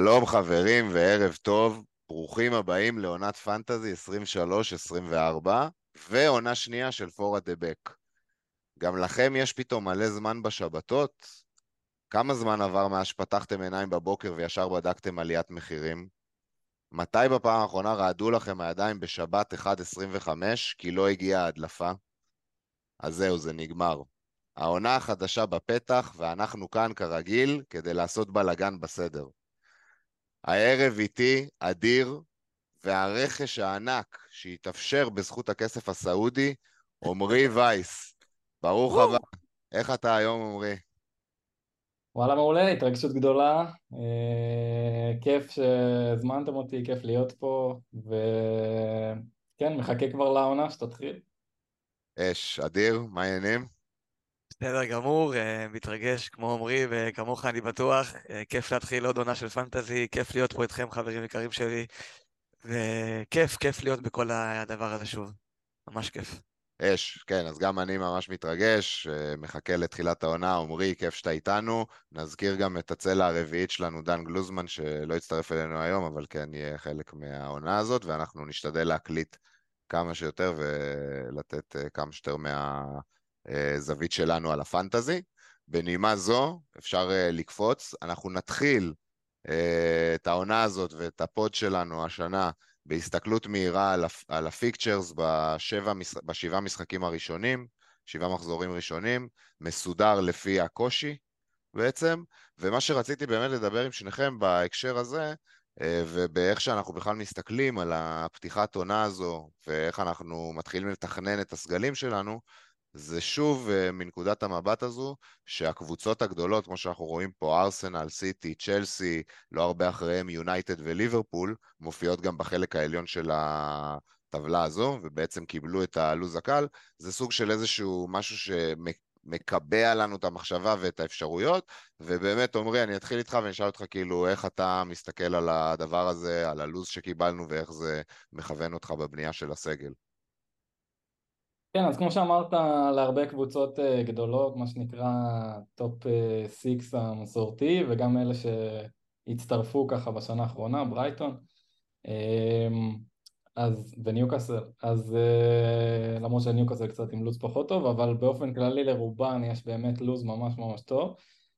שלום חברים וערב טוב, ברוכים הבאים לעונת פנטזי 23-24 ועונה שנייה של פורה דה בק. גם לכם יש פתאום מלא זמן בשבתות? כמה זמן עבר מאז שפתחתם עיניים בבוקר וישר בדקתם עליית מחירים? מתי בפעם האחרונה רעדו לכם הידיים בשבת 1:25 כי לא הגיעה ההדלפה? אז זהו, זה נגמר. העונה החדשה בפתח ואנחנו כאן כרגיל כדי לעשות בלגן בסדר. הערב איתי אדיר, והרכש הענק שהתאפשר בזכות הכסף הסעודי, עומרי וייס. ברוך הבא. וואו. איך אתה היום, עומרי? וואלה מעולה, התרגשות גדולה, כיף שהזמנתם אותי, כיף להיות פה, וכן, מחכה כבר לעונה שתתחיל. אש, אדיר, מה העניינים? בסדר גמור, מתרגש כמו עמרי וכמוך אני בטוח, כיף להתחיל עוד עונה של פנטזי, כיף להיות פה איתכם חברים יקרים שלי, וכיף, כיף להיות בכל הדבר הזה שוב, ממש כיף. אש, כן, אז גם אני ממש מתרגש, מחכה לתחילת העונה. עמרי, כיף שאתה איתנו. נזכיר גם את הצלע הרביעית שלנו, דן גלוזמן, שלא יצטרף אלינו היום, אבל כן יהיה חלק מהעונה הזאת, ואנחנו נשתדל להקליט כמה שיותר ולתת כמה שיותר מהזווית שלנו על הפנטזי. בנימה זו, אפשר לקפוץ. אנחנו נתחיל את העונה הזאת ואת הפוד שלנו השנה בהסתכלות מהירה על הפיקצ'רס בשבעה משחקים הראשונים, 7 מחזורים ראשונים, מסודר לפי הקושי בעצם, ומה שרציתי באמת לדבר עם שניכם בהקשר הזה, ובאיך שאנחנו בכלל מסתכלים על הפתיחת עונה הזו, ואיך אנחנו מתחילים לתכנן את הסגלים שלנו, זה שוב מנקודת המבט הזו, שהקבוצות הגדולות, כמו שאנחנו רואים פה, ארסנל, סיטי, צ'לסי, לא הרבה אחריהם יונייטד וליברפול, מופיעות גם בחלק העליון של הטבלה הזו, ובעצם קיבלו את הלוז הקל. זה סוג של איזשהו משהו שמקבע לנו את המחשבה ואת האפשרויות, ובאמת, עומרי, אני אתחיל איתך ואני אשאל אותך כאילו, איך אתה מסתכל על הדבר הזה, על הלוז שקיבלנו, ואיך זה מכוון אותך בבנייה של הסגל. כן, אז כמו שאמרת, להרבה קבוצות גדולות, מה שנקרא טופ 6 המסורתי, וגם אלה שהצטרפו ככה בשנה האחרונה, ברייטון. וניוקאסל, אז למרות שניוקאסל קצת עם לוז פחות טוב, אבל באופן כללי לרובן יש באמת לוז ממש ממש טוב.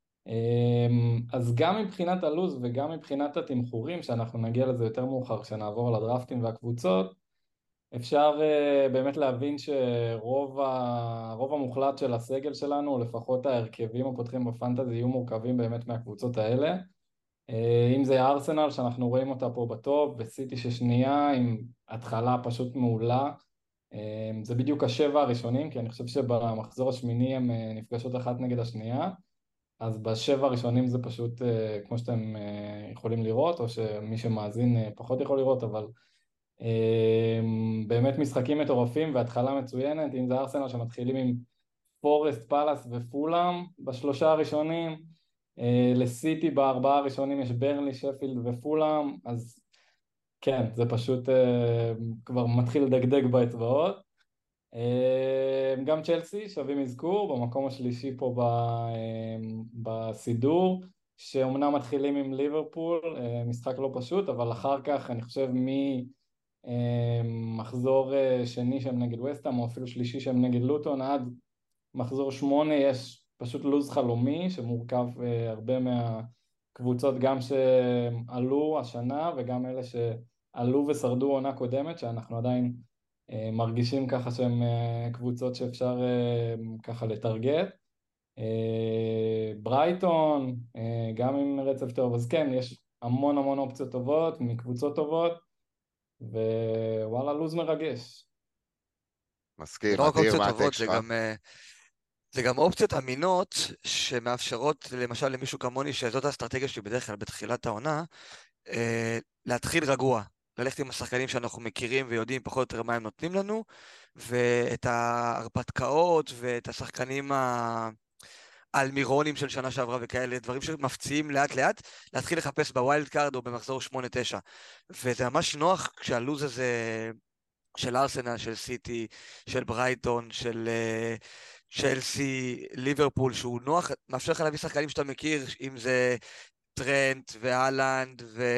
אז גם מבחינת הלוז וגם מבחינת התמחורים, שאנחנו נגיע לזה יותר מאוחר כשנעבור על הדרפטים והקבוצות, אפשר באמת להבין הרוב המוחלט של הסגל שלנו, או לפחות ההרכבים הפותחים בפנטזי, יהיו מורכבים באמת מהקבוצות האלה. אם זה ארסנל שאנחנו רואים אותה פה בטופ, וסיטי ששנייה עם התחלה פשוט מעולה. זה בדיוק השבע הראשונים, כי אני חושב שבמחזור השמיני הם נפגשות אחת נגד השנייה, אז בשבע הראשונים זה פשוט כמו שאתם יכולים לראות, או שמי שמאזין פחות יכול לראות, אבל באמת משחקים מטורפים והתחלה מצוינת. אם זה ארסנל שמתחילים עם פורסט, פלאס ופולאם בשלושה הראשונים, לסיטי בארבעה הראשונים יש ברנלי, שפילד ופולאם, אז כן, זה פשוט כבר מתחיל לדגדג באצבעות. גם צ'לסי שווים אזכור במקום השלישי פה בסידור, שאומנם מתחילים עם ליברפול, משחק לא פשוט, אבל אחר כך אני חושב מחזור שני שהם נגד וסטהאם, או אפילו שלישי שהם נגד לוטון, עד מחזור 8 יש פשוט לוז חלומי שמורכב הרבה מהקבוצות גם שעלו השנה וגם אלה שעלו ושרדו עונה קודמת, שאנחנו עדיין מרגישים ככה שהם קבוצות שאפשר ככה לטרגט. ברייטון, גם עם רצף טוב, אז כן, יש המון המון אופציות טובות מקבוצות טובות, ווואלה לוז מרגש. מסכים, זה לא רק אדיר, אופציות מה הטק טובות, שלך? זה גם אופציות אמינות שמאפשרות למשל למישהו כמוני שזאת האסטרטגיה שלי בדרך כלל בתחילת העונה, להתחיל רגוע, ללכת עם השחקנים שאנחנו מכירים ויודעים פחות או יותר מה הם נותנים לנו, ואת ההרפתקאות ואת השחקנים האלמירונים של שנה שעברה וכאלה, דברים שמפציעים לאט לאט, להתחיל לחפש בווילד קארד או במחזור 8-9. וזה ממש נוח כשהלוז הזה של ארסנל, של סיטי, של ברייטון, של צ'לסי, ליברפול, שהוא נוח, מאפשר לך להביא שחקנים שאתה מכיר, אם זה טרנט והלנד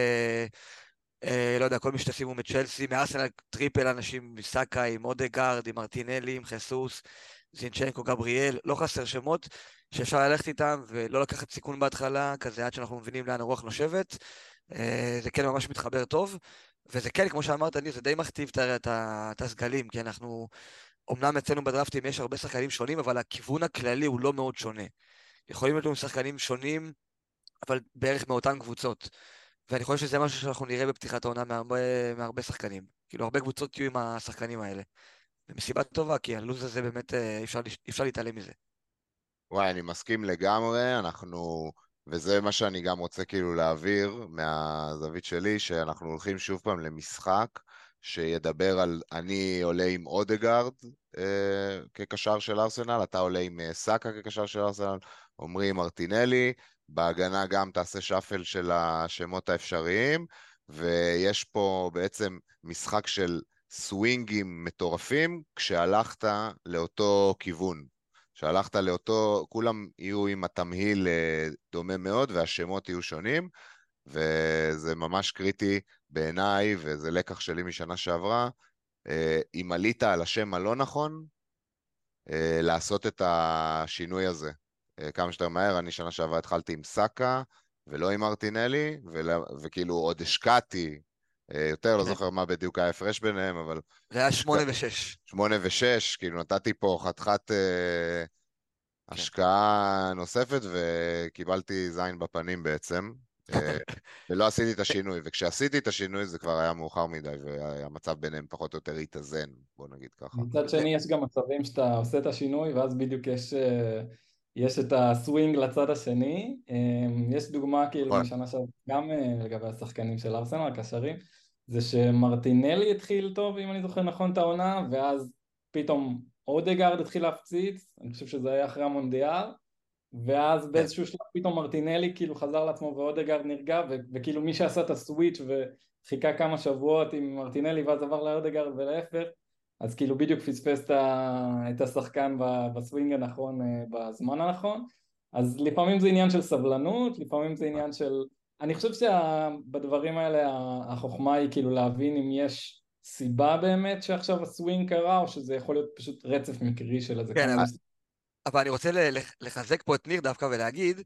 לא יודע, כל מי שתשימו מצ'לסי, מארסנל טריפל אנשים, מסאקה, עם אודגרד, עם מרטינלי, עם חסוס, זינצ'נקו, גבריאל, לא חסר שמות שאפשר ללכת איתם ולא לקחת סיכון בהתחלה, כזה עד שאנחנו מבינים לאן הרוח נושבת. זה כן ממש מתחבר טוב, וזה כן, כמו שאמרת, ניר, זה די מכתיב את הסגלים, כי אנחנו, אמנם אצלנו בדרפטים יש הרבה שחקנים שונים, אבל הכיוון הכללי הוא לא מאוד שונה. יכולים להיות לנו שחקנים שונים, אבל בערך מאותן קבוצות. ואני חושב שזה משהו שאנחנו נראה בפתיחת העונה מהרבה שחקנים. כאילו, הרבה קבוצות יהיו עם השחקנים האלה. ומסיבה טובה, כי הלו"ז הזה באמת, אי אפשר להתעלם מזה. וואי, אני מסכים לגמרי, אנחנו, וזה מה שאני גם רוצה כאילו להעביר מהזווית שלי, שאנחנו הולכים שוב פעם למשחק שידבר על אני עולה עם אודגרד כקשר של ארסנל, אתה עולה עם סאקה כקשר של ארסנל, עומרי עם מרטינלי, בהגנה גם תעשה שפל של השמות האפשריים, ויש פה בעצם משחק של סווינגים מטורפים כשהלכת לאותו כיוון. שהלכת לאותו, כולם יהיו עם התמהיל דומה מאוד והשמות יהיו שונים, וזה ממש קריטי בעיניי, וזה לקח שלי משנה שעברה, אם עלית על השם הלא נכון, לעשות את השינוי הזה כמה שיותר מהר. אני שנה שעברה התחלתי עם סאקה ולא עם מרטינלי, וכאילו עוד השקעתי יותר, לא כן. זוכר מה בדיוק היה ההפרש ביניהם, אבל זה היה 8 ו-6. 8 ו-6, כאילו נתתי פה חתיכת כן. השקעה נוספת וקיבלתי זין בפנים בעצם, ולא עשיתי את השינוי, וכשעשיתי את השינוי זה כבר היה מאוחר מדי, והמצב ביניהם פחות או יותר התאזן, בוא נגיד ככה. מצד שני יש גם מצבים שאתה עושה את השינוי ואז בדיוק יש את הסווינג לצד השני. יש דוגמה כאילו נכון. משנה שעברה גם לגבי השחקנים של ארסנל, הקשרים, זה שמרטינלי התחיל טוב, אם אני זוכר נכון, את העונה, ואז פתאום אודגרד התחיל להפציץ, אני חושב שזה היה אחרי המונדיאל, ואז כן. באיזשהו שלב פתאום מרטינלי כאילו חזר לעצמו ואודגרד נרגע, וכאילו מי שעשה את הסוויץ' וחיכה כמה שבועות עם מרטינלי ואז עבר לאודגרד ולהפך, אז כאילו בדיוק פספס את השחקן בסווינג הנכון בזמן הנכון. אז לפעמים זה עניין של סבלנות, לפעמים זה עניין של... אני חושב שבדברים האלה החוכמה היא כאילו להבין אם יש סיבה באמת שעכשיו הסווינג קרה, או שזה יכול להיות פשוט רצף מקרי של איזה כן, כמה... אבל אני רוצה לחזק פה את ניר דווקא ולהגיד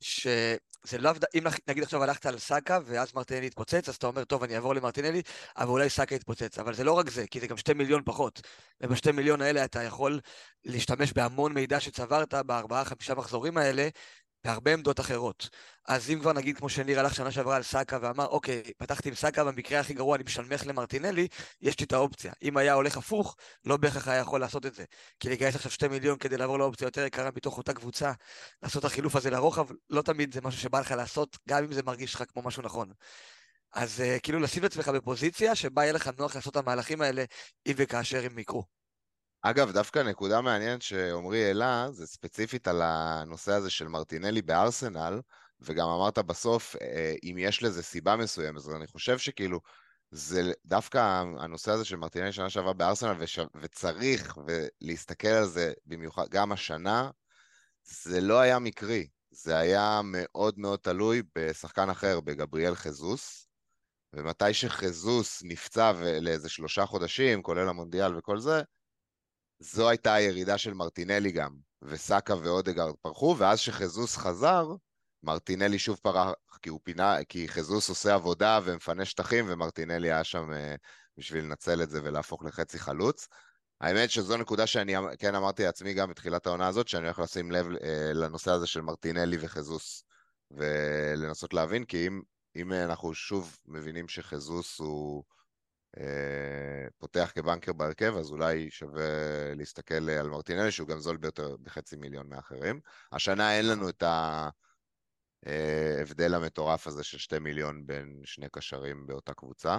שזה לאו, אם נגיד עכשיו הלכת על סאקה ואז מרטינלי יתפוצץ, אז אתה אומר, טוב, אני אעבור למרטינלי, אבל אולי סאקה יתפוצץ. אבל זה לא רק זה, כי זה גם 2 מיליון פחות. וב2 מיליון האלה אתה יכול להשתמש בהמון מידע שצברת ב4-5 מחזורים האלה, בהרבה עמדות אחרות. אז אם כבר נגיד כמו שניר הלך שנה שעברה על סאקה ואמר, אוקיי, פתחתי עם סאקה, במקרה הכי גרוע אני משלמך למרטינלי, יש לי את האופציה. אם היה הולך הפוך, לא בהכרח היה יכול לעשות את זה. כי לגייס עכשיו 2 מיליון כדי לעבור לאופציה יותר יקרה מתוך אותה קבוצה, לעשות את החילוף הזה לרוחב, לא תמיד זה משהו שבא לך לעשות, גם אם זה מרגיש לך כמו משהו נכון. אז כאילו לשים את עצמך בפוזיציה שבה יהיה לך נוח לעשות את המהלכים האלה, אם וכאשר הם יקרו. אגב, דווקא נקודה מעניינת שעומרי העלה, זה ספציפית על הנושא הזה של מרטינלי בארסנל, וגם אמרת בסוף, אם יש לזה סיבה מסוימת, אז אני חושב שכאילו, זה דווקא הנושא הזה של מרטינלי שנה שעברה בארסנל, וצריך להסתכל על זה במיוחד, גם השנה, זה לא היה מקרי, זה היה מאוד מאוד תלוי בשחקן אחר, בגבריאל חזוס, ומתי שחזוס נפצע לאיזה 3 חודשים, כולל המונדיאל וכל זה, זו הייתה הירידה של מרטינלי גם, וסאקה ואודגרד פרחו, ואז שחזוס חזר, מרטינלי שוב פרח, כי חזוס עושה עבודה ומפנה שטחים, ומרטינלי היה שם בשביל לנצל את זה ולהפוך לחצי חלוץ. האמת שזו נקודה שאני כן אמרתי לעצמי גם בתחילת העונה הזאת, שאני הולך לשים לב לנושא הזה של מרטינלי וחזוס, ולנסות להבין, כי אם אנחנו שוב מבינים שחזוס הוא פותח כבנקר בהרכב, אז אולי שווה להסתכל על מרטינלי, שהוא גם זול ביותר בחצי מיליון מאחרים. השנה אין לנו את ההבדל המטורף הזה של 2 מיליון בין שני קשרים באותה קבוצה.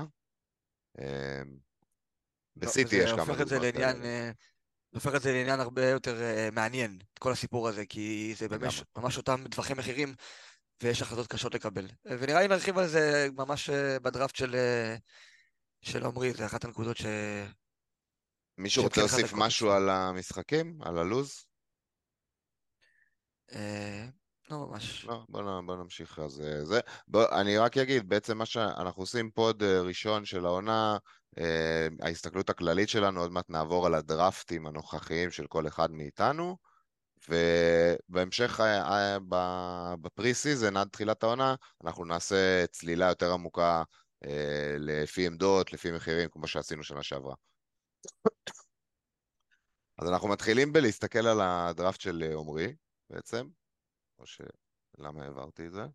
לא, בסיטי וזה יש כמה הופך את זה דוגמאות כאלה. לעניין, הופך את זה לעניין הרבה יותר מעניין, את כל הסיפור הזה, כי זה לגמרי. ממש אותם טווחי מחירים, ויש החלטות קשות לקבל. ונראה לי נרחיב על זה ממש בדראפט של עומרי, זה אחת הנקודות מישהו שהן רוצה כן להוסיף חזקות משהו אצלו. על המשחקים? על הלוז? אה, לא ממש. לא, בוא נמשיך. אז אני רק אגיד, בעצם מה שאנחנו עושים פוד ראשון של העונה, ההסתכלות הכללית שלנו, עוד מעט נעבור על הדרפטים הנוכחיים של כל אחד מאיתנו, ובהמשך בפרי סיזן עד תחילת העונה, אנחנו נעשה צלילה יותר עמוקה לפי עמדות, לפי מחירים, כמו שעשינו שנה שעברה. אז אנחנו מתחילים בלהסתכל על הדרפט של עומרי, בעצם, או למה העברתי את זה?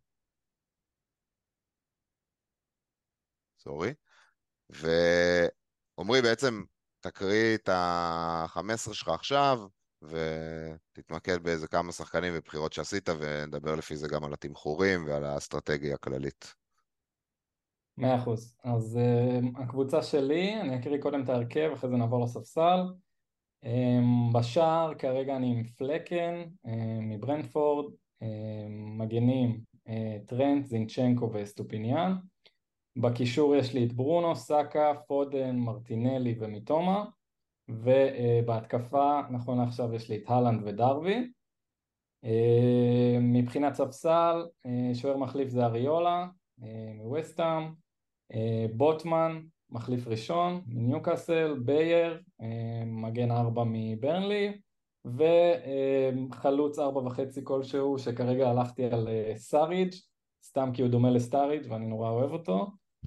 סורי. ועומרי, בעצם תקריא את ה-15 שלך עכשיו, ותתמקד באיזה כמה שחקנים ובחירות שעשית, ונדבר לפי זה גם על התמחורים ועל האסטרטגיה הכללית. 100%. אז הקבוצה שלי, אני אקריא קודם את ההרכב, אחרי זה נעבור לספסל. בשער כרגע אני עם פלקן מברנדפורד, מגנים טרנט, זינצ'נקו וסטופיניאן. בקישור יש לי את ברונו, סאקה, פודן, מרטינלי ומיטומה, ובהתקפה נכון לעכשיו יש לי את הלנד ודרבי. מבחינת ספסל, שוער מחליף זה אריולה מווסטהאם, בוטמן מחליף ראשון מניוקאסל, בייר מגן 4 מברנלי, וחלוץ 4.5 כלשהו שכרגע הלכתי על סאריג', סתם כי הוא דומה לסטאריג' ואני נורא אוהב אותו.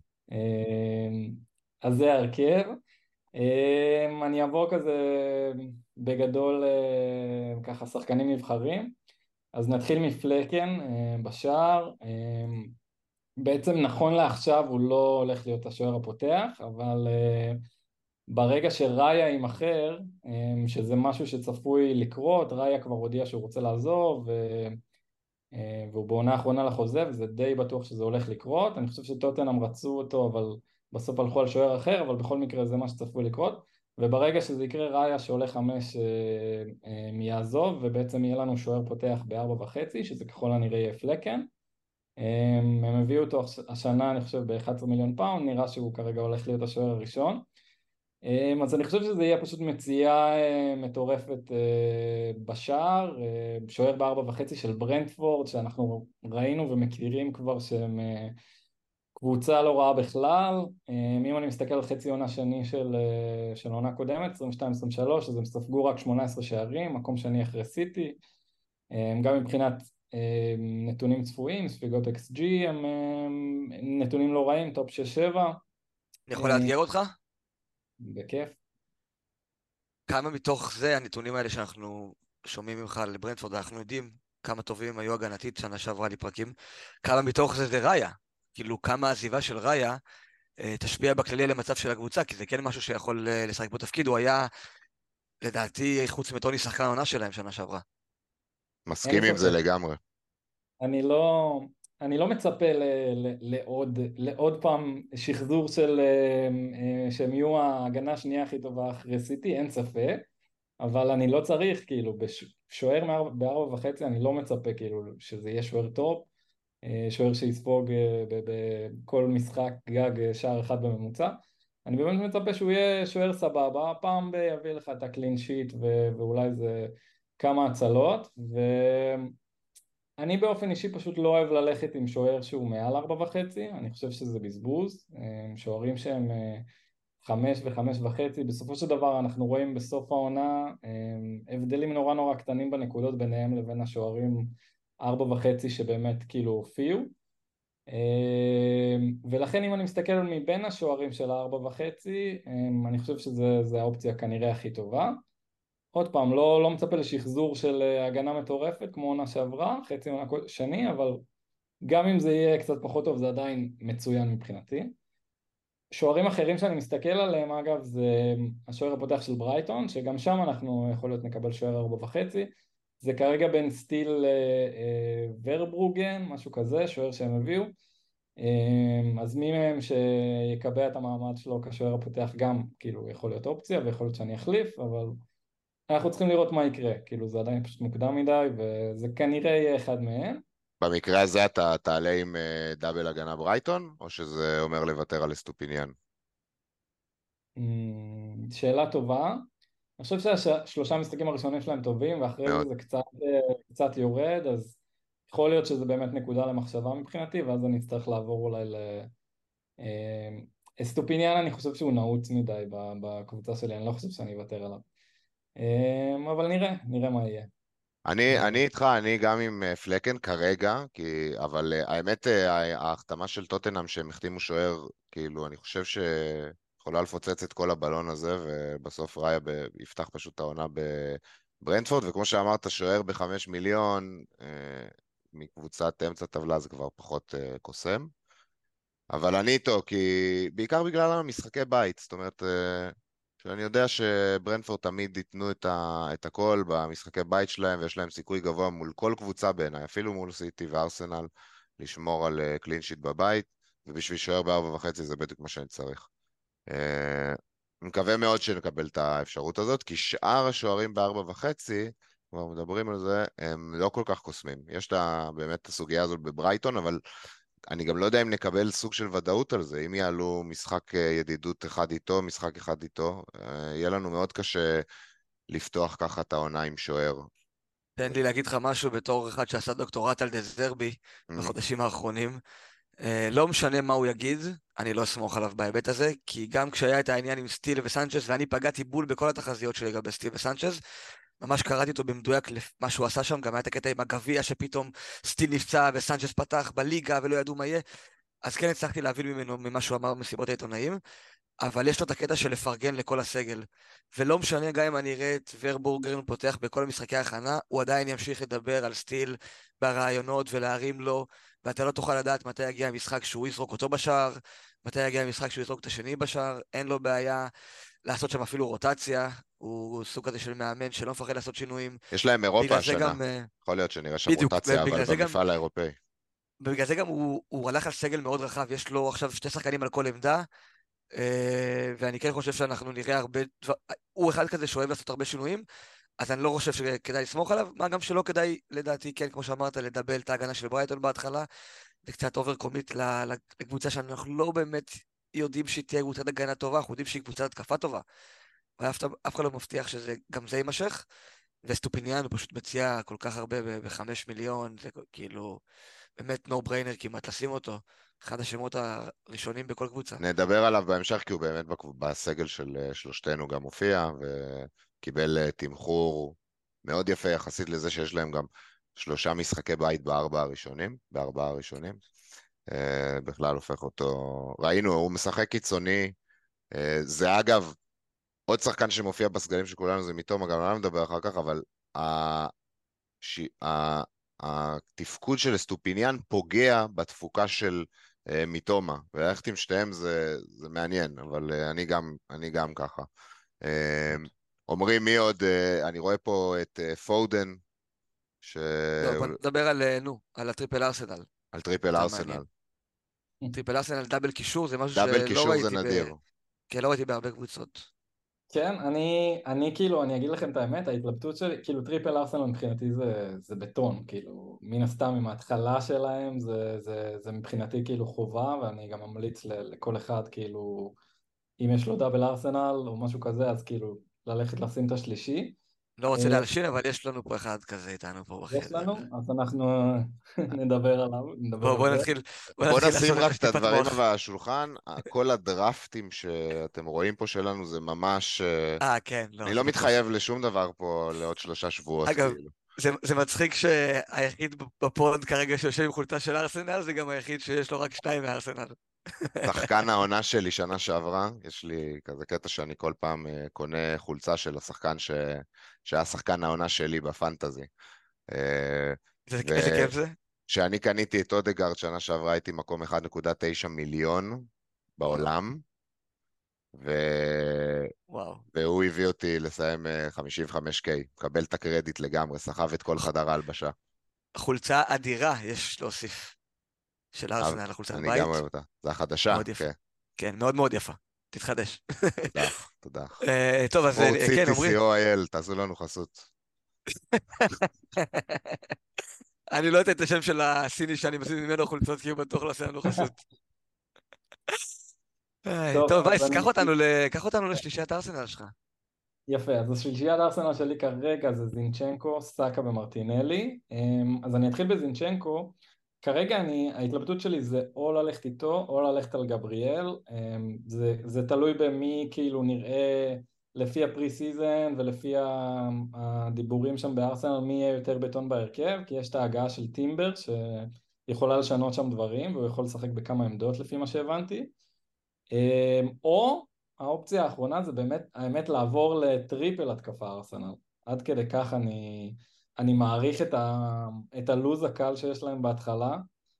אז זה ההרכב. אני אעבור כזה בגדול ככה שחקנים נבחרים. אז נתחיל מפלקן בשער. בעצם נכון לעכשיו הוא לא הולך להיות השוער הפותח, אבל ברגע שראיה יימכר, שזה משהו שצפוי לקרות, ראיה כבר הודיע שהוא רוצה לעזוב, והוא בעונה האחרונה לחוזה, וזה די בטוח שזה הולך לקרות. אני חושב שטוטנהאם רצו אותו, אבל בסוף הלכו על שוער אחר, אבל בכל מקרה זה מה שצפוי לקרות. וברגע שזה יקרה, ראיה שעולה 5 יעזוב, ובעצם יהיה לנו שוער פותח ב4.5, שזה ככל הנראה יהיה פלקן. הם הביאו אותו השנה, אני חושב, ב-11 מיליון פאונד, נראה שהוא כרגע הולך להיות השוער הראשון. אז אני חושב שזה יהיה פשוט מציאה מטורפת בשער, שוער ב4.5 של ברנטפורד, שאנחנו ראינו ומכירים כבר שהם קבוצה לא רעה בכלל. אם אני מסתכל על חצי עונה שני של עונה קודמת, 22-23, אז הם ספגו רק 18 שערים, מקום שני אחרי סיטי. גם מבחינת נתונים צפויים, ספיגות XG, הם נתונים לא רעים, טופ 6-7. אני יכול לאתגר אותך? בכיף. כמה מתוך זה הנתונים האלה שאנחנו שומעים ממך על ברנטפורד, אנחנו יודעים כמה טובים היו הגנתית שנה שעברה לפרקים, כמה מתוך זה ראיה, כאילו כמה העזיבה של ראיה תשפיע בכללי על המצב של הקבוצה, כי זה כן משהו שיכול לשחק בו תפקיד, הוא היה לדעתי חוץ מטוני שחקן העונה שלהם שנה שעברה. מסכים עם זה לגמרי. אני לא מצפה לעוד פעם שחזור שהם יהיו ההגנה השנייה הכי טובה אחרי סיטי, אין ספק, אבל אני לא צריך, כאילו, בשוער ב4.5 אני לא מצפה כאילו שזה יהיה שוער טוב, שוער שיספוג בכל משחק גג שער אחד בממוצע. אני באמת מצפה שהוא יהיה שוער סבבה, פעם יביא לך את הקלין שיט ואולי זה כמה הצלות, אני באופן אישי פשוט לא אוהב ללכת עם שוער שהוא מעל 4.5, אני חושב שזה בזבוז, שוערים שהם 5 ו5.5, בסופו של דבר אנחנו רואים בסוף העונה הבדלים נורא נורא קטנים בנקודות ביניהם לבין השוערים 4.5 שבאמת כאילו הופיעו, ולכן אם אני מסתכל מבין השוערים של ה4.5, אני חושב שזה האופציה כנראה הכי טובה. עוד פעם, לא מצפה לשחזור של הגנה מטורפת כמו עונה שעברה, חצי עונה שני, אבל גם אם זה יהיה קצת פחות טוב זה עדיין מצוין מבחינתי. שוערים אחרים שאני מסתכל עליהם אגב זה השוער הפותח של ברייטון, שגם שם אנחנו יכול להיות נקבל שוער 4.5, זה כרגע בין סטיל ורברוגן, משהו כזה, שוער שהם הביאו, אז מי מהם שיקבע את המעמד שלו כשוער הפותח גם כאילו יכול להיות אופציה ויכול להיות שאני אחליף, אבל אנחנו צריכים לראות מה יקרה, כאילו זה עדיין פשוט מוקדם מדי וזה כנראה יהיה אחד מהם. במקרה הזה אתה תעלה עם דאבל הגנה ברייטון, או שזה אומר לוותר על אסטופיניאן? שאלה טובה. אני חושב שהשלושה המשחקים הראשונים שלהם טובים ואחרי זה מאוד. זה קצת יורד, אז יכול להיות שזה באמת נקודה למחשבה מבחינתי, ואז אני אצטרך לעבור אולי אסטופיניאן, אני חושב שהוא נעוץ מדי בקבוצה שלי, אני לא חושב שאני אוותר עליו. אבל נראה מה יהיה. אני איתך, אני גם עם פלקן כרגע, אבל האמת, ההחתמה של טוטנהאם שהם החתימו שוער, כאילו, אני חושב שיכולה לפוצץ את כל הבלון הזה, ובסוף ראיה יפתח פשוט את העונה בברנטפורד, וכמו שאמרת, שוער ב5 מיליון, מקבוצת אמצע טבלה זה כבר פחות קוסם. אבל אני איתו, כי בעיקר בגלל המשחקי בית, זאת אומרת, שאני יודע שברנפורד תמיד ייתנו את הכל במשחקי בית שלהם, ויש להם סיכוי גבוה מול כל קבוצה בעיניי, אפילו מול סיטי וארסנל, לשמור על קלין שיט בבית, ובשביל שוער ב4.5 זה בדיוק מה שאני צריך. אני מקווה מאוד שנקבל את האפשרות הזאת, כי שאר השוערים ב4.5, כבר מדברים על זה, הם לא כל כך קוסמים. יש באמת את הסוגיה הזאת בברייטון, אבל אני גם לא יודע אם נקבל סוג של ודאות על זה, אם יעלו משחק ידידות אחד איתו, משחק אחד איתו, יהיה לנו מאוד קשה לפתוח ככה את העונה עם שוער. תן לי להגיד לך משהו בתור אחד שעשה דוקטורט על דזרבי בחודשים האחרונים. לא משנה מה הוא יגיד, אני לא אסמוך עליו בהיבט הזה, כי גם כשהיה את העניין עם סטיל וסנצ'ז, ואני פגעתי בול בכל התחזיות שלי לגבי סטיל וסנצ'ז, ממש קראתי אותו במדויק מה שהוא עשה שם, גם היה את הקטע עם הגביע שפתאום סטיל נפצע וסנצ'ז פתח בליגה ולא ידעו מה יהיה, אז כן הצלחתי להבין ממנו ממה שהוא אמר במסיבות העיתונאים, אבל יש לו את הקטע של לפרגן לכל הסגל. ולא משנה גם אם אני אראה את ורבורגרן פותח בכל המשחקי ההכנה, הוא עדיין ימשיך לדבר על סטיל ברעיונות ולהרים לו, ואתה לא תוכל לדעת מתי יגיע המשחק שהוא יזרוק אותו בשער, מתי יגיע המשחק שהוא יזרוק את השני בשער, אין לו בעיה לעשות שם אפילו רוטציה, הוא סוג כזה של מאמן שלא מפחד לעשות שינויים. יש להם אירופה השנה, גם, יכול להיות שנראה שם בדיוק, רוטציה, אבל במפעל האירופאי. ובגלל זה גם הוא הלך על סגל מאוד רחב, יש לו עכשיו 2 שחקנים על כל עמדה, ואני כן חושב שאנחנו נראה הרבה הוא אחד כזה שאוהב לעשות הרבה שינויים, אז אני לא חושב שכדאי לסמוך עליו, מה גם שלא כדאי, לדעתי, כן, כמו שאמרת, לדבל את ההגנה של ברייטון בהתחלה, זה קצת אובר קומית לקבוצה שאנחנו לא באמת יודעים שהיא תהיה קבוצת הגנה טובה, אנחנו יודעים שהיא קבוצת התקפה טובה, ואף אחד לא מבטיח שגם זה יימשך, וסטופיניאן הוא פשוט מציע כל כך הרבה ב5 מיליון, זה כאילו באמת נו בריינר כמעט לשים אותו, אחד השמות הראשונים בכל קבוצה. נדבר עליו בהמשך, כי הוא באמת בסגל של שלושתנו גם הופיע, וקיבל תמחור מאוד יפה יחסית לזה שיש להם גם 3 משחקי בית בארבעה הראשונים. בכלל הופך אותו, ראינו, הוא משחק קיצוני, זה אגב, עוד שחקן שמופיע בסגלים של כולנו זה מתום, גם לא נדבר אחר כך, אבל התפקוד של אסטופיניאן פוגע בתפוקה של מתומה, וללכת עם שתיהם זה מעניין, אבל אני גם ככה. אומרים מי עוד, אני רואה פה את פודן, לא, בוא נדבר על הטריפל ארסנל. על טריפל ארסנל. טריפל ארסנל דאבל קישור זה משהו דאבל קישור זה נדיר. כן, לא ראיתי בהרבה קבוצות. כן, אני כאילו, אני אגיד לכם את האמת, ההתלבטות שלי, כאילו טריפל ארסנל מבחינתי זה בטון, כאילו, מן הסתם עם ההתחלה שלהם, זה מבחינתי כאילו חובה, ואני גם ממליץ לכל אחד, כאילו, אם יש לו דאבל ארסנל או משהו כזה, אז כאילו, ללכת לשים את השלישי. לא רוצה להלשין, אבל יש לנו פה אחד כזה איתנו פה בחדר. יש לנו? אז אנחנו נדבר עליו. בוא נתחיל. בוא נשים רק את הדברים על השולחן, כל הדרפטים שאתם רואים פה שלנו זה ממש... כן, לא. אני לא מתחייב לשום דבר פה לעוד 3 שבועות. אגב, זה מצחיק שהיחיד בפוד כרגע שיושב עם חולצה של ארסנל, זה גם היחיד שיש לו רק 2 מארסנל. שחקן העונה שלי שנה שעברה, יש לי כזה קטע שאני כל פעם קונה חולצה של השחקן שהיה שחקן העונה שלי בפנטזי. איזה כיף זה? כשאני קניתי את אודגרד שנה שעברה הייתי מקום 1.9 מיליון בעולם, והוא הביא אותי לסיים 55K, מקבל את הקרדיט לגמרי, סחב את כל חדר ההלבשה. חולצה אדירה יש להוסיף. של ארסנל, החולצת בית. אני גם אוהב אותה, זה החדשה. מאוד יפה. כן, מאוד מאוד יפה. תתחדש. תודה. טוב, אז כן, אומרים... CTCOIL, תעשו לנו חסות. אני לא יודע את השם של הסיני שאני משים ממנו חולצות, כי הוא בטוח לא עושה לנו חסות. טוב, וייס, קח אותנו לשלישיית הארסנל שלך. יפה, אז השלישיית הארסנל שלי כרגע זה זינצ'נקו, סאקה ומרטינלי. אז אני אתחיל בזינצ'נקו. כרגע ההתלבטות שלי זה או ללכת איתו או ללכת על גבריאל. זה תלוי במי כאילו נראה לפי הפרי סיזן ולפי הדיבורים שם בארסנל מי יהיה יותר בטון בהרכב, כי יש את ההגעה של טימבר שיכולה לשנות שם דברים והוא יכול לשחק בכמה עמדות לפי מה שהבנתי. או האופציה האחרונה זה באמת, האמת, לעבור לטריפל התקפה ארסנל. עד כדי כך אני מעריך את הלוז הקל שיש להם בהתחלה.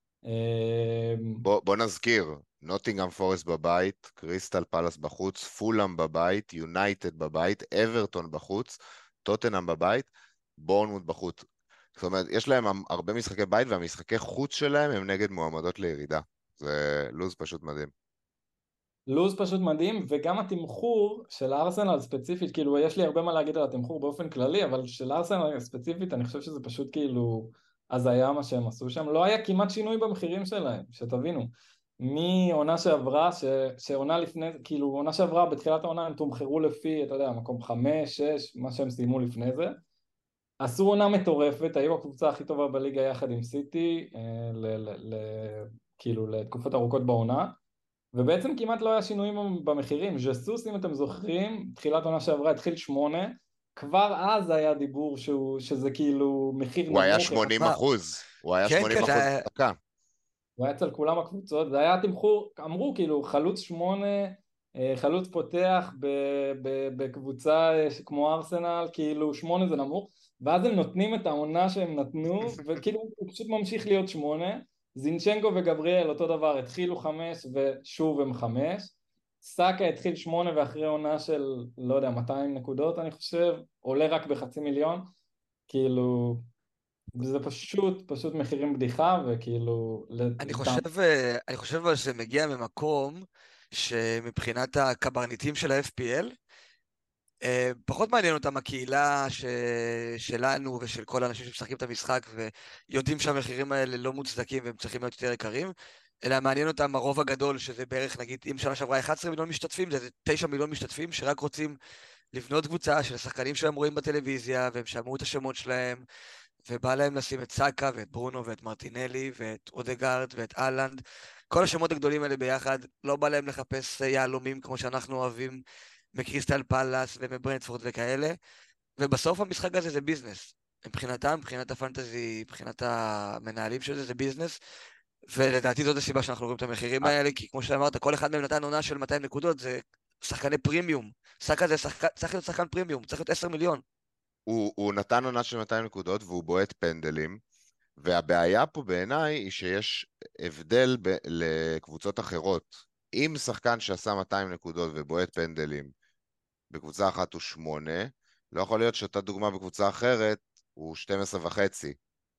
בוא נזכיר, נוטינגהאם פורסט בבית, קריסטל פלאס בחוץ, פולאם בבית, יונייטד בבית, אברטון בחוץ, טוטנהאם בבית, בורנמוט בחוץ. זאת אומרת, יש להם הרבה משחקי בית, והמשחקי חוץ שלהם הם נגד מועמדות לירידה. זה לוז פשוט מדהים. לוז פשוט מדהים, וגם התמחור של ארסנל ספציפית, כאילו יש לי הרבה מה להגיד על התמחור באופן כללי, אבל של ארסנל ספציפית אני חושב שזה פשוט כאילו הזיה מה שהם עשו שם. לא היה כמעט שינוי במחירים שלהם, שתבינו. מעונה שעברה, שעונה לפני, כאילו עונה שעברה בתחילת העונה הם תומחרו לפי, אתה יודע, מקום 5, 6, מה שהם סיימו לפני זה. עשו עונה מטורפת, היו הקבוצה הכי טובה בליגה יחד עם סיטי, כאילו לתקופות ארוכות בעונה. ובעצם כמעט לא היה שינויים במחירים. ז'סוס, אם אתם זוכרים, תחילת עונה שעברה התחיל 8, כבר אז היה דיבור שזה כאילו מחיר הוא היה נמוך. 80%, הוא היה כן, 80% כן, דקה. הוא היה אצל כולם הקבוצות, זה היה תמחור, אמרו כאילו חלוץ 8, חלוץ פותח בקבוצה כמו ארסנל, כאילו 8 זה נמוך, ואז הם נותנים את העונה שהם נתנו, וכאילו הוא פשוט ממשיך להיות 8, זינצ'נקו וגבריאל אותו דבר, התחילו 5 ושוב הם 5, סאקה התחיל 8 ואחרי עונה של, לא יודע, 200 נקודות אני חושב, עולה רק ב500,000, כאילו זה פשוט מחירים בדיחה, וכאילו אני חושב אבל שזה מגיע ממקום שמבחינת הקברניטים של ה-FPL, פחות מעניין אותם הקהילה שלנו ושל כל האנשים שמשחקים את המשחק ויודעים שהמחירים האלה לא מוצדקים והם צריכים להיות יותר יקרים, אלא מעניין אותם הרוב הגדול, שזה בערך, נגיד, אם שנה שעברה 11 מיליון משתתפים, זה 9 מיליון משתתפים שרק רוצים לבנות קבוצה של השחקנים שהם רואים בטלוויזיה והם שמעו את השמות שלהם, ובא להם לשים את סאקה ואת ברונו ואת מרטינלי ואת אודגארד ואת אהלנד, כל השמות הגדולים האלה ביחד. לא בא להם לחפש יהלומים כמו שאנחנו אוהבים מקריסטל פלאס ומברנדפורד וכאלה, ובסוף המשחק הזה זה ביזנס. מבחינתם, מבחינת הפנטזי, מבחינת המנהלים של זה, זה ביזנס, ולדעתי זאת הסיבה שאנחנו רואים את המחירים האלה, כי כמו שאמרת, כל אחד מהם נתן עונה של 200 נקודות, זה שחקני פרימיום. סאקה זה צריך להיות שחקן פרימיום, צריך להיות 10 מיליון. הוא נתן עונה של 200 נקודות והוא בועט פנדלים, והבעיה פה בעיניי היא שיש הבדל לקבוצות אחרות. אם שחקן שעשה 200 נקודות ובועט פנדלים בקבוצה אחת הוא 8, לא יכול להיות שאותה דוגמה בקבוצה אחרת הוא 12 וחצי,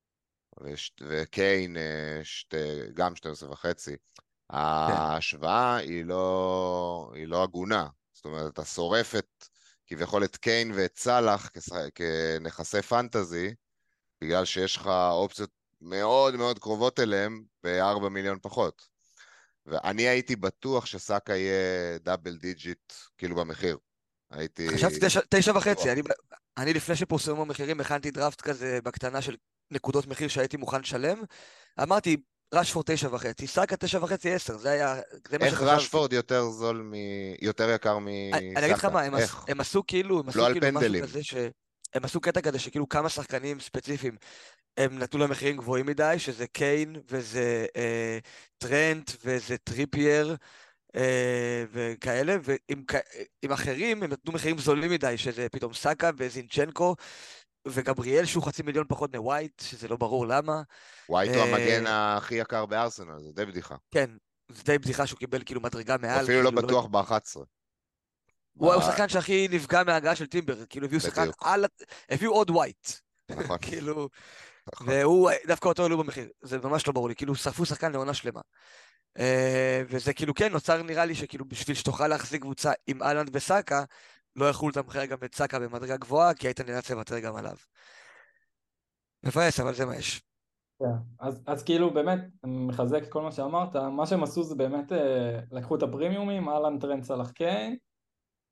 וקיין גם 12 וחצי. כן. ההשוואה היא לא הגונה. זאת אומרת, אתה שורף כביכול את קיין ואת סלאח כנכסי פנטזי, בגלל שיש לך אופציות מאוד מאוד קרובות אליהם ב4 מיליון פחות. ואני הייתי בטוח שסאקה יהיה דאבל דיג'יט כאילו במחיר. חשבתי 9.5, אני לפני שפורסמו המחירים הכנתי דראפט כזה בקטנה של נקודות מחיר שהייתי מוכן לשלם, אמרתי רשפורד 9.5, סאקה 9.5, 10, זה מה איך שחשבתי. רשפורד יותר יקר אני אגיד לך מסאקה? מה, איך? הם עשו כאילו לא על משהו פנדלים. כזה הם עשו קטע כזה שכאילו כמה שחקנים ספציפיים הם נתנו להם מחירים גבוהים מדי, שזה קיין וזה טרנט וזה טריפייר וכאלה, ועם אחרים הם נתנו מחירים זולים מדי, שזה פתאום סאקה וזינצ'נקו וגבריאל שהוא 500,000 פחות מווייט, שזה לא ברור למה. ווייט הוא המגן הכי יקר בארסנל, זה די בדיחה. כן, זה די בדיחה שהוא קיבל כאילו מדרגה הוא מעל, אפילו לא כאילו בטוח ב-11. הוא השחקן שהכי נפגע מההגעה של טימבר, כאילו הביאו שחקן בדיוק. הביאו עוד ווייט, נכון, כאילו, נכון. והוא דווקא אותו עלו במחיר, זה ממש לא ברור לי, כאילו שרפו שחקן לעונה שלמה. וזה כאילו כן, נוצר נראה לי שכאילו בשביל שתוכל להחזיק קבוצה עם אהלנד וסאקה, לא יכלו לתמחר גם את סאקה במדרגה גבוהה, כי היית נאלץ לוותר גם עליו. מבאס, אבל זה מה יש. כן. אז כאילו באמת, אני מחזק את כל מה שאמרת, מה שהם עשו זה באמת לקחו את הפרימיומים, אהלן טרנט סלאח קיין,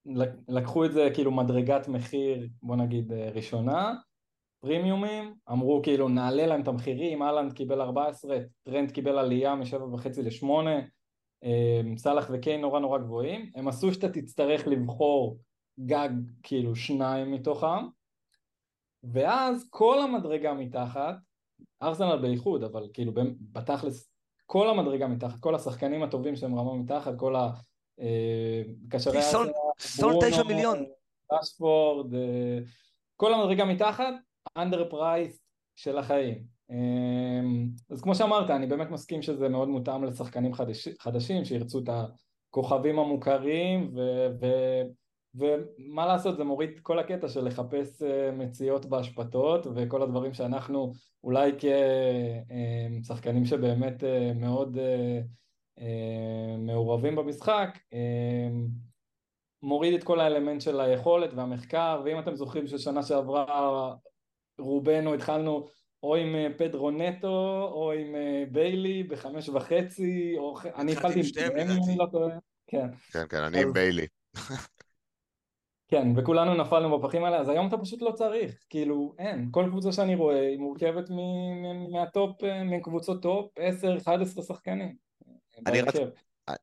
לקחו את זה כאילו מדרגת מחיר, בוא נגיד ראשונה, פרימיומים, אמרו כאילו נעלה להם את המחירים, אהלנד קיבל 14, טרנט קיבל עלייה מ7.5 ל8, סלאח וקיין נורא נורא גבוהים, הם עשו שאתה תצטרך לבחור גג כאילו 2 מתוכם, ואז כל המדרגה מתחת, ארסנל בייחוד, אבל כאילו בתכלס כל המדרגה מתחת, כל השחקנים הטובים שהם רמה מתחת, כל קשרי ארסנל, סון ברונו, 9 מיליון. רשפורד, כל המדרגה מתחת, אנדר פרייס של החיים. אז כמו שאמרת, אני באמת מסכים שזה מאוד מותאם לשחקנים חדשים, שירצו את הכוכבים המוכרים, ומה לעשות, זה מוריד כל הקטע של לחפש מציאות בהשפתות, וכל הדברים שאנחנו אולי כשחקנים שבאמת מאוד מעורבים במשחק, מוריד את כל האלמנט של היכולת והמחקר, ואם אתם זוכרים ששנה שעברה רובנו התחלנו או עם פדרו נטו, או עם ביילי ב5.5, או אני התחלתי עם שתיהם שניהם אם אני לדעתי. לא טועה. כן. כן, כן, אני עם ביילי. כן, וכולנו נפלנו בפחים האלה, אז היום אתה פשוט לא צריך, כאילו אין, כל קבוצה שאני רואה היא מורכבת מהטופ, מקבוצות טופ, 10-11 שחקנים אני רצ... בהרכב. אה,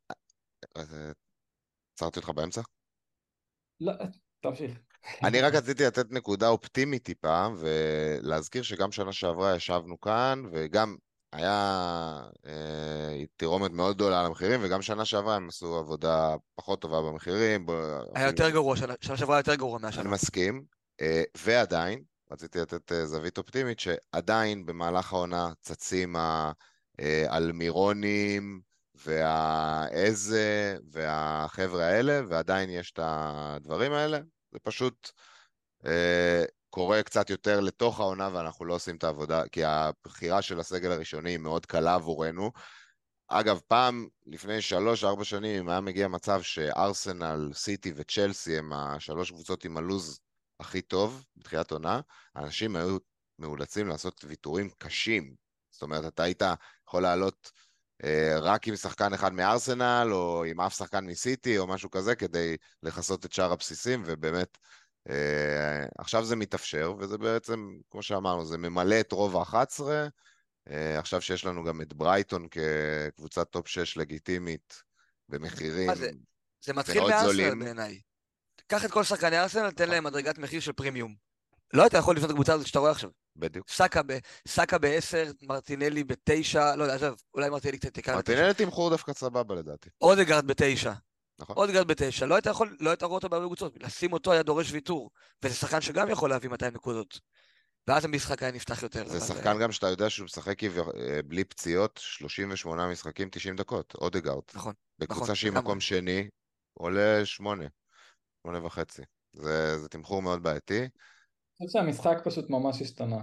עצרתי אותך באמצע? לא, תמשיך. אני רק רציתי לתת נקודה אופטימית טיפה, ולהזכיר שגם שנה שעברה ישבנו כאן, וגם היה תירומת מאוד גדולה על המחירים, וגם שנה שעברה הם עשו עבודה פחות טובה במחירים. היה יותר גרוע, שנה שעברה יותר גרוע אני מהשנה. מסכים, ועדיין, רציתי לתת זווית אופטימית, שעדיין במהלך העונה צצים האלמירונים והאיזה והחבר'ה האלה, ועדיין יש את הדברים האלה. זה פשוט קורה קצת יותר לתוך העונה, ואנחנו לא עושים את העבודה, כי הבחירה של הסגל הראשוני היא מאוד קלה עבורנו. אגב, פעם, לפני 3-4 שנים, היה מגיע מצב שארסנל, סיטי וצ'לסי הם השלוש קבוצות עם הלוז הכי טוב בתחילת עונה. האנשים היו מאולצים לעשות ויתורים קשים. זאת אומרת, אתה היית יכול לעלות רק עם שחקן אחד מארסנל, או עם אף שחקן מסיטי, או משהו כזה, כדי לכסות את שאר הבסיסים, ובאמת, עכשיו זה מתאפשר, וזה בעצם, כמו שאמרנו, זה ממלא את רוב ה-11, עכשיו שיש לנו גם את ברייטון כקבוצת טופ 6 לגיטימית במחירים זה מתחיל מאוד מארסנל זולים. בעיניי. קח את כל שחקני ארסנל, תן להם מדרגת מחיר של פרימיום. לא היית יכול לפנות לקבוצה הזאת שאתה רואה עכשיו. בדיוק. סאקה ב-10, מרטינלי ב-9, לא יודע, עזוב, אולי מרטינלי קצת תקרא ל-9. מרטינלי תמחור דווקא סבבה לדעתי. אודגרד ב-9. נכון. אודגרד ב-9. לא היית רואה אותו בהרבה קבוצות. לשים אותו היה דורש ויתור. וזה שחקן שגם יכול להביא 200 נקודות. ואז המשחק היה נפתח יותר. זה שחקן גם שאתה יודע שהוא משחק בלי פציעות, 38 משחקים, 90 דקות, אודגרד. נכון. בקבוצה שהיא מקום שני, עולה 8.5. זה תמחור מאוד בעייתי. אני חושב שהמשחק פשוט ממש השתנה.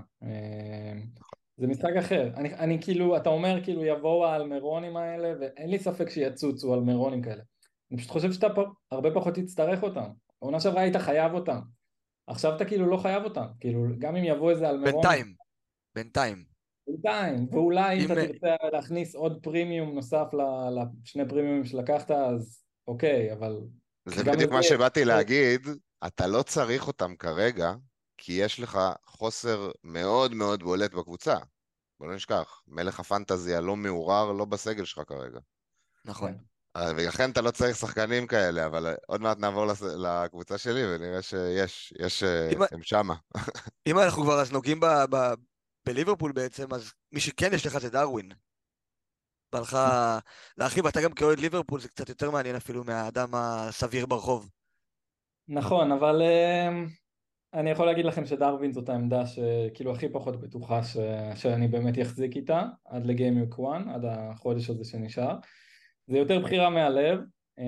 זה משחק אחר. אני כאילו, אתה אומר כאילו יבואו האלמרונים האלה, ואין לי ספק שיצוצו אלמרונים כאלה. אני פשוט חושב שאתה הרבה פחות תצטרך אותם. העונה שעברה היית חייב אותם. עכשיו אתה כאילו לא חייב אותם. כאילו, גם אם יבוא איזה אלמרון... בינתיים. ואולי אם אתה תרצה להכניס עוד פרימיום נוסף לשני פרימיומים שלקחת, אז אוקיי, אבל... זה בדיוק מה שבאתי להגיד, אתה לא צריך אותם כרגע, כי יש לך חוסר מאוד מאוד בולט בקבוצה. בוא לא נשכח, מלך הפנטזיה לא מעורר, לא בסגל שלך כרגע. נכון. ולכן אתה לא צריך שחקנים כאלה, אבל עוד מעט נעבור לקבוצה שלי ונראה שיש, הם שמה. אם אנחנו כבר אז נוגעים בליברפול בעצם, אז מי שכן יש לך זה דרווין. בא לך להרחיב, אתה גם כאוהד ליברפול, זה קצת יותר מעניין אפילו מהאדם הסביר ברחוב. נכון, אבל אני יכול להגיד לכם שדרווין זאת העמדה שכאילו הכי פחות בטוחה שאני באמת יחזיק איתה, עד לגיימיוק 1, עד החודש הזה שנשאר. זה יותר בחירה מהלב,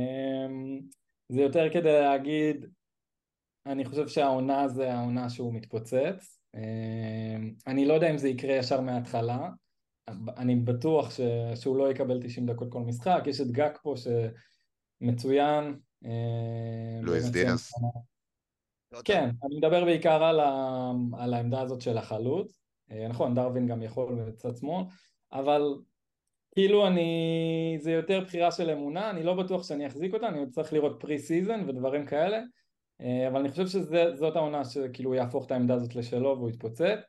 זה יותר כדי להגיד, אני חושב שהעונה זה העונה שהוא מתפוצץ, אני לא יודע אם זה יקרה ישר מההתחלה, אני בטוח שהוא לא יקבל 90 דקות כל משחק, יש את גאק פה שמצוין, לואיס דיאס. כן, אני מדבר בעיקר על העמדה הזאת של החלוץ, נכון, דרווין גם יכול בצד שמאל, אבל כאילו זה יותר בחירה של אמונה, אני לא בטוח שאני אחזיק אותה, אני עוד צריך לראות פרי סיזן ודברים כאלה, אבל אני חושב שזאת העונה שכאילו הוא יהפוך את העמדה הזאת לשלו והוא יתפוצץ,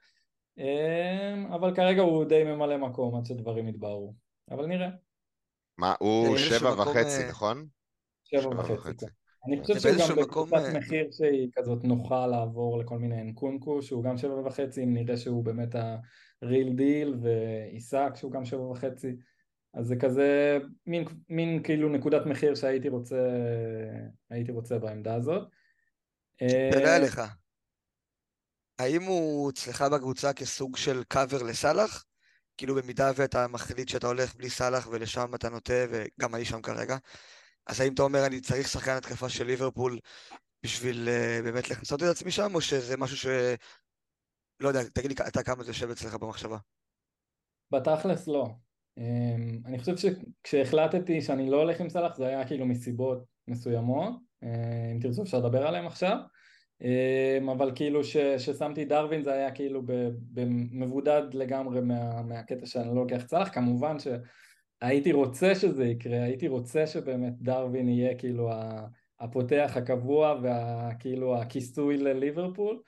אבל כרגע הוא די ממלא מקום עד שדברים יתבהרו, אבל נראה. מה, הוא באיזשהו שבע מקום, וחצי, נכון? שבע שבע וחצי, כן. וחצי. אני כן. חושב זה שהוא גם באיזשהו מקום, בקבוצת מחיר שהיא כזאת נוחה לעבור לכל מיני אנקונקו, שהוא גם שבע וחצי, אם נראה שהוא באמת ה-real deal, ועיסק שהוא גם שבע וחצי, אז זה כזה מין כאילו נקודת מחיר הייתי רוצה בעמדה הזאת. שאלה אה, אליך, האם הוא אצלך בקבוצה כסוג של קאבר לסאלח? כאילו במידה ואתה מחליט שאתה הולך בלי סאלח ולשם אתה נוטה, וגם אני שם כרגע, אז האם אתה אומר אני צריך שחקן התקפה של ליברפול בשביל באמת לכסות את עצמי שם, או שזה משהו ש... לא יודע, תגיד לי אתה כמה זה יושב אצלך במחשבה. בתכלס לא. אני חושב שכשהחלטתי שאני לא הולך עם סלאח זה היה כאילו מסיבות מסוימות, אם תרצו אפשר לדבר עליהם עכשיו, אבל כאילו ששמתי דרווין זה היה כאילו מבודד לגמרי מהקטע שאני לא לוקח את סלאח, כמובן שהייתי רוצה שזה יקרה, הייתי רוצה שבאמת דרווין יהיה כאילו הפותח הקבוע וכאילו הכיסוי לליברפול,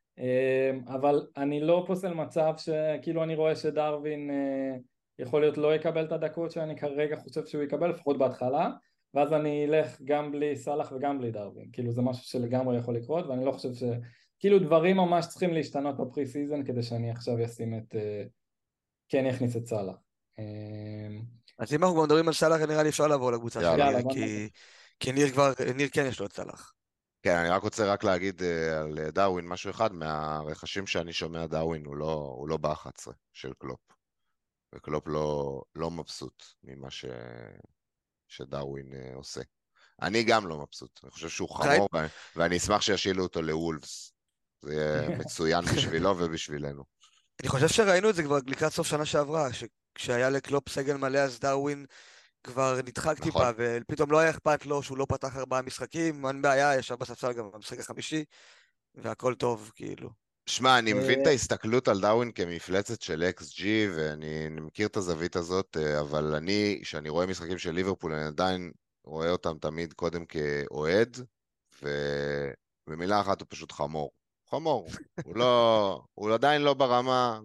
אבל אני לא פוסל מצב שכאילו אני רואה שדרווין יכול להיות לא יקבל את הדקות שאני כרגע חושב שהוא יקבל, לפחות בהתחלה, ואז אני אלך גם בלי סלאח וגם בלי דרווין, כאילו זה משהו שלגמרי יכול לקרות, ואני לא חושב כאילו דברים ממש צריכים להשתנות בפרי סיזן כדי שאני עכשיו אשים כן יכניס את סלאח. אז אם אנחנו כבר מדברים על סאלח, נראה לי אפשר לעבור לקבוצה יאללה. שלי, יאללה, בוא נעשה. כי ניר כן יש לו את סאלח. כן, אני רק רוצה רק להגיד על דרווין משהו אחד, מהרכשים שאני שומע דרווין הוא לא ב-11 של קלופ, וקלופ לא מבסוט ממה שדרווין עושה. אני גם לא מבסוט, אני חושב שהוא חמור, ואני אשמח שישילו אותו לוולפס, זה יהיה מצוין בשבילו ובשבילנו. אני חושב שראינו את זה כבר לקראת סוף שנה שעברה, כשהיה לקלופ סגל מלא אז דרווין כבר נדחק נכון. טיפה, ופתאום לא היה אכפת לו שהוא לא פתח 4 משחקים, אין בעיה, ישב בספסל גם במשחק החמישי, והכל טוב, כאילו. שמע, אני מבין את ההסתכלות על דרווין כמפלצת של XG, ואני מכיר את הזווית הזאת, אבל כשאני רואה משחקים של ליברפול, אני עדיין רואה אותם תמיד קודם כאוהד, ובמילה אחת הוא פשוט חמור. חמור. הוא עדיין לא ברמה,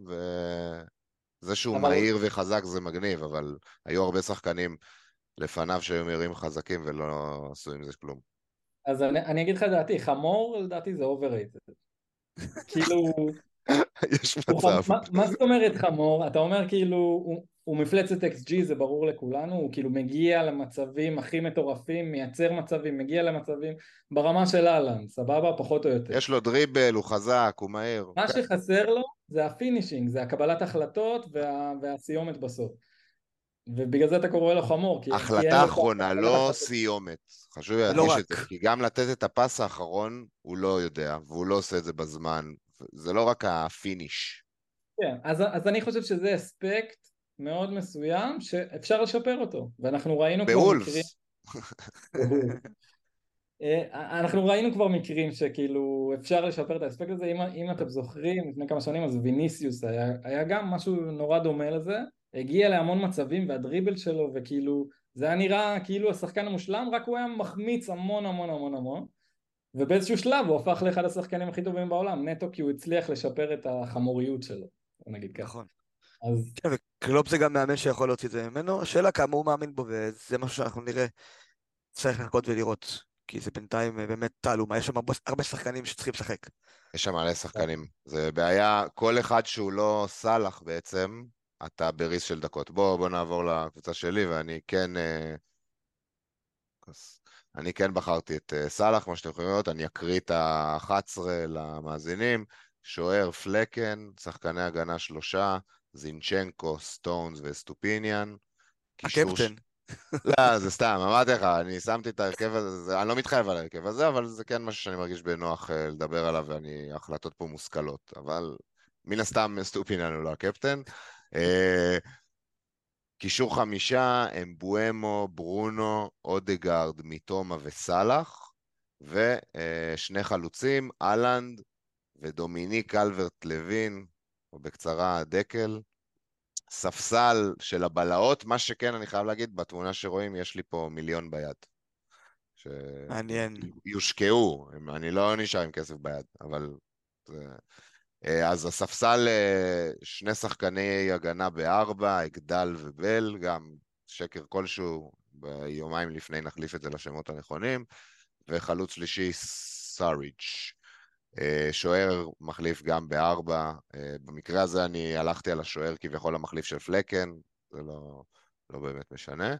וזה שהוא אבל מהיר וחזק זה מגניב, אבל היו הרבה שחקנים לפניו שהיו מהירים חזקים ולא עשו עם זה כלום. אז אני אגיד לך דעתי, חמור לדעתי זה overrated, כאילו יש מצב. מה זאת אומרת חמור? אתה אומר כאילו הוא מפלצת XG, זה ברור לכולנו, הוא כאילו מגיע למצבים הכי מטורפים, מייצר מצבים, מגיע למצבים ברמה של אהלן, סבבה? פחות או יותר. יש לו דריבל, הוא חזק, הוא מהיר. מה כן. שחסר לו זה הפינישינג, זה הקבלת החלטות והסיומת בסוף. ובגלל זה אתה קורא לו חמור, כי אין החלטה לו את אחרונה, הקבלת לא החלטות. סיומת. חשוב לא להדגיש את זה, רק. כי גם לתת את הפס האחרון, הוא לא יודע, והוא לא עושה את זה בזמן. זה לא רק הפיניש. כן, אז אני חושב שזה אספקט מאוד מסוים שאפשר לשפר אותו, ואנחנו ראינו כבר מקרים. בוולפס. אנחנו ראינו כבר מקרים שכאילו אפשר לשפר את האספקט הזה, אם אתם זוכרים לפני כמה שנים אז ויניסיוס היה גם משהו נורא דומה לזה, הגיע להמון מצבים והדריבל שלו וכאילו זה היה נראה כאילו השחקן המושלם, רק הוא היה מחמיץ המון המון המון המון, ובאיזשהו שלב הוא הפך לאחד השחקנים הכי טובים בעולם נטו כי הוא הצליח לשפר את החמוריות שלו, נגיד ככה. נכון. אז כן, וקלופ זה גם מאמן שיכול להוציא את זה ממנו, השאלה כמה הוא מאמין בו, וזה משהו שאנחנו נראה, צריך לחכות ולראות, כי זה בינתיים באמת תעלומה, יש שם הרבה שחקנים שצריכים לשחק. יש שם מלא שחקנים. זה בעיה, כל אחד שהוא לא סלח בעצם, אתה בריס של דקות. בוא נעבור לקבוצה שלי, ואני כן... אני כן בחרתי את סלח, כמו שאתם יכולים לראות, אני אקריא את ה-11 למאזינים, שוער פלקן, שחקני הגנה 3, זינצ'נקו, סטונס וסטופיניאן. הקפטן. לא, זה סתם, אמרתי לך, אני שמתי את ההרכב הזה, אני לא מתחייב על ההרכב הזה, אבל זה כן משהו שאני מרגיש בנוח לדבר עליו, ההחלטות פה מושכלות, אבל מן הסתם סטופיניאן הוא לא הקפטן. קישור 5, אמבואמו, ברונו, אודגרד, מיטומה וסלח, ושני חלוצים, אלנד ודומיניק אלברט לוין, או בקצרה דקל. ספסל של הבלעות, מה שכן אני חייב להגיד, בתמונה שרואים יש לי פה מיליון ביד. מעניין. שיושקעו, אני לא נשאר עם כסף ביד, אבל... אז הספסל, שני שחקני הגנה בארבע, אגדל ובל, גם שקר כלשהו, ביומיים לפני נחליף את זה לשמות הנכונים, וחלוץ שלישי סאריץ'. שוער מחליף גם בארבע, במקרה הזה אני הלכתי על השוער כביכול המחליף של פלקן, זה לא באמת משנה.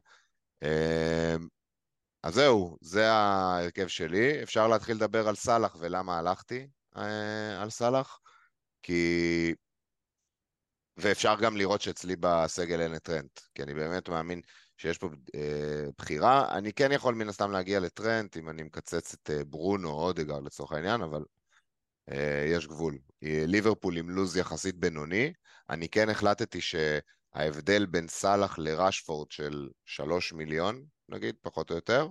אז זהו, זה ההרכב שלי. אפשר להתחיל לדבר על סלאח ולמה הלכתי על סלאח, כי... ואפשר גם לראות שאצלי בסגל אין את טרנט, כי אני באמת מאמין שיש פה בחירה. אני כן יכול מן הסתם להגיע לטרנט, אם אני מקצץ את ברונו או אודגרד לצורך העניין, אבל יש גבול. ליברפול עם לוז יחסית בינוני, אני כן החלטתי שההבדל בין סלאח לרשפורד של 3 מיליון, נגיד, פחות או יותר,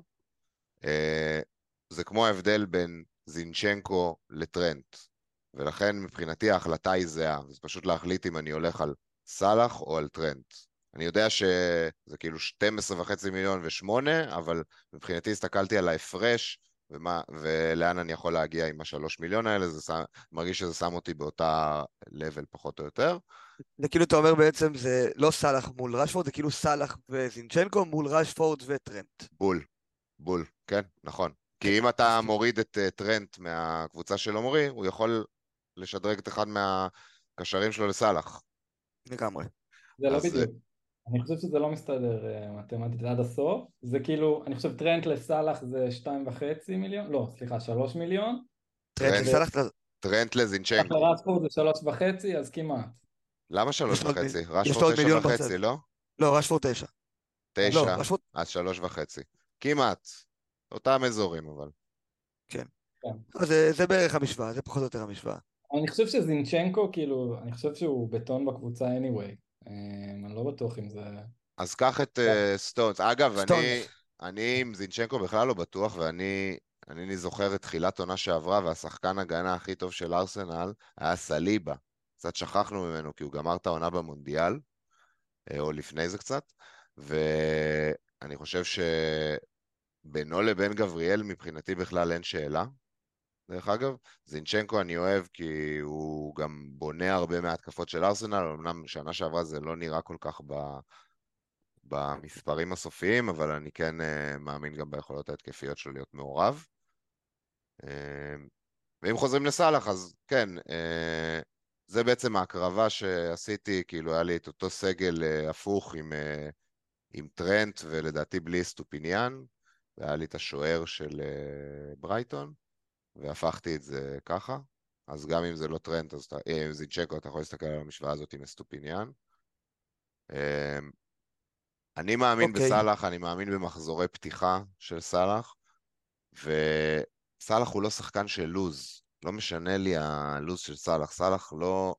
זה כמו ההבדל בין זינצ'נקו לטרנט, ולכן מבחינתי ההחלטה היא זהה, זה פשוט להחליט אם אני הולך על סלאח או על טרנט. אני יודע שזה כאילו 12.5 מיליון ו8, אבל מבחינתי הסתכלתי על ההפרש, ולאן אני יכול להגיע עם השלוש מיליון האלה, מרגיש שזה שם אותי באותה לבל פחות או יותר. זה כאילו אתה אומר בעצם זה לא סלאח מול רשפורד, זה כאילו סלאח וזינצ'נקו מול רשפורד וטרנט. בול, כן, נכון. כן, כי אם אתה מסכים. מוריד את טרנט מהקבוצה של עומרי, הוא יכול לשדרג את אחד מהקשרים שלו לסלאח. לגמרי. זה לא אז בדיוק. אני חושב שזה לא מסתדר מתמטית עד הסוף. זה כאילו, אני חושב טרנט לסלאח זה 2.5 מיליון, לא, סליחה, 3 מיליון. טרנט טרנט, לסלאח, טרנט סלאח לזינצ'נקו. לרשפורד זה 3.5, אז כמעט. למה שלוש וחצי? יש לו רשפורד עוד תשע מיליון בצד. וחצי, לא? לא, רשפורד 9. לא, 9, רשפורד, אז 3.5. כמעט. אותם אזורים אבל. כן. כן. אז זה בערך המשוואה, זה פחות או יותר המשוואה. אני חושב שזינצ'נקו, כאילו, אני חושב שהוא בטון בקבוצה anyway. אני לא בטוח אם זה... אז קח את סטונס. אגב, סטונס. אני עם זינצ'נקו בכלל לא בטוח, אני זוכר את תחילת עונה שעברה, והשחקן הגנה הכי טוב של ארסנל היה סליבה. קצת שכחנו ממנו, כי הוא גמר את העונה במונדיאל, או לפני זה קצת, ואני חושב שבינו לבין גבריאל מבחינתי בכלל אין שאלה. דרך אגב, זינצ'נקו אני אוהב כי הוא גם בונה הרבה מההתקפות של ארסנל, אמנם שנה שעברה זה לא נראה כל כך במספרים הסופיים, אבל אני כן מאמין גם ביכולות ההתקפיות שלו להיות מעורב. ואם חוזרים לסלאח, אז כן, זה בעצם ההקרבה שעשיתי, כאילו היה לי את אותו סגל הפוך עם טרנט, ולדעתי בלי סטופיניאן, והיה לי את השוער של ברייטון, והפכתי את זה ככה. אז גם אם זה לא טרנט, אז אם זה צ'קו, אתה יכול להסתכל על המשוואה הזאת עם סטופיניאן. אני מאמין אוקיי. בסלאח, אני מאמין במחזורי פתיחה של סלאח, וסלאח הוא לא שחקן של לוז, לא משנה לי הלוז של סלאח, סלאח לא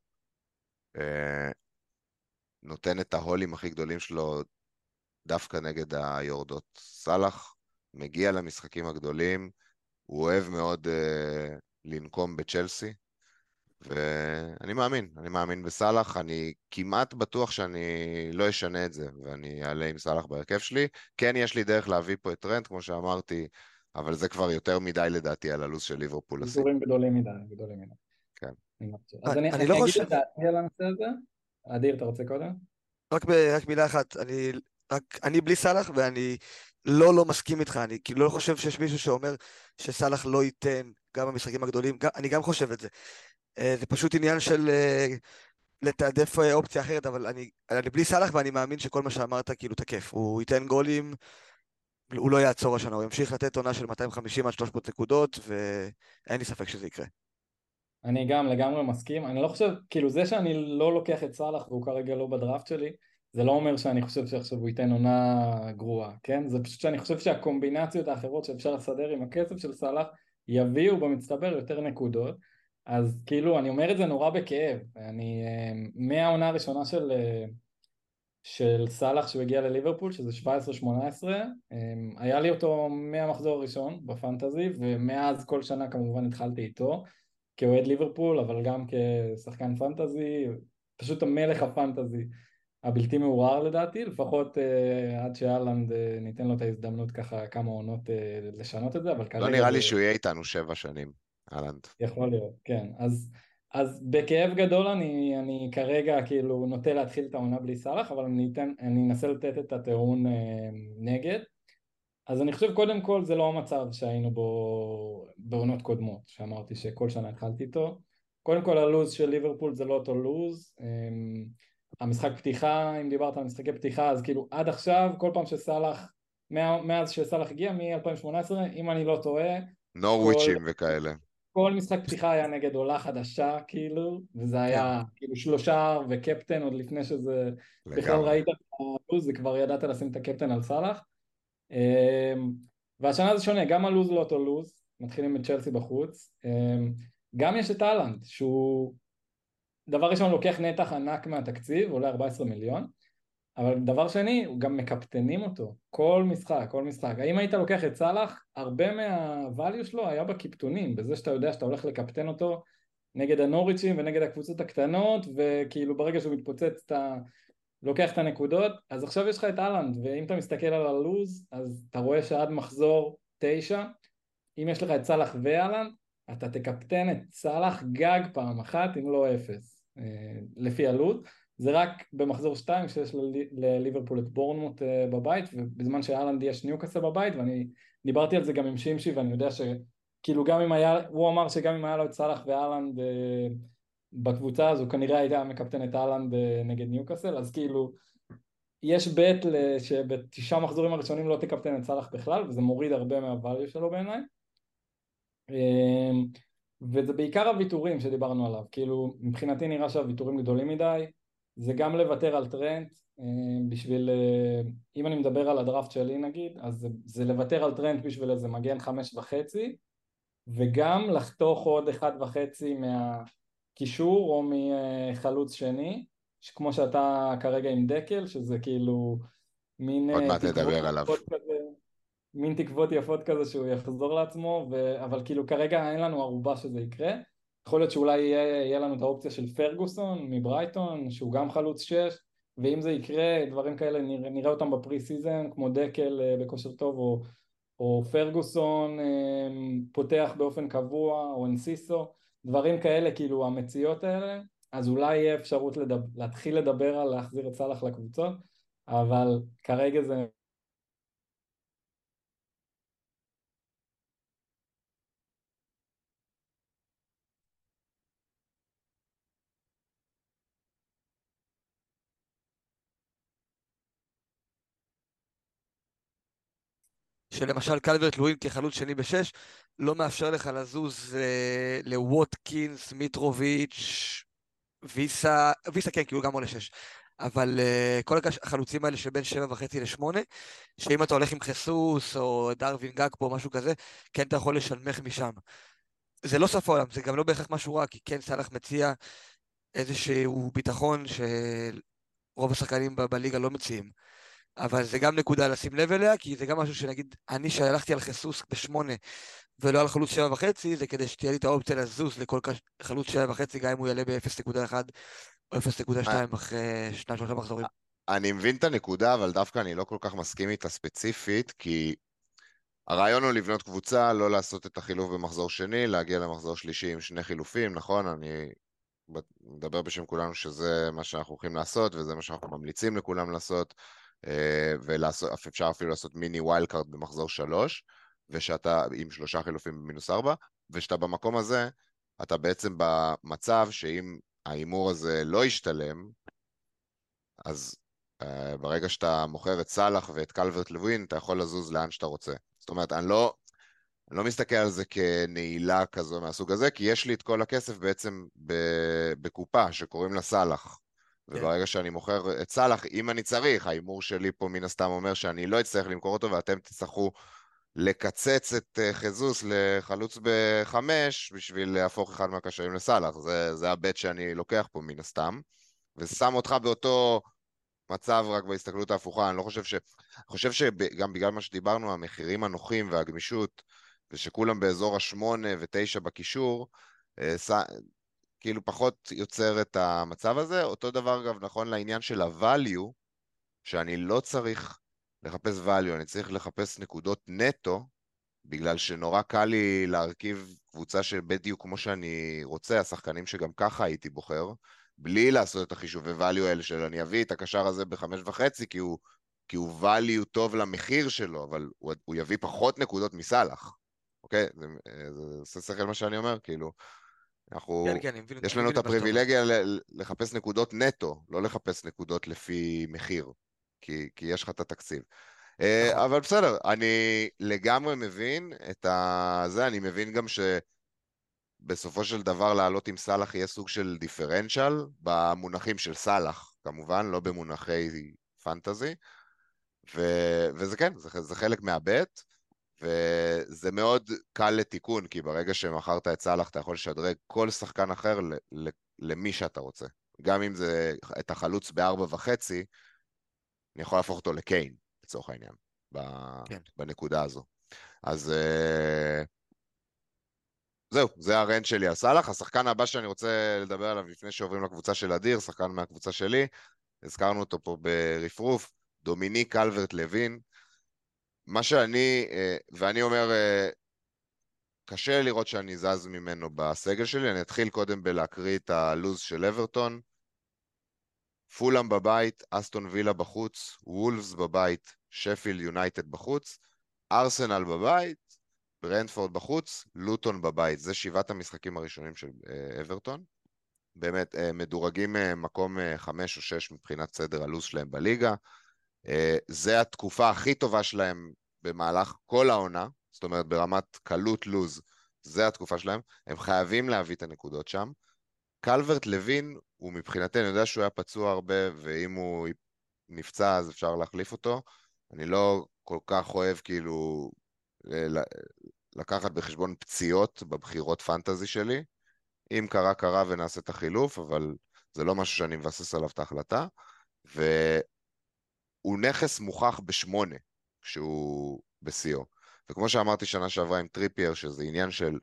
נותן את ההולים הכי גדולים שלו דווקא נגד היורדות. סלאח מגיע למשחקים הגדולים, הוא אוהב מאוד לנקום בצ'לסי, ואני מאמין בסלאח, אני כמעט בטוח שאני לא אשנה את זה, ואני אעלה עם סלאח בהרכב שלי. כן, יש לי דרך להביא פה את טרנט, כמו שאמרתי, אבל זה כבר יותר מדי לדעתי על הלו"ז של ליברפול לסיט. ויתורים גדולים מדי, גדולים מדי. כן. אז אני אני לא אגיד חושב, את דעתי על הנושא הזה. אדיר, אתה רוצה קודם? רק מילה אחת, אני בלי סלאח ואני לא מסכים איתך, אני כאילו לא חושב שיש מישהו שאומר שסלאח לא ייתן גם במשחקים הגדולים, אני גם חושב את זה. זה פשוט עניין של לתעדף אופציה אחרת, אבל אני בלי סלאח ואני מאמין שכל מה שאמרת כאילו תקף. הוא ייתן גולים, הוא לא יעצור השנה, הוא ימשיך לתת עונה של 250 עד 300 נקודות, ואין לי ספק שזה יקרה. אני גם לגמרי מסכים. אני לא חושב, כאילו זה שאני לא לוקח את סאלח והוא כרגע לא בדראפט שלי, זה לא אומר שאני חושב שעכשיו הוא ייתן עונה גרועה, כן? זה פשוט שאני חושב שהקומבינציות האחרות שאפשר לסדר עם הכסף של סאלח יביאו במצטבר יותר נקודות. אז כאילו, אני אומר את זה נורא בכאב. מהעונה הראשונה של סאלח שהוא הגיע לליברפול, שזה 17-18, היה לי אותו מהמחזור הראשון בפנטזי, ומאז כל שנה כמובן התחלתי איתו. כאוהד ליברפול, אבל גם כשחקן פנטזי, פשוט המלך הפנטזי. הבלתי מעורער לדעתי, לפחות עד שאלנד ניתן לו את ההזדמנות ככה כמה עונות לשנות את זה, אבל לא כרגע נראה לי זה שהוא יהיה איתנו 7 שנים, אהלנד. יכול להיות, כן. אז בכאב גדול אני כרגע כאילו נוטה להתחיל את העונה בלי סלאח, אבל אני אנסה לתת את הטיעון נגד. אז אני חושב קודם כל זה לא המצב שהיינו בו בעונות קודמות, שאמרתי שכל שנה התחלתי איתו. קודם כל הלוז של ליברפול זה לא אותו לוז. המשחק פתיחה, אם דיברת על משחקי פתיחה, אז כאילו עד עכשיו, כל פעם שסלאח, מאז שסלאח הגיע, מ-2018, אם אני לא טועה, כל, נורוויצ'ים וכאלה. כל משחק פתיחה היה נגד עולה חדשה, כאילו, וזה כן. היה כאילו שלושה וקפטן, עוד לפני שזה בכלל לגמרי. ראית את הלוז, זה כבר ידעת לשים את הקפטן על סלאח. אמ, והשנה זה שונה, גם הלוז לא אותו לוז, מתחילים את צ'לסי בחוץ, גם יש את אהלנד, שהוא דבר ראשון לוקח נתח ענק מהתקציב, עולה 14 מיליון, אבל דבר שני, הוא גם מקפטנים אותו, כל משחק, כל משחק. האם היית לוקח את סלאח, הרבה מהvalue שלו היה בקיפטונים, בזה שאתה יודע שאתה הולך לקפטן אותו נגד הנוריצ'ים ונגד הקבוצות הקטנות, וכאילו ברגע שהוא מתפוצץ אתה לוקח את הנקודות. אז עכשיו יש לך את אהלנד, ואם אתה מסתכל על הלוז, אז אתה רואה שעד מחזור 9, אם יש לך את סלאח ואהלנד, אתה תקפטן את סלאח גג פעם אחת, אם לא 0, לפי הלוז. זה רק במחזור 2 שיש לליברפול את בורנמוט בבית, ובזמן שאהלנד יש ניוקאסל בבית, ואני דיברתי על זה גם עם שימשי, ואני יודע שכאילו גם אם היה, הוא אמר שגם אם היה לו את סלאח ואהלנד בקבוצה, אז הוא כנראה היה מקפטן את אהלנד נגד ניוקאסל, אז כאילו יש בית שבתשעה מחזורים הראשונים לא תקפטן את סלאח בכלל, וזה מוריד הרבה מהvalue שלו בעיניי. וזה בעיקר הוויתורים שדיברנו עליו, כאילו מבחינתי נראה שהוויתורים גדולים מדי, זה גם לוותר על טרנט, בשביל, אם אני מדבר על הדראפט שלי נגיד, אז זה לוותר על טרנט בשביל איזה מגן 5.5, וגם לחתוך עוד 1.5 מהקישור או מחלוץ שני, שכמו שאתה כרגע עם דקל, שזה כאילו מין עוד מעט תקוות נדבר עליו. יפות כזה, מין תקוות יפות כזה שהוא יחזור לעצמו, אבל כאילו כרגע אין לנו ערובה שזה יקרה. יכול להיות שאולי יהיה לנו את האופציה של פרגוסון מברייטון, שהוא גם חלוץ 6, ואם זה יקרה, דברים כאלה נראה אותם בפרי סיזן, כמו דקל בכושר טוב, או פרגוסון פותח באופן קבוע, או אנסיסו, דברים כאלה, כאילו המציאות האלה, אז אולי יהיה אפשרות להתחיל לדבר על להחזיר את סלאח לקבוצות, אבל כרגע זה שלמשל קלברט לואין כחלוץ שני בשש, לא מאפשר לך לזוז לווטקינס, מיטרוביץ', ויסה כן, כי הוא גם עולה שש. אבל כל החלוצים האלה של בין 7.5 ל-8, שאם אתה הולך עם חיסוס או דרווין גג פה, משהו כזה, כן אתה יכול לשנמך משם. זה לא סוף העולם, זה גם לא בהכרח משהו רע, כי כן סלאח מציע איזשהו ביטחון שרוב השחקנים בליגה לא מציעים. אבל זה גם נקודה לשים לב אליה, כי זה גם משהו שנגיד, אני שהלכתי על חיסוס ב-8 ולא על חלוץ 7.5, זה כדי שתהיה לי את האופציה לזוז לכל חלוץ 7.5, גם אם הוא יעלה ב-0.1 או 0.2 אחרי 2-3 מחזורים. אני מבין את הנקודה, אבל דווקא אני לא כל כך מסכים איתה ספציפית, כי הרעיון הוא לבנות קבוצה, לא לעשות את החילוף במחזור שני, להגיע למחזור שלישי עם 2 חילופים, נכון? אני מדבר בשם כולנו שזה מה שאנחנו הולכים לעשות, וזה מה שאנחנו ממליצים לכולם לעשות, ואפשר אפילו לעשות מיני ווילד קארד במחזור 3, ושאתה עם 3 חילופים ב-4, ושאתה במקום הזה, אתה בעצם במצב שאם האימור הזה לא ישתלם, אז ברגע שאתה מוכר את סלאח ואת קלברט לוין, אתה יכול לזוז לאן שאתה רוצה. זאת אומרת, אני לא מסתכל על זה כנעילה כזו מהסוג הזה, כי יש לי את כל הכסף בעצם בקופה שקוראים לה סלאח. וברגע שאני מוכר את סלאח, אם אני צריך, האימור שלי פה מן הסתם אומר שאני לא אצטרך למכור אותו, ואתם תצטרכו לקצץ את חזוס לחלוץ ב5 בשביל להפוך אחד מהקשרים לסלאח. זה הבט שאני לוקח פה מן הסתם, ושם אותך באותו מצב רק בהסתכלות ההפוכה. אני לא חושב שגם בגלל מה שדיברנו, המחירים הנוחים והגמישות, ושכולם באזור ה8 ו9 בקישור, כאילו פחות יוצר את המצב הזה. אותו דבר אגב נכון לעניין של ה-value, שאני לא צריך לחפש value, אני צריך לחפש נקודות נטו, בגלל שנורא קל לי להרכיב קבוצה שבדיוק כמו שאני רוצה, השחקנים שגם ככה הייתי בוחר, בלי לעשות את החישובי value האלה של אני אביא את הקשר הזה ב5.5, כי הוא value טוב למחיר שלו, אבל הוא יביא פחות נקודות מסלח. אוקיי? זה עושה שכל מה שאני אומר, כאילו, כן, אנחנו, כן, יש אני לנו מבין את את מה שאתה אומר. הפריבילגיה לחפש נקודות נטו, לא לחפש נקודות לפי מחיר, כי יש לך את התקציב. נכון. אבל בסדר, אני לגמרי מבין את זה, אני מבין גם שבסופו של דבר לעלות עם סלאח יהיה סוג של דיפרנציאל, במונחים של סלאח, כמובן, לא במונחי פנטזי, וזה כן, זה חלק מהבית, וזה מאוד קל לתיקון, כי ברגע שמכרת את סלאח אתה יכול לשדרג כל שחקן אחר למי שאתה רוצה. גם אם זה את החלוץ ב4.5, אני יכול להפוך אותו לקיין, לצורך העניין, כן. בנקודה הזו. אז זהו, זה הרנט שלי על סלאח. השחקן הבא שאני רוצה לדבר עליו לפני שעוברים לקבוצה של אדיר, שחקן מהקבוצה שלי, הזכרנו אותו פה ברפרוף, דומיניק קלברט לוין. מה שאני, ואני אומר, קשה לראות שאני זז ממנו בסגל שלי, אני אתחיל קודם בלהקריא את הלוז של אברטון. פולאם בבית, אסטון וילה בחוץ, וולפס בבית, שפיל יונייטד בחוץ, ארסנל בבית, ברנדפורד בחוץ, לוטון בבית. זה 7 המשחקים הראשונים של אברטון. באמת, מדורגים מקום 5 או 6 מבחינת סדר הלוז שלהם בליגה. זה התקופה הכי טובה שלהם במהלך כל העונה, זאת אומרת ברמת קלות לוז, זה התקופה שלהם. הם חייבים להביא את הנקודות שם. קלברט לוין הוא מבחינתי, אני יודע שהוא היה פצוע הרבה, ואם הוא נפצע אז אפשר להחליף אותו. אני לא כל כך אוהב כאילו לקחת בחשבון פציעות בבחירות פנטזי שלי. אם קרה, קרה ונעשה את החילוף, אבל זה לא משהו שאני מבסס עליו את ההחלטה. והוא נכס מוכח ב8 כשהוא בשיאו. וכמו שאמרתי שנה שעברה עם טריפייר, שזה עניין של,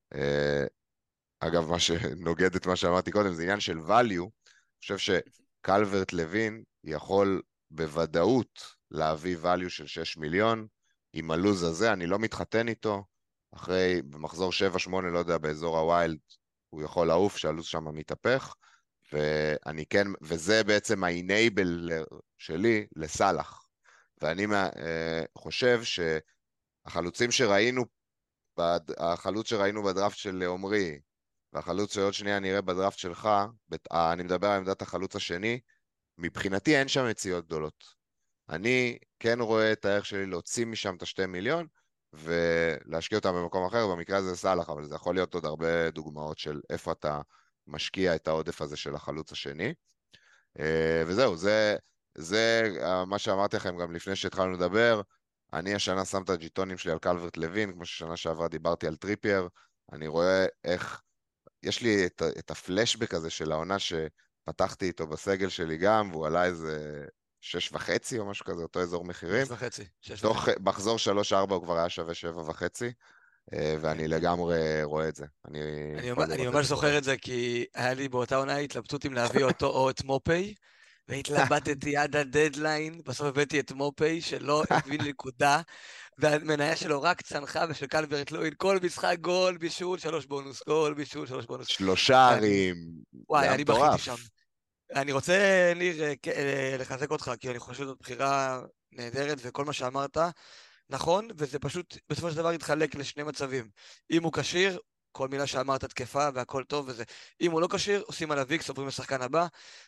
אגב, מה שנוגד את מה שאמרתי קודם, זה עניין של value. אני חושב שקלברט לוין יכול בוודאות להביא value של 6 מיליון. עם הלוז הזה, אני לא מתחתן איתו. אחרי, במחזור 7-8, לא יודע, באזור הוויילד, הוא יכול לעוף, שהלוז שם מתהפך. ואני כן, וזה בעצם ה-enable שלי לסלאח. ואני חושב שהחלוצים שראינו, החלוץ שראינו בדראפט של עומרי, והחלוץ שעוד שנייה נראה בדראפט שלך, אני מדבר על עמדת החלוץ השני, מבחינתי אין שם מציאות גדולות. אני כן רואה את הערך שלי להוציא משם את ה2 מיליון, ולהשקיע אותם במקום אחר, במקרה הזה סלאח, אבל זה יכול להיות עוד הרבה דוגמאות של איפה אתה משקיע את העודף הזה של החלוץ השני. וזהו, זה מה שאמרתי לכם גם לפני שהתחלנו לדבר. אני השנה שם את הג'יטונים שלי על קלברט לוין, כמו ששנה שעברה דיברתי על טריפייר. אני רואה איך, יש לי את הפלשבק הזה של העונה שפתחתי איתו בסגל שלי גם, והוא עלה איזה 6.5 או משהו כזה, אותו אזור מחירים. 6.5. תוך מחזור 3-4 הוא כבר היה שווה 7.5, כן, ואני כן. לגמרי רואה את זה. אני יכול אני לראות את ממש זה קורה. זוכר את זה, כי היה לי באותה עונה התלבטות אם להביא אותו או את מופי, והתלבטתי עד הדדליין, בסוף הבאתי את מופי, שלא הביא לי נקודה, והמניה שלו רק צנחה, ושל קלברט לוין, כל משחק גול, בישול, 3 בונוס, גול, בישול, 3 בונוס. 3 ואני, ערים, זה וואי, היה אני בכיתי שם. מטורף. אני רוצה, ניר, לחזק אותך, כי אני חושב שזאת בחירה נהדרת, וכל מה שאמרת, נכון, וזה פשוט בסופו של דבר יתחלק לשני מצבים. אם הוא כשיר, כל מילה שאמרת תקפה והכל טוב וזה. אם הוא לא כשיר, עושים עליו איקס, עוברים לשחקן הבא.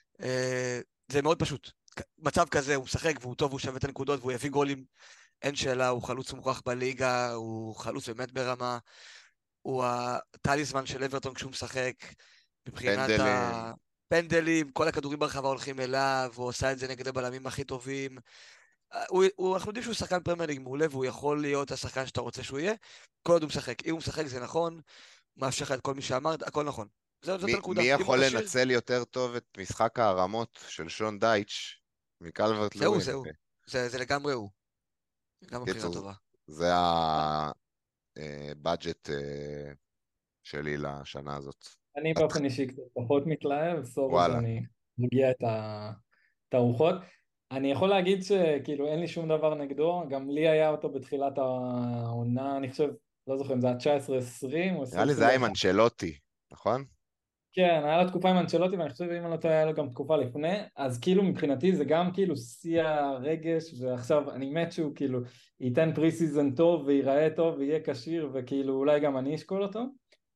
זה מאוד פשוט. מצב כזה, הוא משחק והוא טוב, הוא שווה את הנקודות והוא יביא גולים. אין שאלה, הוא חלוץ מוכח בליגה, הוא חלוץ באמת ברמה. הוא הטליזמן של אברטון כשהוא משחק, מבחינת פנדלים. הפנדלים, כל הכדורים ברחבה הולכים אליו, הוא עושה את זה נגד הבלמים הכי טובים. אנחנו יודעים שהוא שחקן פרמייר ליג מעולה, והוא יכול להיות השחקן שאתה רוצה שהוא יהיה, כל עוד הוא משחק. אם הוא משחק זה נכון, מאפשר לך את כל מי שאמרת, הכל נכון. זאת מי הנקודה. אם הוא יכול כשיר, לנצל יותר טוב את משחק הערמות של שון דייץ' מקלברט זהו, לואין? זהו. זה לגמרי הוא. לגמרי בחירה קיצור, טובה. זה הבאג'ט שלי לשנה הזאת. אני באופן אישי קצת פחות מתלהב, סורי וואלה. שאני מגיע את הרוחות. אני יכול להגיד שכאילו אין לי שום דבר נגדו, גם לי היה אותו בתחילת העונה, אני חושב, לא זוכר אם זה היה 19-20 או נראה לי זה היה עם 20-21. אנצ'לוטי, נכון? כן, היה לו תקופה עם אנצ'לוטי, ואני חושב שאם אני לא טועה היה לו גם תקופה לפני, אז כאילו מבחינתי זה גם כאילו שיא הרגש, ועכשיו אני מת שהוא כאילו ייתן פרי סיזן טוב וייראה טוב ויהיה כשיר, וכאילו אולי גם אני אשקול אותו.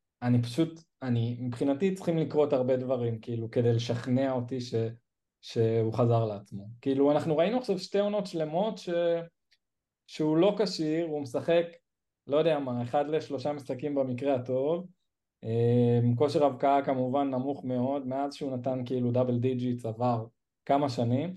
מבחינתי צריכים לקרות הרבה דברים, כאילו, כדי לשכנע אותי שהוא חזר לעצמו. כאילו, אנחנו ראינו עכשיו 2 עונות שלמות שהוא לא כשיר, הוא משחק, לא יודע מה, 1 ל3 משחקים במקרה הטוב, כושר הבקעה כמובן נמוך מאוד, מאז שהוא נתן כאילו דאבל דיג'יטס עבר כמה שנים.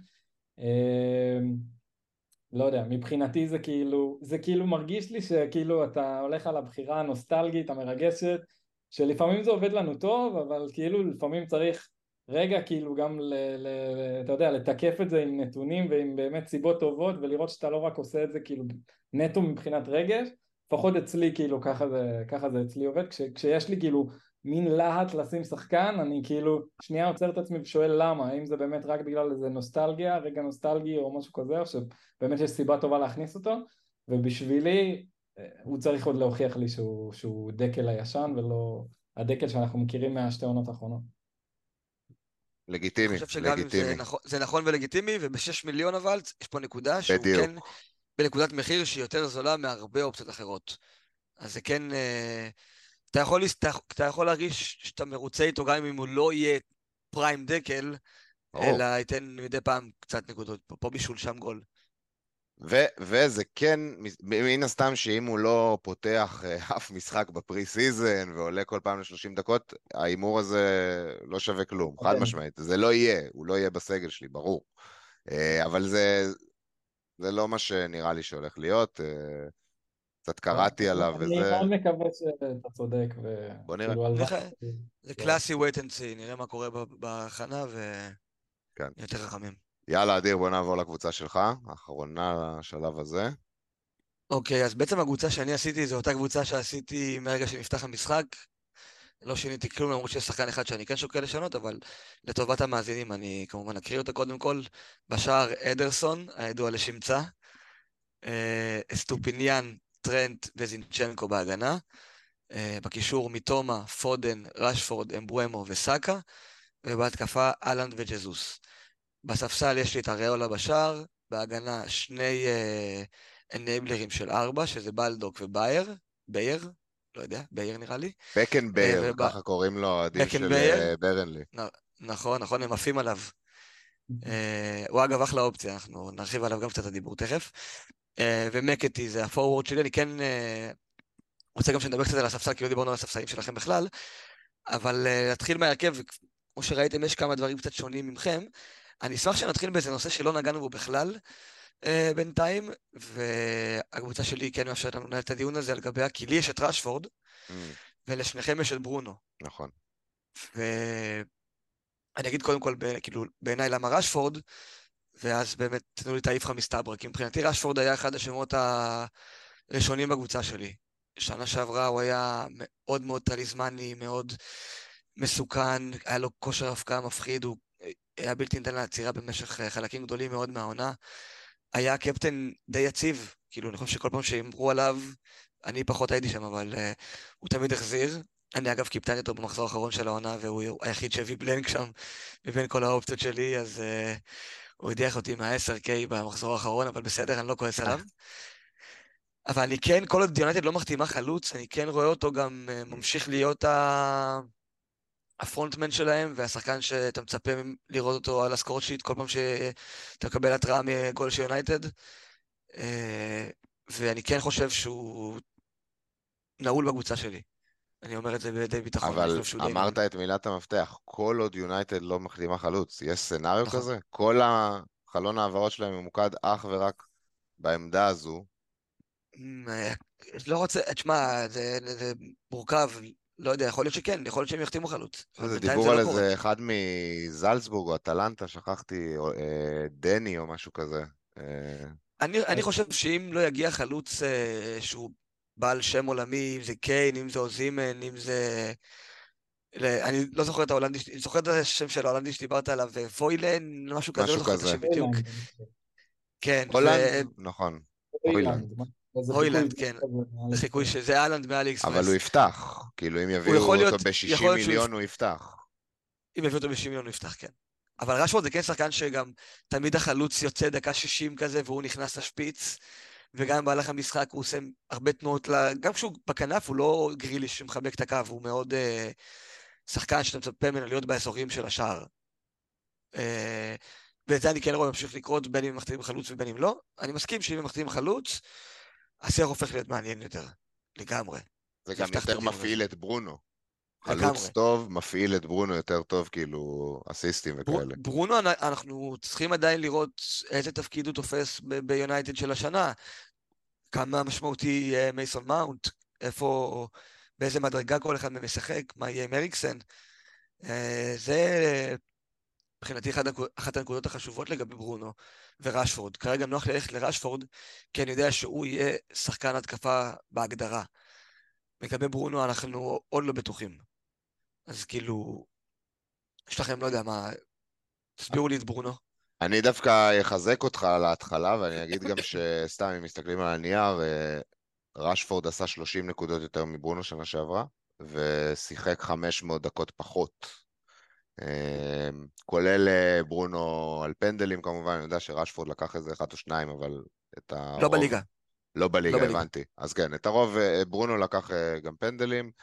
לא יודע, מבחינתי זה כאילו מרגיש לי שכאילו אתה הולך על הבחירה הנוסטלגית, המרגשת, שלפעמים זה עובד לנו טוב, אבל כאילו לפעמים צריך רגע כאילו גם אתה יודע, לתקף את זה עם נתונים ועם באמת סיבות טובות, ולראות שאתה לא רק עושה את זה כאילו נטו מבחינת רגש, לפחות אצלי כאילו ככה זה אצלי עובד, כשיש לי כאילו מין להט לשים שחקן, אני כאילו שנייה עוצר את עצמי ושואל למה, האם זה באמת רק בגלל איזה נוסטלגיה, רגע נוסטלגי או משהו כזה, או שבאמת יש סיבה טובה להכניס אותו, ובשבילי הוא צריך עוד להוכיח לי שהוא דקל הישן ולא הדקל שאנחנו מכירים מה2 עונות האחרונות. אני לגיטימי, חושב שגם אם לגיטימי. זה נכון ולגיטימי, וב6 מיליון אבל, יש פה נקודה שהוא כן בדיוק. בנקודת מחיר שהיא יותר זולה מהרבה אופציות אחרות. אז זה כן, אתה יכול להרגיש שאתה מרוצה איתו גם אם הוא לא יהיה פריים דקל, אלא ברור. ייתן מדי פעם קצת נקודות, פה בישול שם גול. וזה כן, מן הסתם שאם הוא לא פותח אף משחק בפרי סיזן ועולה כל פעם ל30 דקות, ההימור הזה לא שווה כלום, חד כן. משמעית. זה לא יהיה, הוא לא יהיה בסגל שלי, ברור. אבל זה לא מה שנראה לי שהולך להיות. קצת קראתי עליו אני וזה, מאוד מקווה שאתה צודק, בוא נראה. וכאילו הלוואי. זה קלאסי wait and see, נראה מה קורה בהכנה ונהיה כן. יותר חכמים. יאללה, אדיר, בוא נעבור לקבוצה שלך, האחרונה לשלב הזה. אוקיי, אז בעצם הקבוצה שאני עשיתי זו אותה קבוצה שעשיתי מהרגע שנפתח המשחק. לא שיניתי כלום, למרות שיש שחקן אחד שאני כן שוקל לשנות, אבל לטובת המאזינים אני כמובן אקריא אותה קודם כל. בשער אדרסון, הידוע לשמצה. אסטופיניאן, טרנט וזינצ'נקו בהגנה. בקישור מיטומה, פודן, רשפורד, אמבואמו וסאקה. ובהתקפה אלנד וג'זוס. בספסל יש לי את אריולה בשער, בהגנה 2 אנייבלרים של 4, שזה בלדוק ובייר, בייר, לא יודע, בייר נראה לי. בקן בייר, ככה קוראים לו, האוהדים בקן של בייר, ברנלי. נכון, נכון, הם עפים עליו. הוא אגב אחלה אופציה, אנחנו נרחיב עליו גם קצת הדיבור תכף. ומקטי זה הפורוורד שלי, אני כן רוצה גם שנדבר קצת על הספסל, כי לא דיברנו על הספסלים שלכם בכלל, אבל להתחיל מהרכב, כמו שראיתם יש כמה דברים קצת שונים ממכם, אני אשמח שנתחיל באיזה נושא שלא נגענו בו בכלל בינתיים, והקבוצה שלי כן מאפשרת לנו לנהל את הדיון הזה על גביה, כי לי יש את רשפורד, ולשניכם יש את ברונו. נכון. ואני אגיד קודם כל, כאילו, בעיניי למה רשפורד, ואז באמת תנו לי את האיפכא מסתברא, כי מבחינתי רשפורד היה אחד השמות הראשונים בקבוצה שלי. שנה שעברה הוא היה מאוד מאוד טליזמני, מאוד מסוכן, היה לו כושר הפקעה מפחיד, הוא היה בלתי ניתן לעצירה במשך חלקים גדולים מאוד מהעונה. היה קפטן די יציב, כאילו אני חושב שכל פעם שאמרו עליו, אני פחות הייתי שם, אבל הוא תמיד החזיר. אני אגב קיפטנתי אותו במחזור האחרון של העונה, והוא היחיד שהביא בלנק שם מבין כל האופציות שלי, אז הוא הדיח אותי מה-10K במחזור האחרון, אבל בסדר, אני לא כועס עליו. אבל אני כן, כל עוד יונייטד לא מחתימה חלוץ, אני כן רואה אותו גם ממשיך להיות הפרונטמן שלהם, והשחקן שאתה מצפה לראות אותו על הסקורט שיט כל פעם שאתה מקבל התראה מגול של יונייטד. ואני כן חושב שהוא נעול בקבוצה שלי. אני אומר את זה די ביטחון. אבל אמרת את מילת המפתח, כל עוד יונייטד לא מחתימה חלוץ, יש סצנריו כזה? כל החלון העברות שלהם ממוקד אך ורק בעמדה הזו. לא רוצה, תשמע, זה מורכב, לא יודע, יכול להיות שכן, יכול להיות שהם יחתימו חלוץ. זה דיבור על איזה אחד מזלצבורג או אטלנטה, שכחתי, דני או משהו כזה. אני חושב שאם לא יגיע חלוץ שהוא בעל שם עולמי, אם זה קיין, אם זה אוזימן, אם זה אני לא זוכר את ההולנדי, אני זוכר את השם של ההולנדי שדיברת עליו, ווילן, משהו כזה, לא משהו זוכר את כזה. השם בדיוק. הוילנד, כן, הולנד, נכון, הוילנד. הוילנד, איזה חיקוי והוילנד, זה כן. כזה מאלי זה חיקוי אקספרס. שזה אהלנד מאלי אבל הוא אקספרס. יפתח, כאילו אם הוא יביאו יכול אותו להיות, ב-60 יכול להיות שהוא מיליון הוא יפתח. אם יביאו אותו ב-60 מיליון הוא יפתח, כן. אבל רשפורד זה כן שחקן שגם תמיד החלוץ יוצא דקה 60 כזה, והוא נכנס לשפיץ, וגם במהלך המשחק הוא עושה הרבה תנועות, גם כשהוא בכנף הוא לא גריליש שמחבק את הקו, הוא מאוד שחקן שאתה מצפה ממנו להיות באזורים של השער. ואת זה אני כן רואה ממשיך לקרות, בין אם הם מחתימים חלוץ ובין אם לא. אני מסכים שאם הם מחתימים חלוץ, השיח הופך להיות מעניין יותר, לגמרי. זה זה גם יפתח את יותר הדיון הזה. מפעיל את ברונו. לגמרי. חלוץ טוב, מפעיל את ברונו יותר טוב, כאילו אסיסטים וכאלה. ברונו, אנחנו צריכים עדיין לראות איזה תפקיד הוא תופס ביונייטד של השנה. כמה משמעותי מייסון מאונט, איפה, באיזה מדרגה כל אחד מהם משחק, מה יהיה עם אריקסן. זה מבחינתי אחת הנקודות החשובות לגבי ברונו ורשפורד. כרגע נוח ללכת לרשפורד, כי אני יודע שהוא יהיה שחקן התקפה בהגדרה. לגבי ברונו אנחנו עוד לא בטוחים. אז כאילו, יש לכם, לא יודע מה, תסבירו לי את ברונו. אני דווקא אחזק אותך על ההתחלה, ואני אגיד גם שסתם, אם מסתכלים על הנייר, רשפורד עשה 30 נקודות יותר מברונו שנה שעברה, ושיחק 500 דקות פחות. כולל ברונו על פנדלים כמובן, אני יודע שרשפורד לקח איזה אחד או שניים, אבל את לא הרוב... בליגה. לא לא בליגה, בליגה. הבנתי. אז כן, את הרוב ברונו לקח גם פנדלים,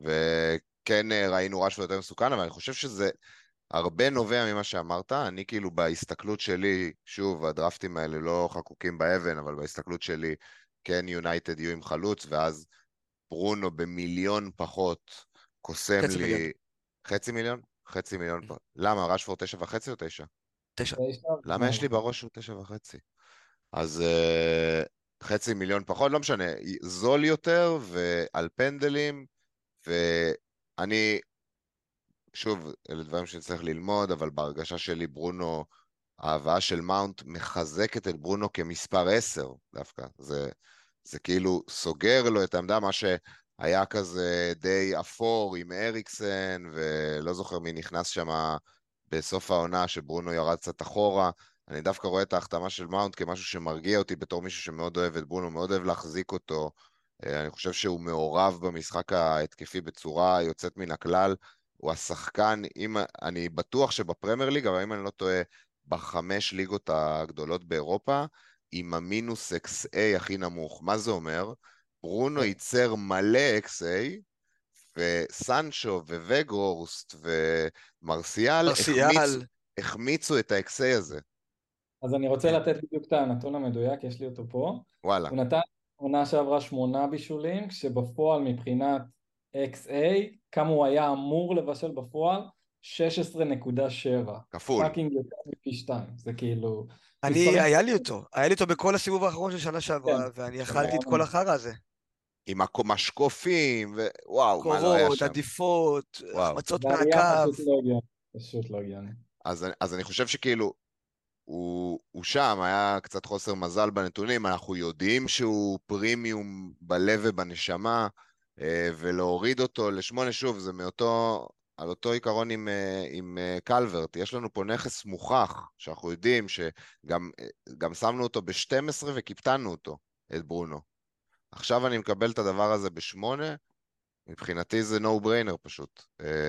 וכן ראינו רשפורד יותר מסוכן, אבל אני חושב שזה הרבה נובע ממה שאמרת. אני כאילו בהסתכלות שלי, שוב, הדרפטים האלה לא חקוקים באבן, אבל בהסתכלות שלי, כן יונייטד יהיו עם חלוץ, ואז ברונו במיליון פחות קוסם חצי מיליון. לי... חצי מיליון? חצי מיליון פחות. למה? רשפורד 9.5 או 9? 9. למה יש לי בראש שהוא 9.5? אז חצי מיליון פחות, לא משנה, זול יותר ועל פנדלים, ואני, שוב, אלה דברים שצריך ללמוד, אבל בהרגשה שלי ברונו, ההבאה של מאונט מחזקת את ברונו כמספר 10 דווקא. זה כאילו סוגר לו את העמדה, מה שהיה כזה די אפור עם אריקסן, ולא זוכר מי נכנס שם בסוף העונה שברונו ירד קצת אחורה. אני דווקא רואה את ההחתמה של מאונט כמשהו שמרגיע אותי בתור מישהו שמאוד אוהב את ברונו, מאוד אוהב להחזיק אותו. אני חושב שהוא מעורב במשחק ההתקפי בצורה יוצאת מן הכלל. הוא השחקן, אני בטוח שבפרמייר ליג, אבל אם אני לא טועה, בחמש ליגות הגדולות באירופה, עם המינוס XA הכי נמוך. מה זה אומר? ברונו ייצר מלא XA, וסנצ'ו ווגורסט ומרסיאל החמיצו את ה-XA הזה. אז אני רוצה לתת בדיוק את הנתון המדויק, יש לי אותו פה. וואלה. הוא נתן עונה שעברה 8 בישולים, כשבפועל מבחינת XA, כמה הוא היה אמור לבשל בפועל? 16.7. כפול. פאקינג יותר מפי 2, זה כאילו... היה לי אותו בכל הסיבוב האחרון של שנה שעברה, ואני אכלתי את כל החרא הזה. עם המשקופים, וואו, מה לא היה שם. קורות, עדיפות, החמצות מהקו. פשוט לא הגיוני. אז אני חושב שכאילו, הוא שם, היה קצת חוסר מזל בנתונים, אנחנו יודעים שהוא פרימיום בלב ובנשמה, ולהוריד אותו לשמונה, שוב, זה על אותו עיקרון עם קלברט. יש לנו פה נכס מוכח, שאנחנו יודעים שגם שמנו אותו ב-12 וקיפטנו אותו, את ברונו. עכשיו אני מקבל את הדבר הזה ב-8, מבחינתי זה no brainer פשוט.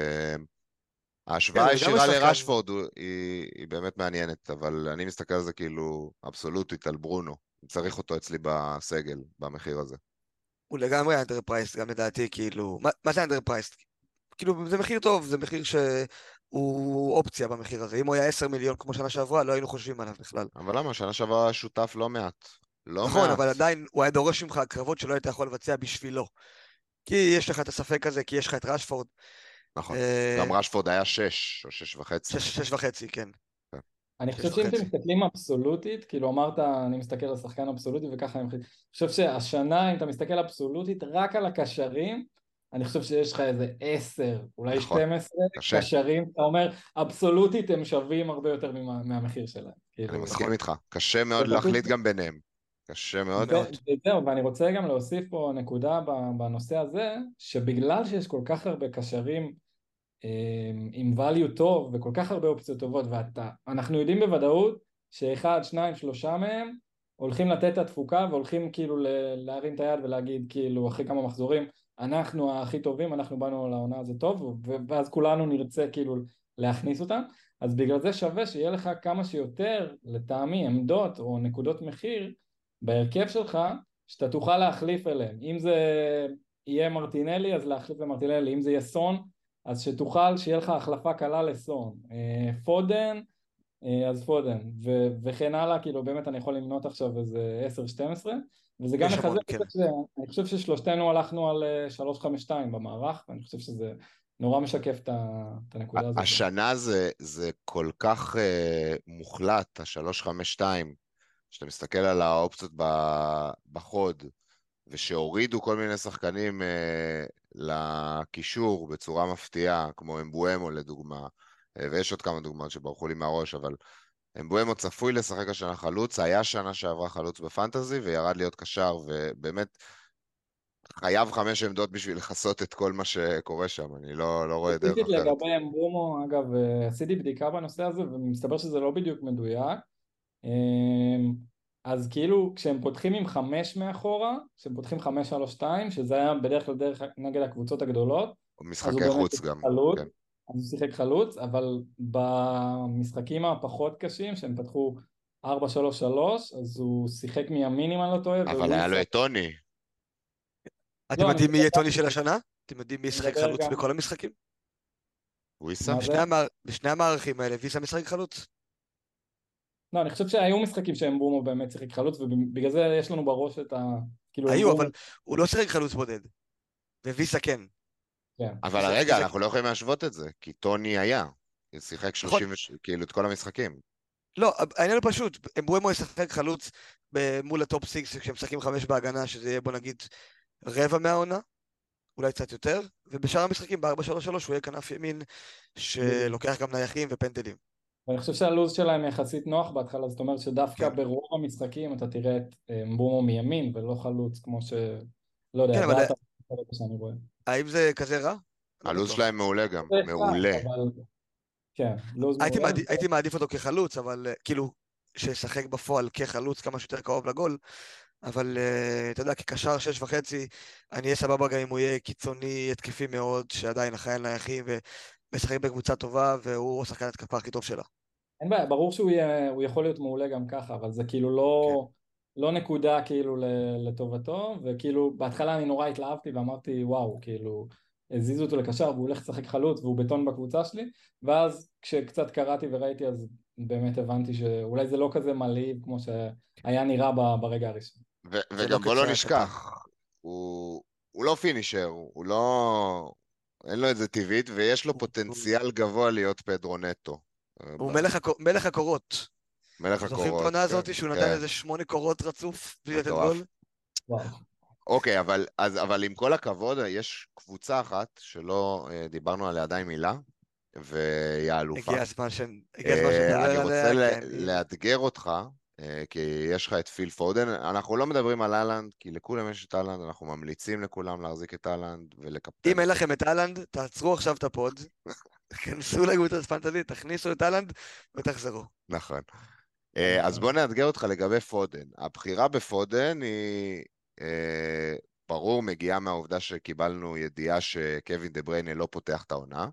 ההשוואה הישירה לרשפורד היא באמת מעניינת, אבל אני מסתכל על זה כאילו אבסולוטית על ברונו. צריך אותו אצלי בסגל, במחיר הזה. הוא לגמרי אנדרפרייסט, גם לדעתי, כאילו... מה זה אנדרפרייסט? כאילו, זה מחיר טוב, זה מחיר שהוא אופציה במחיר הזה. אם הוא היה 10 מיליון כמו שנה שעברה, לא היינו חושבים עליו בכלל. אבל למה? שנה שעברה היה שותף לא מעט. נכון, אבל עדיין הוא היה דורש ממך קרבות שלא היית יכול לבצע בשבילו. כי יש לך את הספק הזה, כי יש לך את רשפורד. נכון, גם רשפורד היה 6 או 6.5. 6.5, כן. אני חושב שאם אתם מסתכלים אבסולוטית, כאילו אמרת, אני מסתכל על שחקן אבסולוטי וככה אני חושב שהשנה, אם אתה מסתכל אבסולוטית רק על הקשרים, אני חושב שיש לך איזה 10, אולי 12 קשרים, אתה אומר, אבסולוטית הם שווים הרבה יותר מהמחיר שלהם. אני מסכים איתך, קשה מאוד להחליט גם ביניהם. קשה מאוד. זהו, ואני רוצה גם להוסיף פה נקודה בנושא הזה, שבגלל שיש כל כך הרבה קשרים עם value טוב וכל כך הרבה אופציות טובות, אנחנו יודעים בוודאות שאחד, שניים, שלושה מהם הולכים לתת את התפוקה והולכים כאילו להרים את היד ולהגיד כאילו אחרי כמה מחזורים אנחנו הכי טובים, אנחנו באנו לעונה הזו טוב, ואז כולנו נרצה כאילו להכניס אותם. אז בגלל זה שווה שיהיה לך כמה שיותר לטעמי עמדות או נקודות מחיר בהרכב שלך שאתה תוכל להחליף אליהם. אם זה יהיה מרטינלי אז להחליף למרטינלי, אם זה יהיה סון אז שתוכל שיהיה לך החלפה קלה לסון, פודן אז פודן, וכן הלאה, כאילו באמת אני יכול למנות עכשיו איזה 10-12, וזה גם יש מחזק המון, את כן. זה, אני חושב ששלושתנו הלכנו על 3-5-2 במערך, ואני חושב שזה נורא משקף את הנקודה הזאת. השנה זה כל כך מוחלט, ה-3-5-2, שאתה מסתכל על האופציות בחוד, ושהורידו כל מיני שחקנים לקישור בצורה מפתיעה, כמו אמבואמו לדוגמה, ויש עוד כמה דוגמאות שברחו לי מהראש, אבל אמבואמו צפוי לשחק השנה חלוץ, היה שנה שעברה חלוץ בפנטזי, וירד להיות קשר, ובאמת חייב 5 עמדות בשביל לכסות את כל מה שקורה שם, אני לא רואה דרך ספציפית אחרת. לגבי אמבומו, אגב, עשיתי בדיקה בנושא הזה, ומסתבר שזה לא בדיוק מדויק, אז כאילו כשהם פותחים עם 5 מאחורה, כשהם פותחים 5-3-2, שזה היה בדרך כלל דרך נגד הקבוצות הגדולות, אז הוא משחקי באמת חוץ גם, חלוץ, כן. אז הוא שיחק חלוץ, אבל במשחקים הפחות קשים, שהם פתחו 4-3-3, אז הוא שיחק מימין אם אני לא טועה, אבל היה לו את טוני. אתם לא, אני יודעים מי מדבר יהיה גם, טוני של השנה? אתם יודעים מי אני ישחק מדבר חלוץ גם, בכל המשחקים? וויסה? מה זה? בשני המערכים האלה, ויסה משחק חלוץ? לא, אני חושב שהיו משחקים שאמבומו באמת שיחק חלוץ, ובגלל זה יש לנו בראש את ה... כאילו היו, אמבומו, אבל הוא לא שיחק חלוץ בודד. וויסה כן. כן. אבל רגע, אנחנו לא יכולים להשוות את זה, כי טוני היה. הוא שיחק נכון. 30, כאילו את כל המשחקים. לא, העניין הוא פשוט, אמבואמו ישחק חלוץ מול הטופ 6 כשהם משחקים 5 בהגנה, שזה יהיה בוא נגיד רבע מהעונה, אולי קצת יותר, ובשאר המשחקים ב-4-3-3 הוא יהיה כנף ימין שלוקח גם נייחים ופנדלים. ואני חושב שהלו"ז שלהם יחסית נוח בהתחלה, זאת אומרת שדווקא כן, ברוב המשחקים אתה תראה את אמבומו מימין ולא חלוץ כמו ש... לא יודע, כן, אבל דאטה שאני רואה. האם זה כזה רע? לא הלו"ז בטוח. שלהם מעולה גם, זה מעולה. אבל כן, לו"ז הייתי מעולה. מעדיף, הייתי מעדיף אותו כחלוץ, אבל כאילו, שישחק בפועל כחלוץ כמה שיותר קרוב לגול, אבל אתה יודע, כקשר 6.5, אני אהיה סבבה גם אם הוא יהיה קיצוני, התקפי מאוד, שעדיין אחראי נייחים ומשחק בקבוצה טובה, והוא השחקן התקפה הכי טוב שלה. אין בעיה, ברור הוא יכול להיות מעולה גם ככה, אבל זה כאילו כן. לא נקודה כאילו לטובתו, וכאילו בהתחלה אני נורא התלהבתי ואמרתי וואו, כאילו הזיזו אותו לקשר והוא הולך לשחק חלוץ והוא בטון בקבוצה שלי, ואז כשקצת קראתי וראיתי אז באמת הבנתי שאולי זה לא כזה מלהיב כמו שהיה נראה ברגע הראשון. זה לא וגם בוא לא כשהיה קטן. נשכח, הוא לא פינישר, הוא לא... אין לו את זה טבעית, ויש לו הוא פוטנציאל גבוה להיות פדרו נטו. הוא מלך הקורות. מלך אתם זוכרים את הקורות, העונה כן, הזאת שהוא נתן כן, איזה 8 קורות רצוף בלי לתת מטורף. גול? וואו. אוקיי, אבל עם כל הכבוד, יש קבוצה אחת שלא דיברנו עליה עדיין מילה, והיא האלופה. הגיע הזמן אני שנדבר רוצה עליה, כן. לאתגר אותך, כי יש לך את פיל פודן. אנחנו לא מדברים על אהלנד, כי לכולם יש את אהלנד, אנחנו ממליצים לכולם להחזיק את אהלנד ולקפטן אם אין אותו. לכם את אהלנד, תעצרו עכשיו את הפוד, כנסו לקבוצת פנטזי, תכניסו את אהלנד ותחזרו. נכון. אז בוא נאתגר אותך לגבי פודן. הבחירה בפודן היא, ברור, מגיעה מהעובדה שקיבלנו ידיעה שקווין דה בריינה לא פותח את העונה,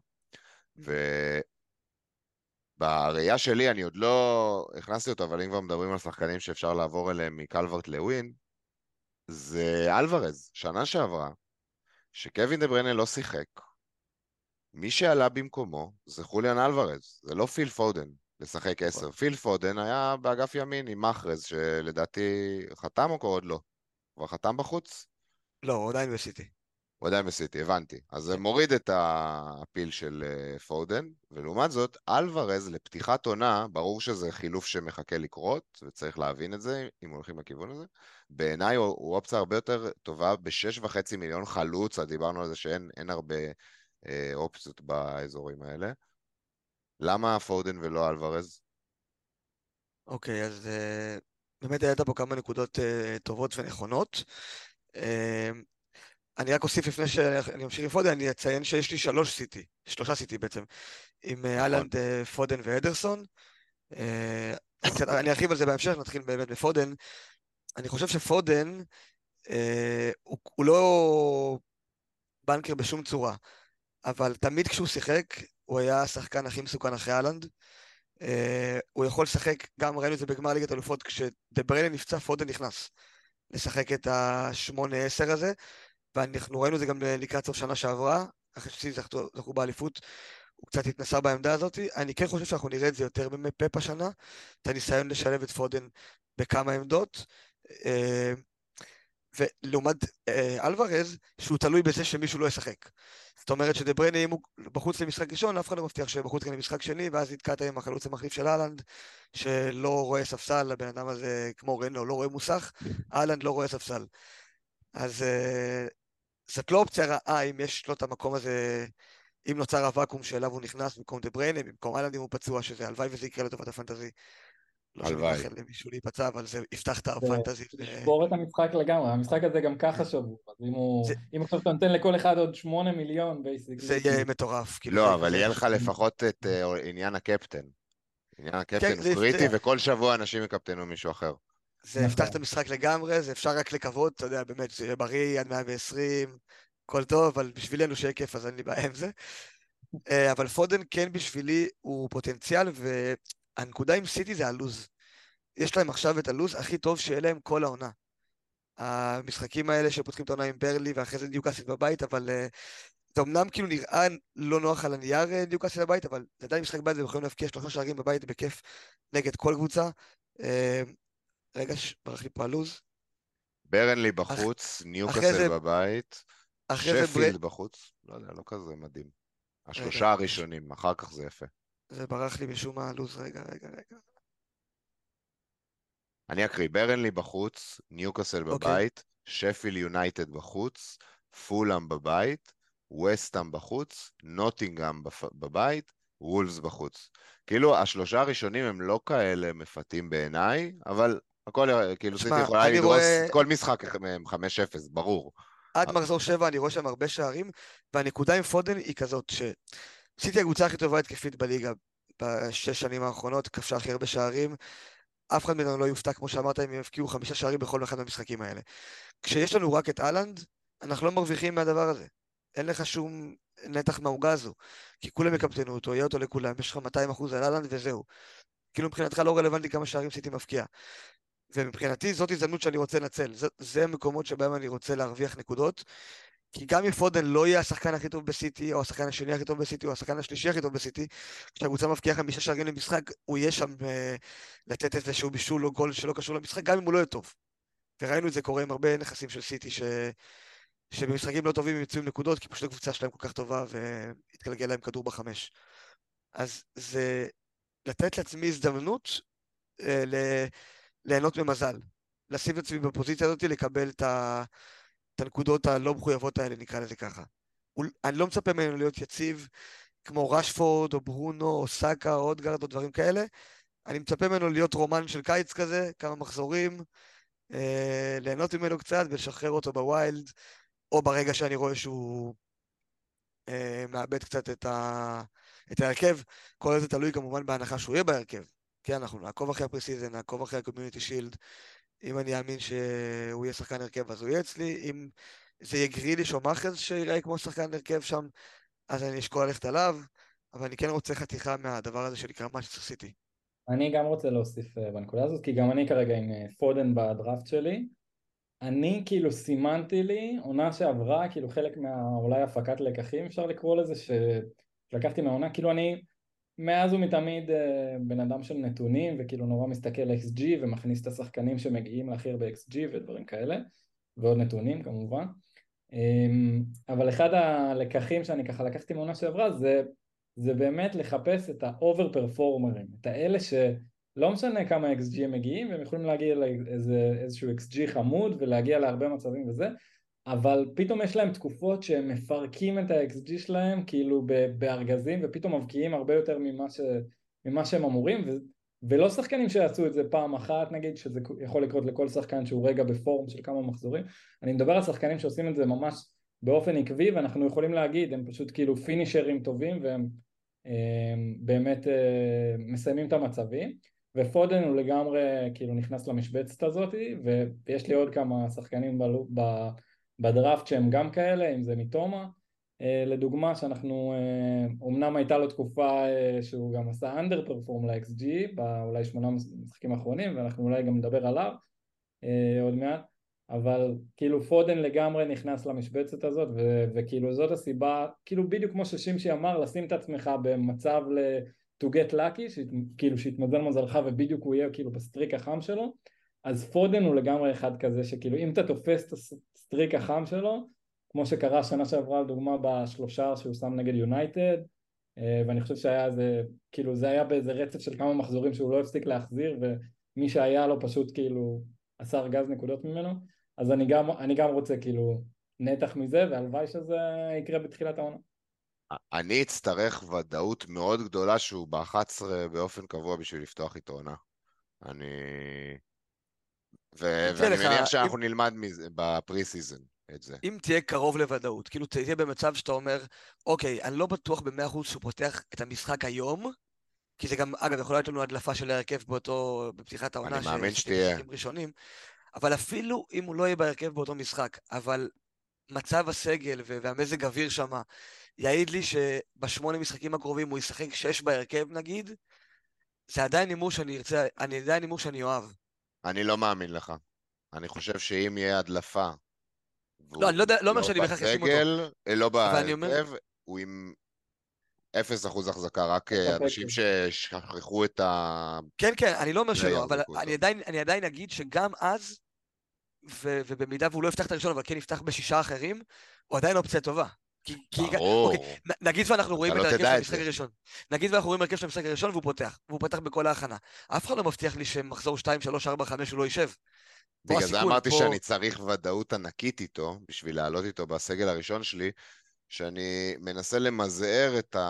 ובראייה שלי, אני עוד לא הכנסתי אותו, אבל אם כבר מדברים על שחקנים שאפשר לעבור אליהם מקלוורט לווין, זה אלוורז, שנה שעברה, שקווין דה בריינה לא שיחק, מי שעלה במקומו זה חוליאן אלוורז, זה לא פיל פודן לשחק 10. פיל פודן היה באגף ימין עם מחרז, שלדעתי חתם או עוד לא? כבר חתם בחוץ? לא, הוא עדיין בסיטי. הוא עדיין בסיטי, הבנתי. אז זה כן. מוריד את הפיל של פודן, ולעומת זאת, אלוורז לפתיחת עונה, ברור שזה חילוף שמחכה לקרות, וצריך להבין את זה, אם הולכים לכיוון הזה. בעיניי הוא אופציה הרבה יותר טובה, ב6.5 מיליון חלוץ, אז דיברנו על זה שאין הרבה אופציות באזורים האלה. למה פודן ולא אלוורז? אוקיי, אז באמת העלית פה כמה נקודות טובות ונכונות. אני רק אוסיף לפני שאני אמשיך עם פודן, אני אציין שיש לי שלושה סיטי בעצם, עם נכון. אהלנד, פודן ואדרסון. אני ארחיב על זה בהמשך, נתחיל באמת בפודן. אני חושב שפודן הוא לא בנקר בשום צורה, אבל תמיד כשהוא שיחק, הוא היה השחקן הכי מסוכן אחרי אהלנד. הוא יכול לשחק, גם ראינו את זה בגמר ליגת אלופות, כשדה בריינה נפצע, פודן נכנס לשחק את ה8-10 הזה, ואנחנו ראינו את זה גם לקראת סוף שנה שעברה, אחרי שסיטי זכו באליפות, הוא קצת התנסה בעמדה הזאת. אני כן חושב שאנחנו נראה את זה יותר בפאפ השנה, את הניסיון לשלב את פודן בכמה עמדות, ולעומת אלוורז, שהוא תלוי בזה שמישהו לא ישחק. זאת אומרת שדה בריינה, אם הוא בחוץ למשחק ראשון, אף אחד לא מבטיח שבחוץ גם למשחק שני, ואז נתקעת עם החלוץ המחליף של אהלנד, שלא רואה ספסל, הבן אדם הזה כמו רנו, לא רואה מוסך, אהלנד לא רואה ספסל. אז זאת לא אופציה רעה אם יש לו את המקום הזה, אם נוצר הוואקום שאליו הוא נכנס במקום דה בריינה, במקום אהלנד אם הוא פצוע, שזה הלוואי וזה יקרה לטובת הפנטזי. לא שאני הלוואי. מאחל למישהו להיפצע, אבל זה יפתח את זה הפנטזי. לשבור את המשחק לגמרי, המשחק הזה גם ככה שבור, אז אם עכשיו אתה נותן לכל אחד עוד 8 מיליון, זה בייסיקלי. יהיה מטורף. כאילו לא, זה אבל כזה... יהיה לך לפחות את עניין הקפטן. עניין כן, הקפטן הוא קריטי, וכל שבוע אנשים יקפטנו מישהו אחר. זה יפתח את המשחק לגמרי, זה אפשר רק לקוות, אתה יודע, באמת, זה יהיה בריא עד 120, הכל טוב, אבל בשבילנו שיהיה כיף, אז אין לי בעיה עם זה. אבל פודן כן בשבילי הוא פוטנציאל, והנקודה עם סיטי זה הלוז. יש להם עכשיו את הלוז הכי טוב שיהיה להם כל העונה. המשחקים האלה שפותחים את העונה עם ברלי, ואחרי זה ניוקאסל בבית, אבל זה אמנם כאילו נראה לא נוח על הנייר ניוקאסל בבית, אבל זה עדיין משחק בית, והם יכולים להבקיע 3 שערים בבית בכיף נגד כל קבוצה. רגע, ברח לי פה הלוז. ברנלי בחוץ, ניוקאסל אחרי בבית, זה שפילד בחוץ, לא יודע, לא כזה מדהים. רגע, השלושה הראשונים, אחר כך זה יפה. זה ברח לי משום מה הלוז, רגע. אני אקריא, ברנלי בחוץ, ניוקאסל אוקיי. בבית, שפיל יונייטד בחוץ, פולאם בבית, וסטאם בחוץ, נוטינגאם בבית, וולפס בחוץ. כאילו, השלושה הראשונים הם לא כאלה מפתים בעיניי, אבל הכל, כאילו, סיטי יכולה לדרוס כל משחק 5-0, ברור. עד מחזור 7 אני רואה שם הרבה שערים, והנקודה עם פודן היא כזאת, שסיטי הקבוצה הכי טובה התקפית בליגה ב6 שנים האחרונות, כבשה הכי הרבה שערים, אף אחד מאיתנו לא יופתע, כמו שאמרת, אם הם יבקיעו 5 שערים בכל אחד מהמשחקים האלה. כשיש לנו רק את אהלנד, אנחנו לא מרוויחים מהדבר הזה. אין לך שום נתח מהעוגה הזו, כי כולם יקפטנו אותו, יהיה אותו לכולם, יש לך 200% על אהלנד וזהו. כאילו מבחינתך לא רלוונטי כמה שערים סיטי מפקיע. ומבחינתי זאת הזדמנות שאני רוצה לנצל. זה המקומות שבהם אני רוצה להרוויח נקודות, כי גם אם פודן לא יהיה השחקן הכי טוב בסיטי, או השחקן השני הכי טוב בסיטי, או השחקן השלישי הכי טוב בסיטי, כשהקבוצה מבקיעה 5 שערים למשחק, הוא יהיה שם לתת איזשהו בישול או גול שלא קשור למשחק, גם אם הוא לא יהיה טוב. וראינו את זה קורה עם הרבה נכסים של סיטי, שבמשחקים לא טובים הם יוצאים נקודות, כי פשוט הקבוצה שלהם כל כך טובה, והתגלגל להם כדור ב5. אז זה לתת לעצמי הזדמנות ליהנות ממזל. לשים את עצמי בפוזיציה הזאת, לקבל את הנקודות הלא מחויבות האלה, נקרא לזה ככה. אני לא מצפה ממנו להיות יציב, כמו רשפורד, או ברונו, או סאקה, או אודגרד, או דברים כאלה. אני מצפה ממנו להיות רומן של קיץ כזה, כמה מחזורים, ליהנות ממנו קצת, ולשחרר אותו בוויילד, או ברגע שאני רואה שהוא מאבד קצת את ההרכב. כל זה תלוי כמובן בהנחה שהוא יהיה בהרכב. כן, אנחנו נעקוב אחרי הפרסיזן, נעקוב אחרי הקומיוניטי שילד. אם אני אאמין שהוא יהיה שחקן הרכב, אז הוא יהיה אצלי. אם זה יהיה גריליש או מאחז שיראה כמו שחקן הרכב שם, אז אני אשקול ללכת עליו, אבל אני כן רוצה חתיכה מהדבר הזה שנקרא מנצ'סטר סיטי. אני גם רוצה להוסיף בנקודה הזאת, כי גם אני כרגע עם פודן בדראפט שלי. אני כאילו סימנתי לי עונה שעברה, כאילו חלק אולי הפקת לקחים אפשר לקרוא לזה, שלקחתי מהעונה, כאילו אני מאז ומתמיד בן אדם של נתונים, וכאילו נורא מסתכל XG ומכניס את השחקנים שמגיעים להכי הרבה XG ודברים כאלה, ועוד נתונים כמובן. אבל אחד הלקחים שאני ככה לקחתי מהעונה שעברה, זה באמת לחפש את האובר פרפורמרים, את האלה שלא משנה כמה XG הם מגיעים, והם יכולים להגיע לאיזשהו XG חמוד ולהגיע להרבה מצבים וזה, אבל פתאום יש להם תקופות שהם מפרקים את ה-XG שלהם כאילו בארגזים, ופתאום מבקיעים הרבה יותר ממה שהם אמורים, ולא שחקנים שיעשו את זה פעם אחת נגיד, שזה יכול לקרות לכל שחקן שהוא רגע בפורם של כמה מחזורים. אני מדבר על שחקנים שעושים את זה ממש באופן עקבי, ואנחנו יכולים להגיד, הם פשוט כאילו פינישרים טובים, והם באמת מסיימים את המצבים, ופודן הוא לגמרי כאילו נכנס למשבצת הזאת, ויש לי עוד כמה שחקנים בדראפט שהם גם כאלה, אם זה מתומה, לדוגמה שאנחנו, אמנם הייתה לו תקופה שהוא גם עשה אנדר פרפורם ל-XG, באולי 8 משחקים האחרונים, ואנחנו אולי גם נדבר עליו עוד מעט, אבל כאילו פודן לגמרי נכנס למשבצת הזאת, וכאילו זאת הסיבה, כאילו בדיוק כמו ששימשי אמר, לשים את עצמך במצב to get lucky, כאילו שיתמזל מזלך ובדיוק הוא יהיה כאילו בסטריק החם שלו, אז פודן הוא לגמרי אחד כזה שכאילו אם אתה תופס את הסטריק החם שלו, כמו שקרה שנה שעברה לדוגמה בשלושה שהוא שם נגד יונייטד, ואני חושב שהיה איזה, כאילו זה היה באיזה רצף של כמה מחזורים שהוא לא הפסיק להחזיר, ומי שהיה לו פשוט כאילו עשה ארגז נקודות ממנו, אז אני גם רוצה כאילו נתח מזה, והלוואי שזה יקרה בתחילת העונה. אני אצטרך ודאות מאוד גדולה שהוא ב-11 באופן קבוע בשביל לפתוח איתו עונה. ואני מניח שאנחנו נלמד בפרי סיזן את זה. אם תהיה קרוב לוודאות, כאילו תהיה במצב שאתה אומר, אוקיי, אני לא בטוח ב100% שהוא פותח את המשחק היום, כי זה גם, אגב, יכול להיות לנו הדלפה של ההרכב בפתיחת העונה, אני מאמין שתהיה. ראשונים, אבל אפילו אם הוא לא יהיה בהרכב באותו משחק, אבל מצב הסגל והמזג אוויר שם, יעיד לי שבשמונה משחקים הקרובים הוא ישחק 6 בהרכב נגיד, זה עדיין נימור שאני ארצה, עדיין נימור שאני אוהב. אני לא מאמין לך. אני חושב שאם יהיה הדלפה, לא, אני לא אומר שאני בכך אשים אותו. לא בהרכב, הוא עם 0% החזקה, רק אנשים ששכחו את ה... כן, אני לא אומר שלא, אבל אני עדיין אגיד שגם אז, ובמידה והוא לא יפתח את הראשון, אבל כן יפתח ב6 אחרים, הוא עדיין אופציה טובה. ברור. נגיד ואנחנו רואים את ההרכב של המשחק הראשון. נגיד ואנחנו רואים הרכב של המשחק הראשון והוא פתח בכל ההכנה. אף אחד לא מבטיח לי שמחזור 2, 3, 4, 5 הוא לא יישב. בגלל זה אמרתי שאני צריך ודאות ענקית איתו, בשביל לעלות איתו בסגל הראשון שלי, שאני מנסה למזער את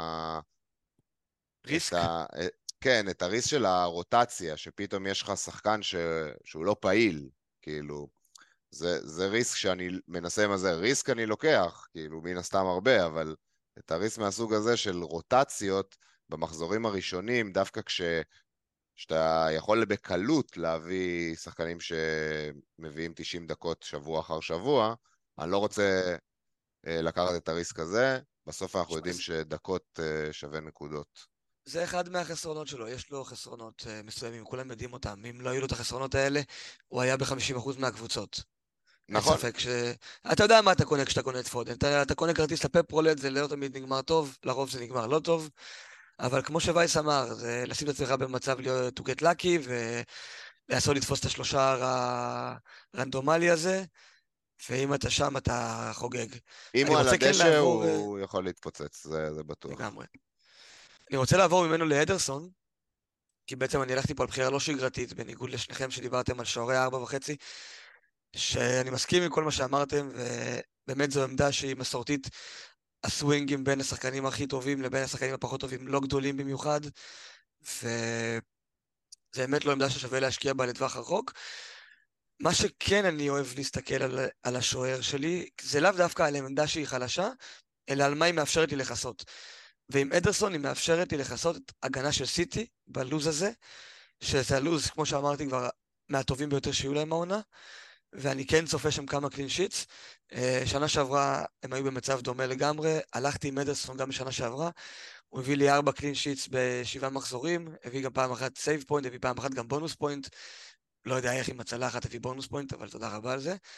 ריסק? כן, את הריסק של הרוטציה, שפתאום יש לך שחקן שהוא לא פעיל, כאילו, זה ריסק שאני מנסה למזער. ריסק אני לוקח, כאילו, מן הסתם הרבה, אבל את הריסק מהסוג הזה של רוטציות במחזורים הראשונים, דווקא שאתה יכול בקלות להביא שחקנים שמביאים 90 דקות שבוע אחר שבוע, אני לא רוצה לקחת את הריסק הזה, בסוף אנחנו יודעים שדקות שווה נקודות. זה אחד מהחסרונות שלו, יש לו חסרונות מסוימים, כולם יודעים אותם, אם לא היו לו את החסרונות האלה, הוא היה ב50% מהקבוצות. נכון. אין ספק אתה יודע מה אתה קונה כשאתה קונה את פודן, אתה קונה כרטיס לפפ רולט, זה לא תמיד נגמר טוב, לרוב זה נגמר לא טוב, אבל כמו שווייס אמר, זה לשים את עצמך במצב להיות to get lucky, ולעשות לתפוס את השלושה הרנדומלי הזה, ואם אתה שם אתה חוגג. אם הוא על הדשא הוא יכול להתפוצץ, זה בטוח. לגמרי. אני רוצה לעבור ממנו להדרסון, כי בעצם אני הלכתי פה על בחירה לא שגרתית, בניגוד לשניכם שדיברתם על שעורי 4.5, שאני מסכים עם כל מה שאמרתם, ובאמת זו עמדה שהיא מסורתית, הסווינגים בין השחקנים הכי טובים לבין השחקנים הפחות טובים לא גדולים במיוחד, וזה באמת לא עמדה ששווה להשקיע בה לטווח רחוק. מה שכן אני אוהב להסתכל על השוער שלי, זה לאו דווקא על עמדה שהיא חלשה, אלא על מה היא מאפשרת לי לחסות. ועם אדרסון היא מאפשרת לי לחסות את הגנה של סיטי בלוז הזה, שזה הלוז, כמו שאמרתי, כבר מהטובים ביותר שיהיו להם העונה, ואני כן צופה שם כמה קלין שיטס. שנה שעברה הם היו במצב דומה לגמרי, הלכתי עם אדרסון גם בשנה שעברה, הוא הביא לי 4 קלין שיטס ב7 מחזורים, הביא גם פעם אחת סייב פוינט, הביא פעם אחת גם בונוס פוינט, לא יודע איך עם הצלחת הביא בונוס פוינט, אבל תודה רבה על זה.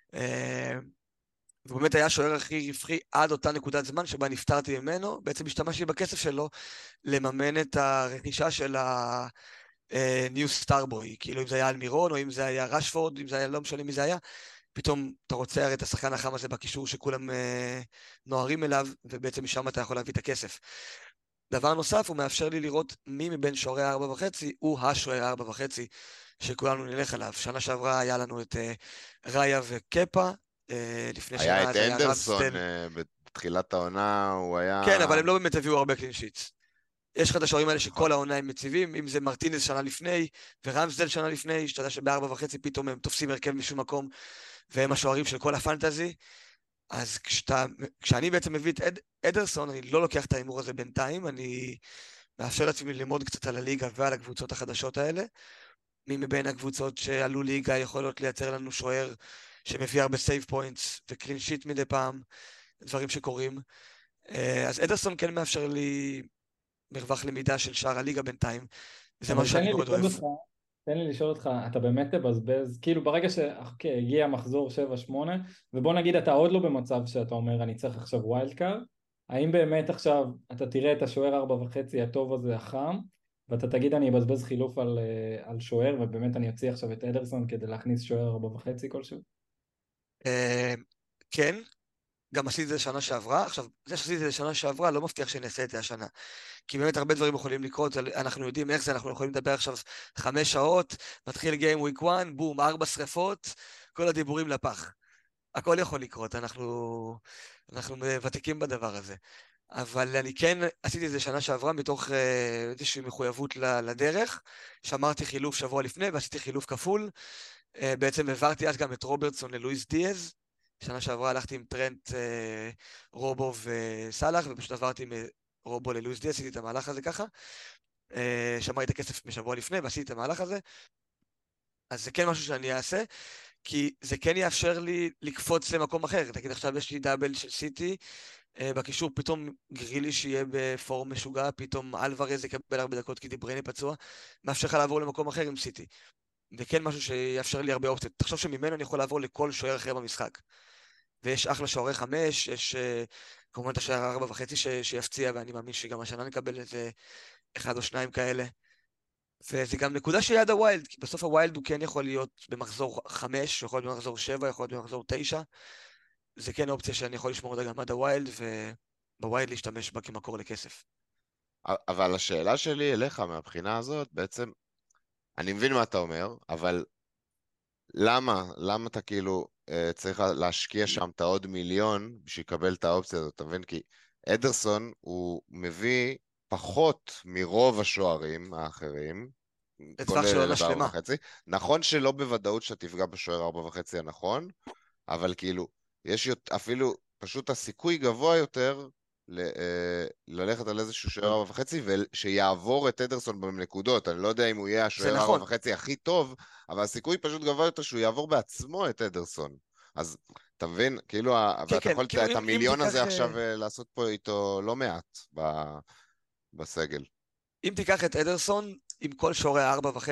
ובאמת היה השוער הכי רווחי עד אותה נקודת זמן שבה נפטרתי ממנו, בעצם השתמשתי בכסף שלו לממן את הרכישה של ניו סטארבוי, כאילו אם זה היה אלמירון, או אם זה היה רשפורד, אם זה היה לא משנה מי זה היה, פתאום אתה רוצה הרי את השחקן החם הזה בקישור שכולם נוערים אליו, ובעצם משם אתה יכול להביא את הכסף. דבר נוסף, הוא מאפשר לי לראות מי מבין שוערי 4.5 הוא השוער 4.5 שכולנו נלך עליו. שנה שעברה היה לנו את ראיה וקפה, לפני שנה היה את אנדרסון, בתחילת העונה הוא היה... כן, אבל הם לא באמת הביאו הרבה קלין שיטס. יש לך את השוערים האלה שכל העונה הם מציבים, אם זה מרטינס שנה לפני, ורמסדל שנה לפני, שאתה יודע שב4.5 פתאום הם תופסים הרכב משום מקום, והם השוערים של כל הפנטזי. אז כשאני בעצם מביא את אדרסון, אני לא לוקח את ההימור הזה בינתיים, אני מאפשר לעצמי ללמוד קצת על הליגה ועל הקבוצות החדשות האלה. מי מבין הקבוצות שעלו ליגה יכולות לייצר לנו שוער שמביא הרבה סייב פוינטס וקלין שיט מדי פעם, דברים שקורים. אז אדרסון כן מאפשר לי מרווח למידה של שער הליגה בינתיים, וזה מה אבל שאני מאוד אוהב. תן לי לשאול אותך, אתה באמת תבזבז, כאילו ברגע שהגיע מחזור 7-8, ובוא נגיד אתה עוד לא במצב שאתה אומר אני צריך עכשיו ווילד קארד, האם באמת עכשיו אתה תראה את השוער 4.5 הטוב הזה החם, ואתה תגיד אני אבזבז חילוף על שוער, ובאמת אני אוציא עכשיו את אדרסון כדי להכניס שוער 4.5 כלשהו? כן, גם עשיתי את זה שנה שעברה. עכשיו, זה שעשיתי את זה שנה שעברה לא מבטיח שאני אעשה את זה השנה. כי באמת הרבה דברים יכולים לקרות, אנחנו יודעים איך זה, אנחנו יכולים לדבר עכשיו 5 שעות, מתחיל גיים וויק 1, בום, 4 שריפות, כל הדיבורים לפח. הכל יכול לקרות, אנחנו ותיקים בדבר הזה. אבל אני כן עשיתי את זה שנה שעברה מתוך איזושהי מחויבות לדרך, שמרתי חילוף שבוע לפני ועשיתי חילוף כפול, בעצם העברתי אז גם את רוברטסון ללואיס דיאז, שנה שעברה הלכתי עם טרנט, רובו וסלאח, ופשוט עברתי מרובו ללואיס דיאז, עשיתי את המהלך הזה ככה, שמרתי את הכסף משבוע לפני ועשיתי את המהלך הזה, אז זה כן משהו שאני אעשה, כי זה כן יאפשר לי לקפוץ למקום אחר. תגיד, עכשיו יש לי דאבל של סיטי, בקישור פתאום גריליש יהיה בפורום משוגע, פתאום אלוורז יקבל 4 דקות כי דיבריינה פצוע, מאפשר לך לעבור למקום אחר עם סיטי. זה כן משהו שיאפשר לי הרבה אופציות. תחשוב שממנו אני יכול לעבור לכל שוער אחר במשחק. ויש אחלה שוערי 5, יש כמובן את השוער 4.5 שיפציע, ואני מאמין שגם השנה נקבל איזה 1 או 2 כאלה. וזה גם נקודה שיד הווילד, כי בסוף הווילד הוא כן יכול להיות במחזור 5, יכול להיות במחזור 7, יכול להיות במחזור 9. זה כן אופציה שאני יכול לשמור אותה גם עד הווילד, ובווילד להשתמש בה כמקור לכסף. אבל השאלה שלי אליך מהבחינה הזאת, בעצם, אני מבין מה אתה אומר, אבל למה אתה כאילו צריך להשקיע שם את העוד מיליון בשביל לקבל את האופציה הזאת, אתה מבין? כי אדרסון הוא מביא פחות מרוב השוערים האחרים, לטווח של עונה שלמה. ב-4.5. נכון שלא בוודאות שאתה תפגע בשוער 4.5 הנכון, אבל כאילו, יש אפילו פשוט הסיכוי גבוה יותר ללכת על איזשהו שוער 4.5 ושיעבור את אדרסון בנקודות. אני לא יודע אם הוא יהיה השוער 4.5 הכי טוב, אבל הסיכוי פשוט גבוה יותר שהוא יעבור בעצמו את אדרסון. אז אתה מבין? כאילו, ואתה יכול את המיליון הזה עכשיו לעשות פה איתו לא מעט בסגל. אם תיקח את אדרסון עם כל שוערי 4.5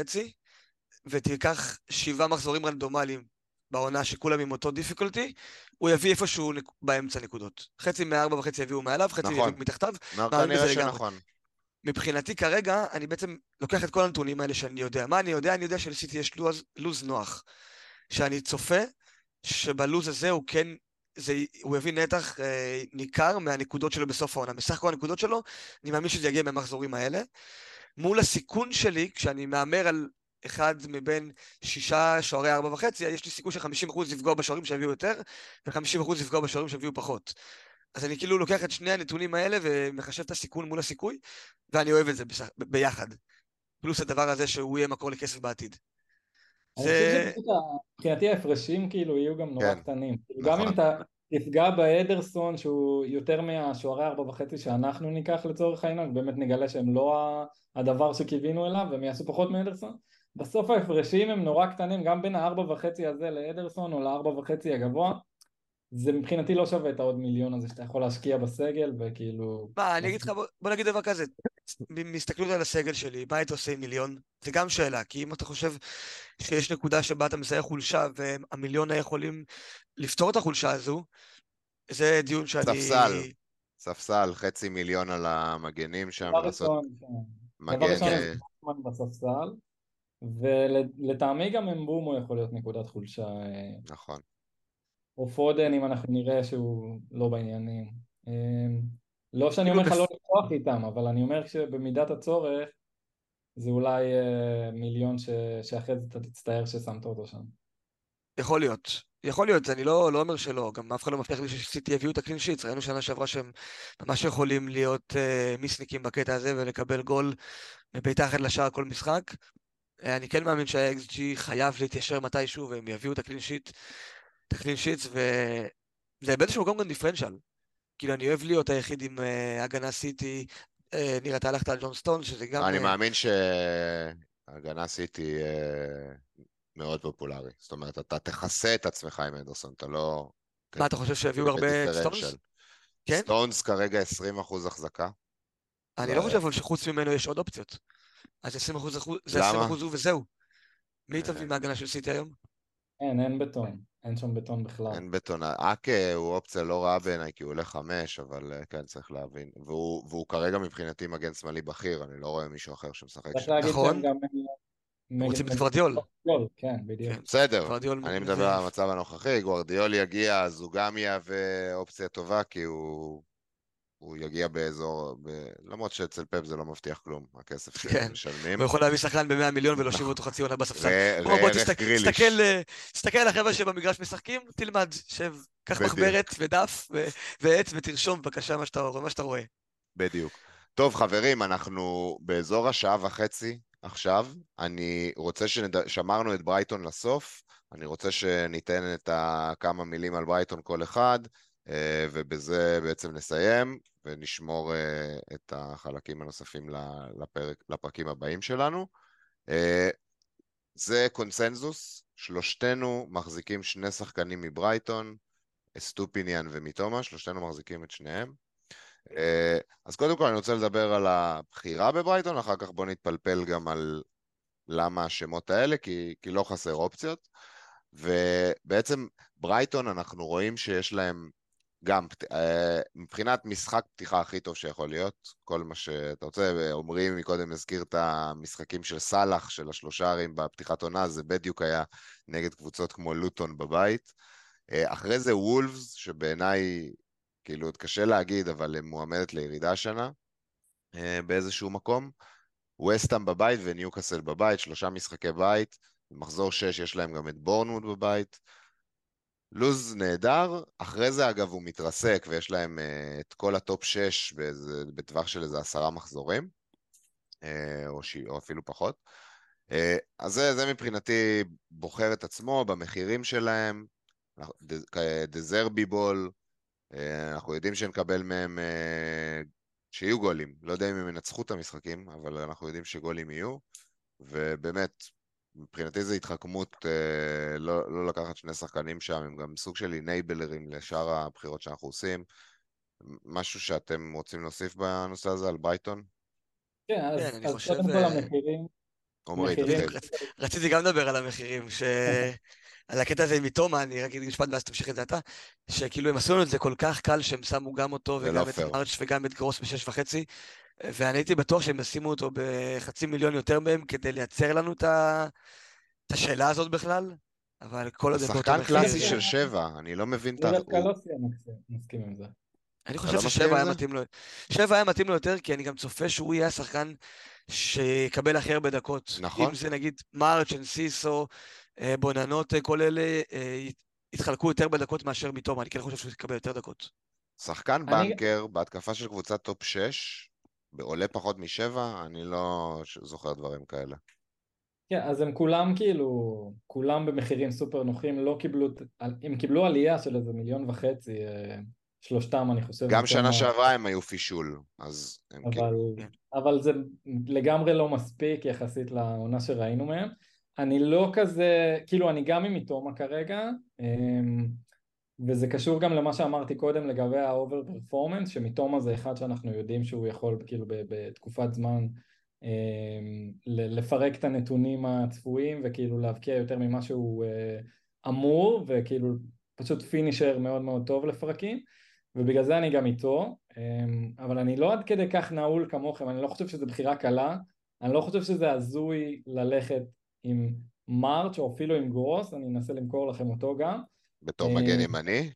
ותיקח 7 מחזורים רנדומליים בעונה שכולם עם אותו דיפיקולטי, הוא יביא איפשהו באמצע נקודות. חצי מ-4.5 יביאו מעליו, חצי יביאו מתחתיו. כנראה שנכון. מבחינתי כרגע, אני בעצם לוקח את כל הנתונים האלה שאני יודע. מה אני יודע? אני יודע שלסיטי יש לוז נוח. שאני צופה שבלוז הזה הוא כן, הוא יביא נתח ניכר מהנקודות שלו בסוף העונה. בסך הכל הנקודות שלו, אני מאמין שזה יגיע מהמחזורים האלה. מול הסיכון שלי, כשאני מאמר על אחד מבין 6 שוערי 4.5, יש לי סיכוי ש50% לפגוע בשוערים שהביאו יותר, ו50% לפגוע בשוערים שהביאו פחות. אז אני כאילו לוקח את שני הנתונים האלה ומחשב את הסיכון מול הסיכוי, ואני אוהב את זה ביחד. פלוס הדבר הזה שהוא יהיה מקור לכסף בעתיד. אני חושב שמבחינתי ההפרשים כאילו יהיו גם נורא קטנים. גם אם אתה תפגע באדרסון שהוא יותר מהשוערי 4.5 שאנחנו ניקח לצורך העניין, באמת נגלה שהם לא הדבר שקיווינו אליו, והם יעשו פחות מאדרסון. בסוף ההפרשים הם נורא קטנים, גם בין ה-4.5 הזה לאדרסון או ל-4.5 הגבוה, זה מבחינתי לא שווה את העוד מיליון הזה שאתה יכול להשקיע בסגל וכאילו... מה, אני אגיד לך, בוא נגיד דבר כזה, מסתכלות על הסגל שלי, מה היית עושה עם מיליון? זה גם שאלה, כי אם אתה חושב שיש נקודה שבה אתה מזהה חולשה, והמיליון יכולים לפתור את החולשה הזו, זה דיון שאני... ספסל, 500,000 על המגנים שם, לעשות מגן... דבר ראשון בספסל, ולטעמי גם אמבומו יכול להיות נקודת חולשה. נכון. או פודן אם אנחנו נראה שהוא לא בעניינים. לא שאני אומר לך לא לפתוח איתם, אבל אני אומר שבמידת הצורך זה אולי מיליון שאחרי זה אתה תצטער ששמת אותו שם. יכול להיות, אני לא אומר שלא, גם אף אחד לא מבטיח לי שסיטי יביאו את הקלין שיטס, ראינו שנה שעברה שהם ממש יכולים להיות מיסניקים בקטע הזה ולקבל גול מבעיטה אחת לשער כל משחק. אני כן מאמין שה-XG חייב להתיישר מתישהו והם יביאו את הקלין שיטס, זה באיזשהו מקום גם דיפרנציאל. כאילו, אני אוהב להיות היחיד עם הגנה סיטי, נראה, אתה הלכת על ג'ון סטון, שזה גם... אני מאמין שהגנה סיטי מאוד פופולרי. זאת אומרת, אתה תכסה את עצמך עם אנדרסון, אתה לא... מה, אתה חושב שהביאו הרבה את בדיפרנציאל. סטונס? כן? סטונס כרגע 20% החזקה. אני לא חושב אבל שחוץ ממנו יש עוד אופציות. אז 20% זה 20% למה? וזהו. מי תביא מהגנה של סיטי היום? אין בטון, אין שם בטון בכלל. אין בטון, אקה הוא אופציה לא רעה בעיניי, כי הוא עולה 5, אבל כן, צריך להבין. והוא כרגע מבחינתי מגן שמאלי בכיר, אני לא רואה מישהו אחר שמשחק צריך שם. להגיד שהם נכון. גם רוצים את גוורדיול. כן, בדיוק. כן. בסדר, גוורדיול אני מדבר מביא... על המצב הנוכחי, גוארדיול יגיע, אז הוא גם יהווה אופציה טובה, כי הוא יגיע באזור, למרות שאצל פפ זה לא מבטיח כלום, הכסף כן. שמשלמים. הוא יכול להביא שחקן ב100 מיליון ולהושיב אותו חצי עונה בספסל. בוא ערך גריליש. תסתכל על החבר'ה שבמגרש משחקים, תלמד, שב, קח בדיוק. מחברת ודף ועץ ותרשום בבקשה מה שאתה רואה. בדיוק. טוב חברים, אנחנו באזור השעה וחצי עכשיו, אני רוצה ששמרנו את ברייטון לסוף, אני רוצה שניתן את כמה מילים על ברייטון כל אחד, ובזה בעצם נסיים, ונשמור את החלקים הנוספים לפרקים הבאים שלנו. זה קונסנזוס, שלושתנו מחזיקים 2 שחקנים מברייטון, אסטופיניאן ומיטומה, שלושתנו מחזיקים את שניהם. אז קודם כל אני רוצה לדבר על הבחירה בברייטון, אחר כך בוא נתפלפל גם על למה השמות האלה, כי לא חסר אופציות. ובעצם ברייטון אנחנו רואים שיש להם גם מבחינת משחק פתיחה הכי טוב שיכול להיות, כל מה שאתה רוצה, אומרים מקודם הזכיר את המשחקים של סלאח, של 3 שערים בפתיחת עונה, זה בדיוק היה נגד קבוצות כמו לוטון בבית. אחרי זה וולפס, שבעיניי כאילו עוד קשה להגיד, אבל הם מועמדת לירידה השנה באיזשהו מקום. ווסטהאם בבית וניוקאסל בבית, 3 משחקי בית, במחזור 6 יש להם גם את בורנמוט בבית. לוז נהדר, אחרי זה אגב הוא מתרסק ויש להם את כל הטופ 6 בטווח של איזה 10 מחזורים, או אפילו פחות. אז זה מבחינתי בוחר את עצמו במחירים שלהם, דזרבי בול, אנחנו יודעים שנקבל מהם שיהיו גולים, לא יודע אם הם ינצחו את המשחקים, אבל אנחנו יודעים שגולים יהיו, ובאמת, מבחינתי זו התחכמות לא לקחת 2 שחקנים שם, הם גם סוג של אינייבלרים לשאר הבחירות שאנחנו עושים. משהו שאתם רוצים להוסיף בנושא הזה על ברייטון? כן, אני אז חושב... קודם כל המחירים. עומרי, תתחיל. רציתי גם לדבר על המחירים, על הקטע הזה עם תומה, אני רק אגיד משפט ואז תמשיך את זה אתה, שכאילו הם עשו לנו את זה כל כך קל שהם שמו גם אותו וגם את מרץ' וגם את גרוס ב6.5, ואני הייתי בטוח שהם ישימו אותו ב500,000 יותר מהם כדי לייצר לנו את השאלה הזאת בכלל, אבל כל עוד... שחקן קלאסי של 7, אני לא מבין את... אני דווקא לא מסכים עם זה. אני חושב ש7 היה מתאים לו. 7 היה מתאים לו יותר, כי אני גם צופה שהוא יהיה השחקן שיקבל הכי הרבה דקות. נכון. אם זה נגיד מרצ'ן, סיסו, בוננות, כל אלה יתחלקו יותר בדקות מאשר מתום. אני כן חושב שהוא יקבל יותר דקות. שחקן בנקר בהתקפה של קבוצת טופ 6, עולה פחות מ7, אני לא זוכר דברים כאלה. כן, אז הם כולם כאילו, כולם במחירים סופר נוחים, לא קיבלו, הם קיבלו עלייה של איזה 1.5 מיליון, שלושתם אני חושב. גם שנה שעברה הם היו פישול, אז הם כאילו... אבל זה לגמרי לא מספיק יחסית לעונה שראינו מהם. אני לא כזה, כאילו אני גם עם מיטומה כרגע, וזה קשור גם למה שאמרתי קודם לגבי האובר פרפורמנס, שמיטומה זה אחד שאנחנו יודעים שהוא יכול כאילו בתקופת זמן לפרק את הנתונים הצפויים וכאילו להבקיע יותר ממה שהוא אמור, וכאילו פשוט פינישר מאוד מאוד טוב לפרקים, ובגלל זה אני גם איתו, אבל אני לא עד כדי כך נעול כמוכם, אני לא חושב שזה בחירה קלה, אני לא חושב שזה הזוי ללכת עם מרץ' או אפילו עם גרוס, אני אנסה למכור לכם אותו גם. בתור מגן ימני?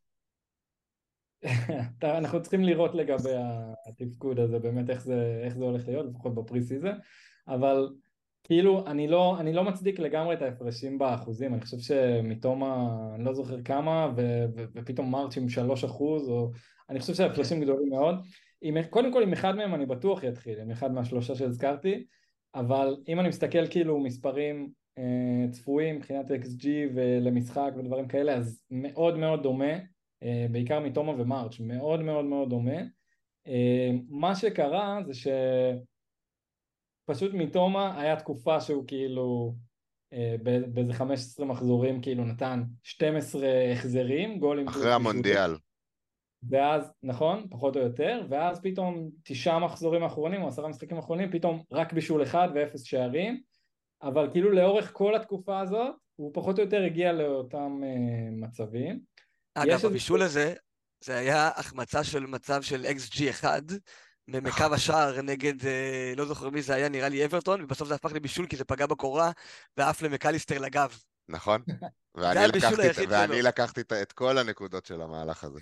אנחנו צריכים לראות לגבי התפקוד הזה, באמת איך זה הולך להיות, לפחות בפרי סיזן, אבל כאילו אני לא מצדיק לגמרי את ההפרשים באחוזים, אני חושב שמתומה, אני לא זוכר כמה, ופתאום מרץ' עם 3%, או אני חושב שההפרשים גדולים מאוד. קודם כל עם אחד מהם אני בטוח יתחיל, עם אחד מהשלושה שהזכרתי, אבל אם אני מסתכל כאילו מספרים צפויים מבחינת XG ולמשחק ודברים כאלה, אז מאוד מאוד דומה בעיקר מתומה ומרץ', מאוד מאוד מאוד דומה. מה שקרה זה שפשוט מתומה היה תקופה שהוא כאילו באיזה 15 מחזורים כאילו נתן 12 החזרים, גולים אחרי פלוס בישולים, המונדיאל. ואז, נכון, פחות או יותר, ואז פתאום 9 מחזורים האחרונים או 10 משחקים האחרונים, פתאום רק בישול אחד ואפס שערים, אבל כאילו לאורך כל התקופה הזאת, הוא פחות או יותר הגיע לאותם מצבים. אגב, יש איזה... הבישול הזה, זה היה החמצה של מצב של XG1 מקו השער נגד, לא זוכר מי זה היה, נראה לי אברטון, ובסוף זה הפך לבישול כי זה פגע בקורה ואף למקליסטר לגב. נכון? זה הבישול היחיד שלו. ואני לקחתי את כל הנקודות של המהלך הזה.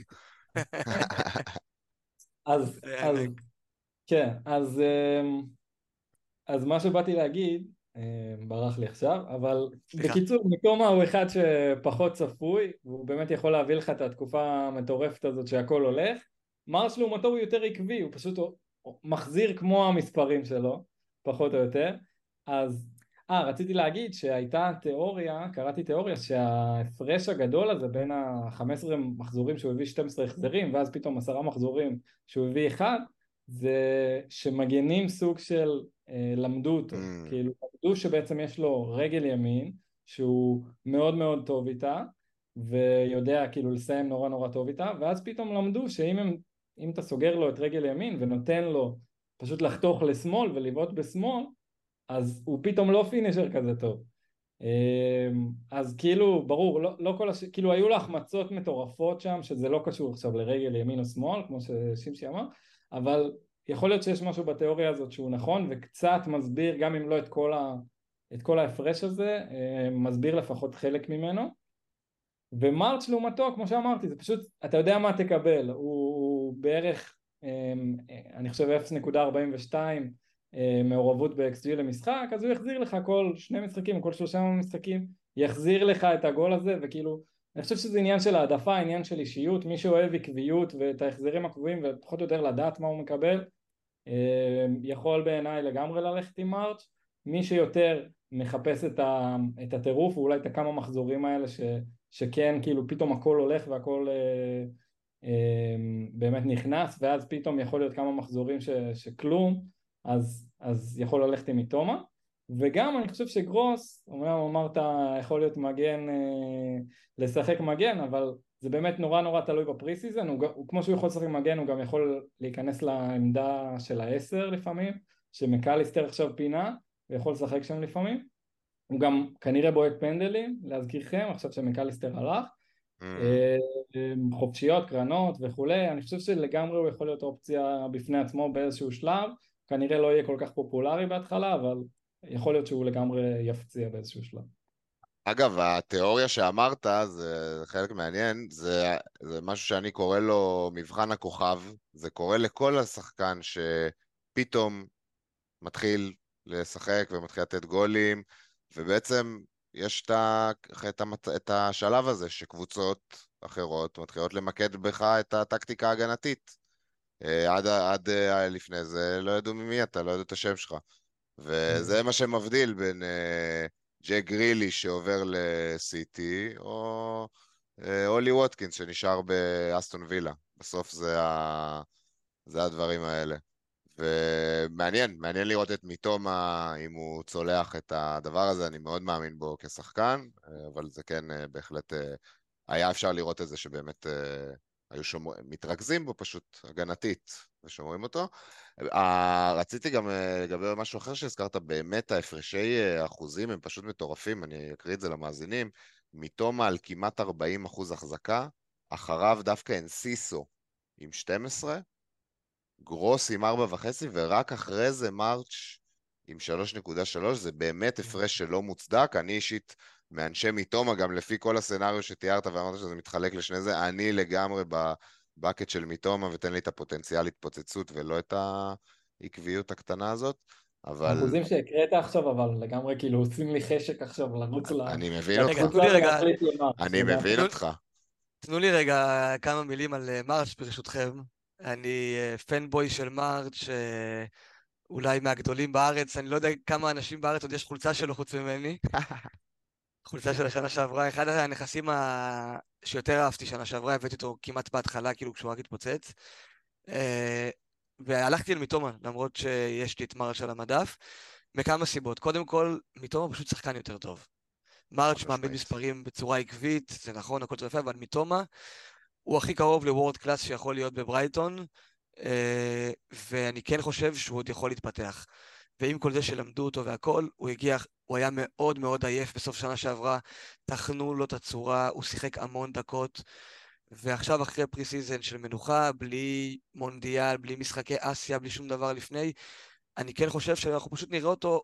אז, זה אז, ענק. כן, אז מה שבאתי להגיד, ברח לי עכשיו, אבל סליחה. בקיצור, מתומה הוא אחד שפחות צפוי, והוא באמת יכול להביא לך את התקופה המטורפת הזאת שהכל הולך. מרש לעומתו הוא יותר עקבי, הוא פשוט מחזיר כמו המספרים שלו, פחות או יותר. אז, רציתי להגיד שהייתה תיאוריה, קראתי תיאוריה שההפרש הגדול הזה בין ה-15 מחזורים שהוא הביא 12 החזרים, ואז פתאום 10 מחזורים שהוא הביא אחד, זה שמגנים סוג של למדו אותו, כאילו למדו שבעצם יש לו רגל ימין שהוא מאוד מאוד טוב איתה ויודע כאילו לסיים נורא נורא טוב איתה, ואז פתאום למדו שאם אתה סוגר לו את רגל ימין ונותן לו פשוט לחתוך לשמאל ולבעוט בשמאל, אז הוא פתאום לא פינישר כזה טוב. אז כאילו ברור, לא כל כאילו היו לו החמצות מטורפות שם שזה לא קשור עכשיו לרגל ימין או שמאל כמו ששימשי אמר, אבל יכול להיות שיש משהו בתיאוריה הזאת שהוא נכון וקצת מסביר, גם אם לא את כל ההפרש הזה, מסביר לפחות חלק ממנו. ומרץ' לעומתו, כמו שאמרתי, זה פשוט, אתה יודע מה תקבל, הוא בערך, אני חושב 0.42 מעורבות ב-XG למשחק, אז הוא יחזיר לך כל 2 משחקים, כל 3 משחקים, יחזיר לך את הגול הזה, וכאילו, אני חושב שזה עניין של העדפה, עניין של אישיות, מי שאוהב עקביות ואת ההחזרים הקבועים ופחות או יותר לדעת מה הוא מקבל, יכול בעיניי לגמרי ללכת עם מרץ'. מי שיותר מחפש את הטירוף ואולי את הכמה מחזורים האלה שכן כאילו פתאום הכל הולך והכל באמת נכנס, ואז פתאום יכול להיות כמה מחזורים שכלום, אז יכול ללכת עם מתומה. וגם אני חושב שגרוס, אומנם אמרת יכול להיות מגן, לשחק מגן, אבל זה באמת נורא נורא תלוי בפרי סיזן, הוא כמו שהוא יכול לשחק מגן, הוא גם יכול להיכנס לעמדה של ה10 לפעמים, שמקליסטר עכשיו פינה, ויכול לשחק שם לפעמים. הוא גם כנראה בועט פנדלים, להזכירכם, עכשיו שמקליסטר הלך, חופשיות, קרנות וכולי, אני חושב שלגמרי הוא יכול להיות אופציה בפני עצמו באיזשהו שלב, כנראה לא יהיה כל כך פופולרי בהתחלה, אבל יכול להיות שהוא לגמרי יפציע באיזשהו שלב. אגב, התיאוריה שאמרת, זה חלק מעניין, זה משהו שאני קורא לו מבחן הכוכב, זה קורה לכל השחקן שפתאום מתחיל לשחק ומתחיל לתת גולים, ובעצם יש את השלב הזה שקבוצות אחרות מתחילות למקד בך את הטקטיקה ההגנתית. עד לפני זה לא ידעו ממי אתה, לא ידעו את השם שלך. וזה מה שמבדיל בין ג'ק גרילי שעובר לסיטי, או אולי ווטקינס שנשאר באסטון וילה. בסוף זה הדברים האלה. ומעניין לראות את מתומה, אם הוא צולח את הדבר הזה, אני מאוד מאמין בו כשחקן, אבל זה כן בהחלט היה אפשר לראות את זה שבאמת היו מתרכזים בו פשוט הגנתית ושומרים אותו. רציתי גם לגבי משהו אחר שהזכרת, באמת ההפרשי אחוזים הם פשוט מטורפים, אני אקריא את זה למאזינים, מתומה על כמעט 40% החזקה, אחריו דווקא אנסיסו עם 12, גרוס עם 4.5, ורק אחרי זה מרץ' עם 3.3, זה באמת הפרש שלא מוצדק. אני אישית מאנשי מתומה, גם לפי כל הסצנריו שתיארת ואמרת שזה מתחלק לשני זה, אני לגמרי בבקט של מתומה, ותן לי את הפוטנציאל התפוצצות ולא את העקביות הקטנה הזאת, אבל... האחוזים שהקראת עכשיו, אבל לגמרי כאילו עושים לי חשק עכשיו לרוץ אני מבין אותך. רגע, תנו לי רגע. אני מבין אותך. תנו לי רגע כמה מילים על מרץ' ברשותכם. אני פנבוי של מרץ', אולי מהגדולים בארץ, אני לא יודע כמה אנשים בארץ עוד יש חולצה שלו חוץ ממני. חולצה של השנה שעברה, אחד הנכסים שיותר אהבתי שנה שעברה, הבאתי אותו כמעט בהתחלה, כאילו כשהוא רק התפוצץ. והלכתי על מיטומה, למרות שיש לי את מרץ' על המדף, מכמה סיבות. קודם כל, מיטומה פשוט שחקן יותר טוב. מרץ' מעמיד מספרים בצורה עקבית, זה נכון, הכל טוב יפה, אבל מיטומה הוא הכי קרוב לוורד קלאס שיכול להיות בברייטון, ואני כן חושב שהוא עוד יכול להתפתח. ועם כל זה שלמדו אותו והכל, הוא היה מאוד מאוד עייף בסוף שנה שעברה, תכנו לו את הצורה, הוא שיחק המון דקות, ועכשיו אחרי פרי סיזן של מנוחה, בלי מונדיאל, בלי משחקי אסיה, בלי שום דבר לפני, אני כן חושב שאנחנו פשוט נראה אותו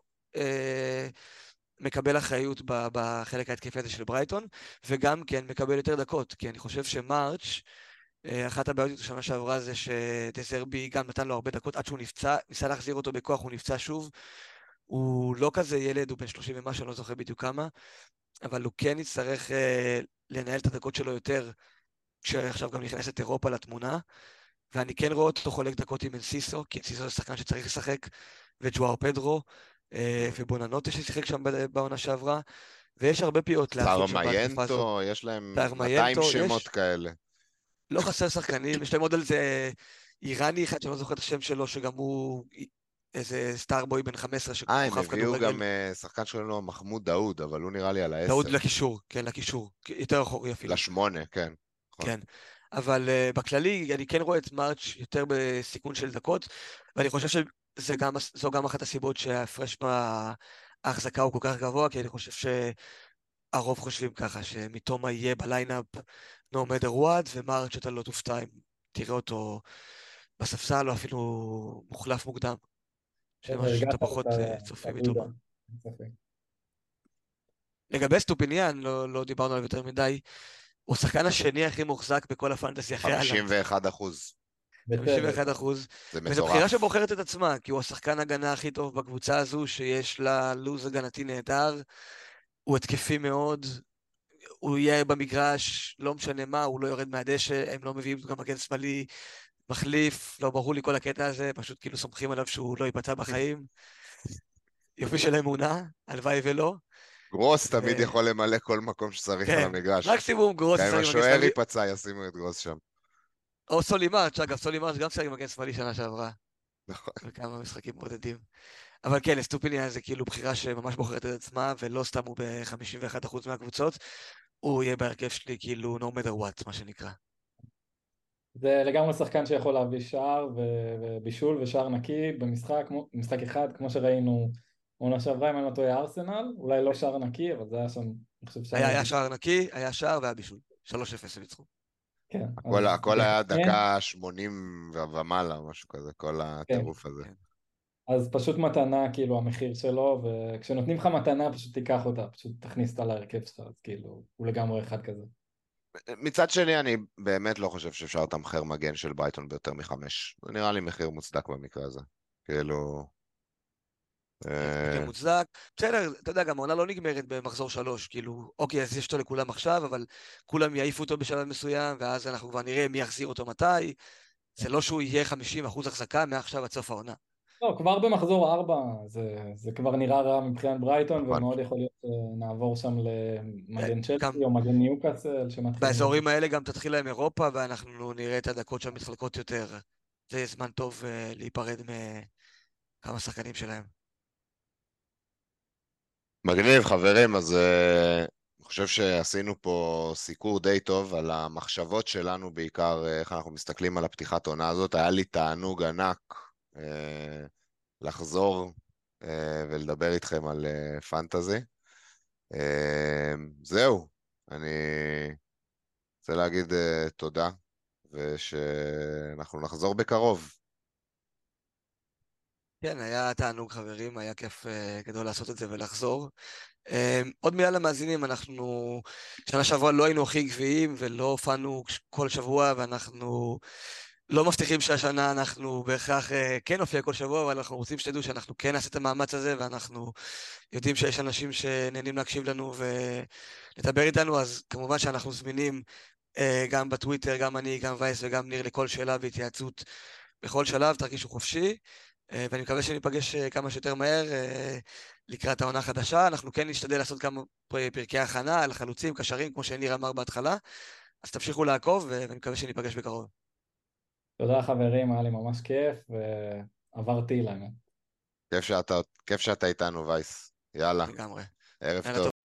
מקבל אחריות בחלק ההתקפי הזה של ברייטון, וגם כן מקבל יותר דקות, כי אני חושב שמרץ', אחת הבעיות איתו שנה שעברה זה שדזרבי גם נתן לו הרבה דקות עד שהוא נפצע, ניסה להחזיר אותו בכוח, הוא נפצע שוב. הוא לא כזה ילד, הוא בן 30 ומשהו, אני לא זוכר בדיוק כמה, אבל הוא כן יצטרך לנהל את הדקות שלו יותר, כשעכשיו גם נכנסת אירופה לתמונה, ואני כן רואה אותו חולק דקות עם אנסיסו, כי אנסיסו זה שחקן שצריך לשחק, וג'ואר פדרו, ובוננוטה ששיחק שם בעונה שעברה, ויש הרבה פיות לעשות שם בהתקפה הזאת. סרמיינטו, יש להם סרמיינטו, 200 שמות כאלה. לא חסר שחקנים, יש להם עוד על זה איראני אחד שאני לא זוכר את השם שלו, שגם הוא איזה סטארבוי בן 15 הם שכוכב הביאו כדורגל. גם שחקן שקוראים לו מחמוד דאוד, אבל הוא נראה לי על דאוד ה10. לקישור, כן, לקישור, יותר אחורי אפילו. ל8, כן. כן, אבל בכללי אני כן רואה את מרץ' יותר בסיכון של דקות, ואני חושב שזו גם אחת הסיבות שההפרש בהחזקה הוא כל כך גבוה, כי אני חושב שהרוב חושבים ככה, שמתומה יהיה בליינאפ no matter what, ומרץ' אתה לא תופתע אם תראה אותו בספסל או אפילו מוחלף מוקדם. שאתה פחות צופה מתומה. לגבי סטופיניאן, לא דיברנו עליו יותר מדי, הוא השחקן השני הכי מוחזק בכל הפנטסי אחרי אהלנד. 51%. 51%. זה וזו מטורף. בחירה שבוחרת את עצמה, כי הוא השחקן הגנה הכי טוב בקבוצה הזו, שיש לה לוז הגנתי נהדר, הוא התקפי מאוד, הוא יהיה במגרש, לא משנה מה, הוא לא יורד מהדשא, הם לא מביאים גם מגן שמאלי מחליף, לא ברור לי כל הקטע הזה, פשוט כאילו סומכים עליו שהוא לא ייפצע בחיים. יופי של אמונה, הלוואי ולא. גרוס תמיד יכול למלא כל מקום שצריך על המגרש. מקסימום גרוס גם אם השוער ייפצע, ישימו את גרוס שם. או סולימאץ', אגב, סולימאץ' גם שחק מגן שמאלי שנה שעברה. נכון. וכמה משחקים מודדים. אבל כן, סטופיניאן זה כאילו בחירה שממש בוחרת את עצמה, ולא סתם הוא ב-51% מהקבוצות, הוא יהיה בהרכב שלי כאילו no matter what, מה שנקרא. זה לגמרי שחקן שיכול להביא שער ובישול ושער נקי במשחק אחד, כמו שראינו עונה שעברה, אם אני לא טועה ארסנל, אולי לא שער נקי, אבל זה היה שם, אני חושב שער... היה שער נקי, היה שער והיה בישול. 3-0 הם ניצחו. כן. הכל היה דקה 80 ומעלה, משהו כזה, כל הטירוף הזה. אז פשוט מתנה, כאילו, המחיר שלו, וכשנותנים לך מתנה, פשוט תיקח אותה, פשוט תכניס אותה להרכב שלך, אז כאילו, הוא לגמרי אחד כזה. מצד שני, אני באמת לא חושב שאפשר לתמחר מגן של ברייטון ביותר מ5. זה נראה לי מחיר מוצדק במקרה הזה. כאילו... מחיר מוצדק. בסדר, אתה יודע, גם העונה לא נגמרת במחזור 3, כאילו, אוקיי, אז יש אותו לכולם עכשיו, אבל כולם יעיפו אותו בשלב מסוים, ואז אנחנו כבר נראה מי יחזיר אותו מתי. זה לא שהוא יהיה 50% החזקה מעכשיו עד סוף העונה. לא, כבר במחזור 4 זה כבר נראה רע מבחינת ברייטון, ומאוד יכול להיות נעבור שם למגן צ'לסי או מגן ניוקאסל שמתחיל... באזורים האלה גם תתחיל להם אירופה, ואנחנו נראה את הדקות שם מתחלקות יותר. זה זמן טוב להיפרד מכמה שחקנים שלהם. מגניב, חברים, אז אני חושב שעשינו פה סיקור די טוב על המחשבות שלנו, בעיקר איך אנחנו מסתכלים על הפתיחת עונה הזאת. היה לי תענוג ענק לחזור ולדבר איתכם על פנטזי. זהו, אני רוצה להגיד תודה, ושאנחנו נחזור בקרוב. כן, היה תענוג חברים, היה כיף גדול לעשות את זה ולחזור. עוד מילה למאזינים, אנחנו שנה שעברה לא היינו הכי גביעים ולא הופענו כל שבוע, ואנחנו לא מבטיחים שהשנה אנחנו בהכרח כן נופיע כל שבוע, אבל אנחנו רוצים שתדעו שאנחנו כן נעשה את המאמץ הזה, ואנחנו יודעים שיש אנשים שנהנים להקשיב לנו ולדבר איתנו, אז כמובן שאנחנו זמינים גם בטוויטר, גם אני, גם וייס וגם ניר לכל שאלה והתייעצות בכל שלב, תרגישו חופשי. ואני מקווה שניפגש כמה שיותר מהר לקראת העונה החדשה. אנחנו כן נשתדל לעשות כמה פרקי הכנה על החלוצים, קשרים, כמו שניר אמר בהתחלה. אז תמשיכו לעקוב, ואני מקווה שניפגש בקרוב. תודה חברים, היה לי ממש כיף, ועברתי להם. כיף שאתה איתנו, וייס. יאללה, לגמרי. ערב יאללה, טוב.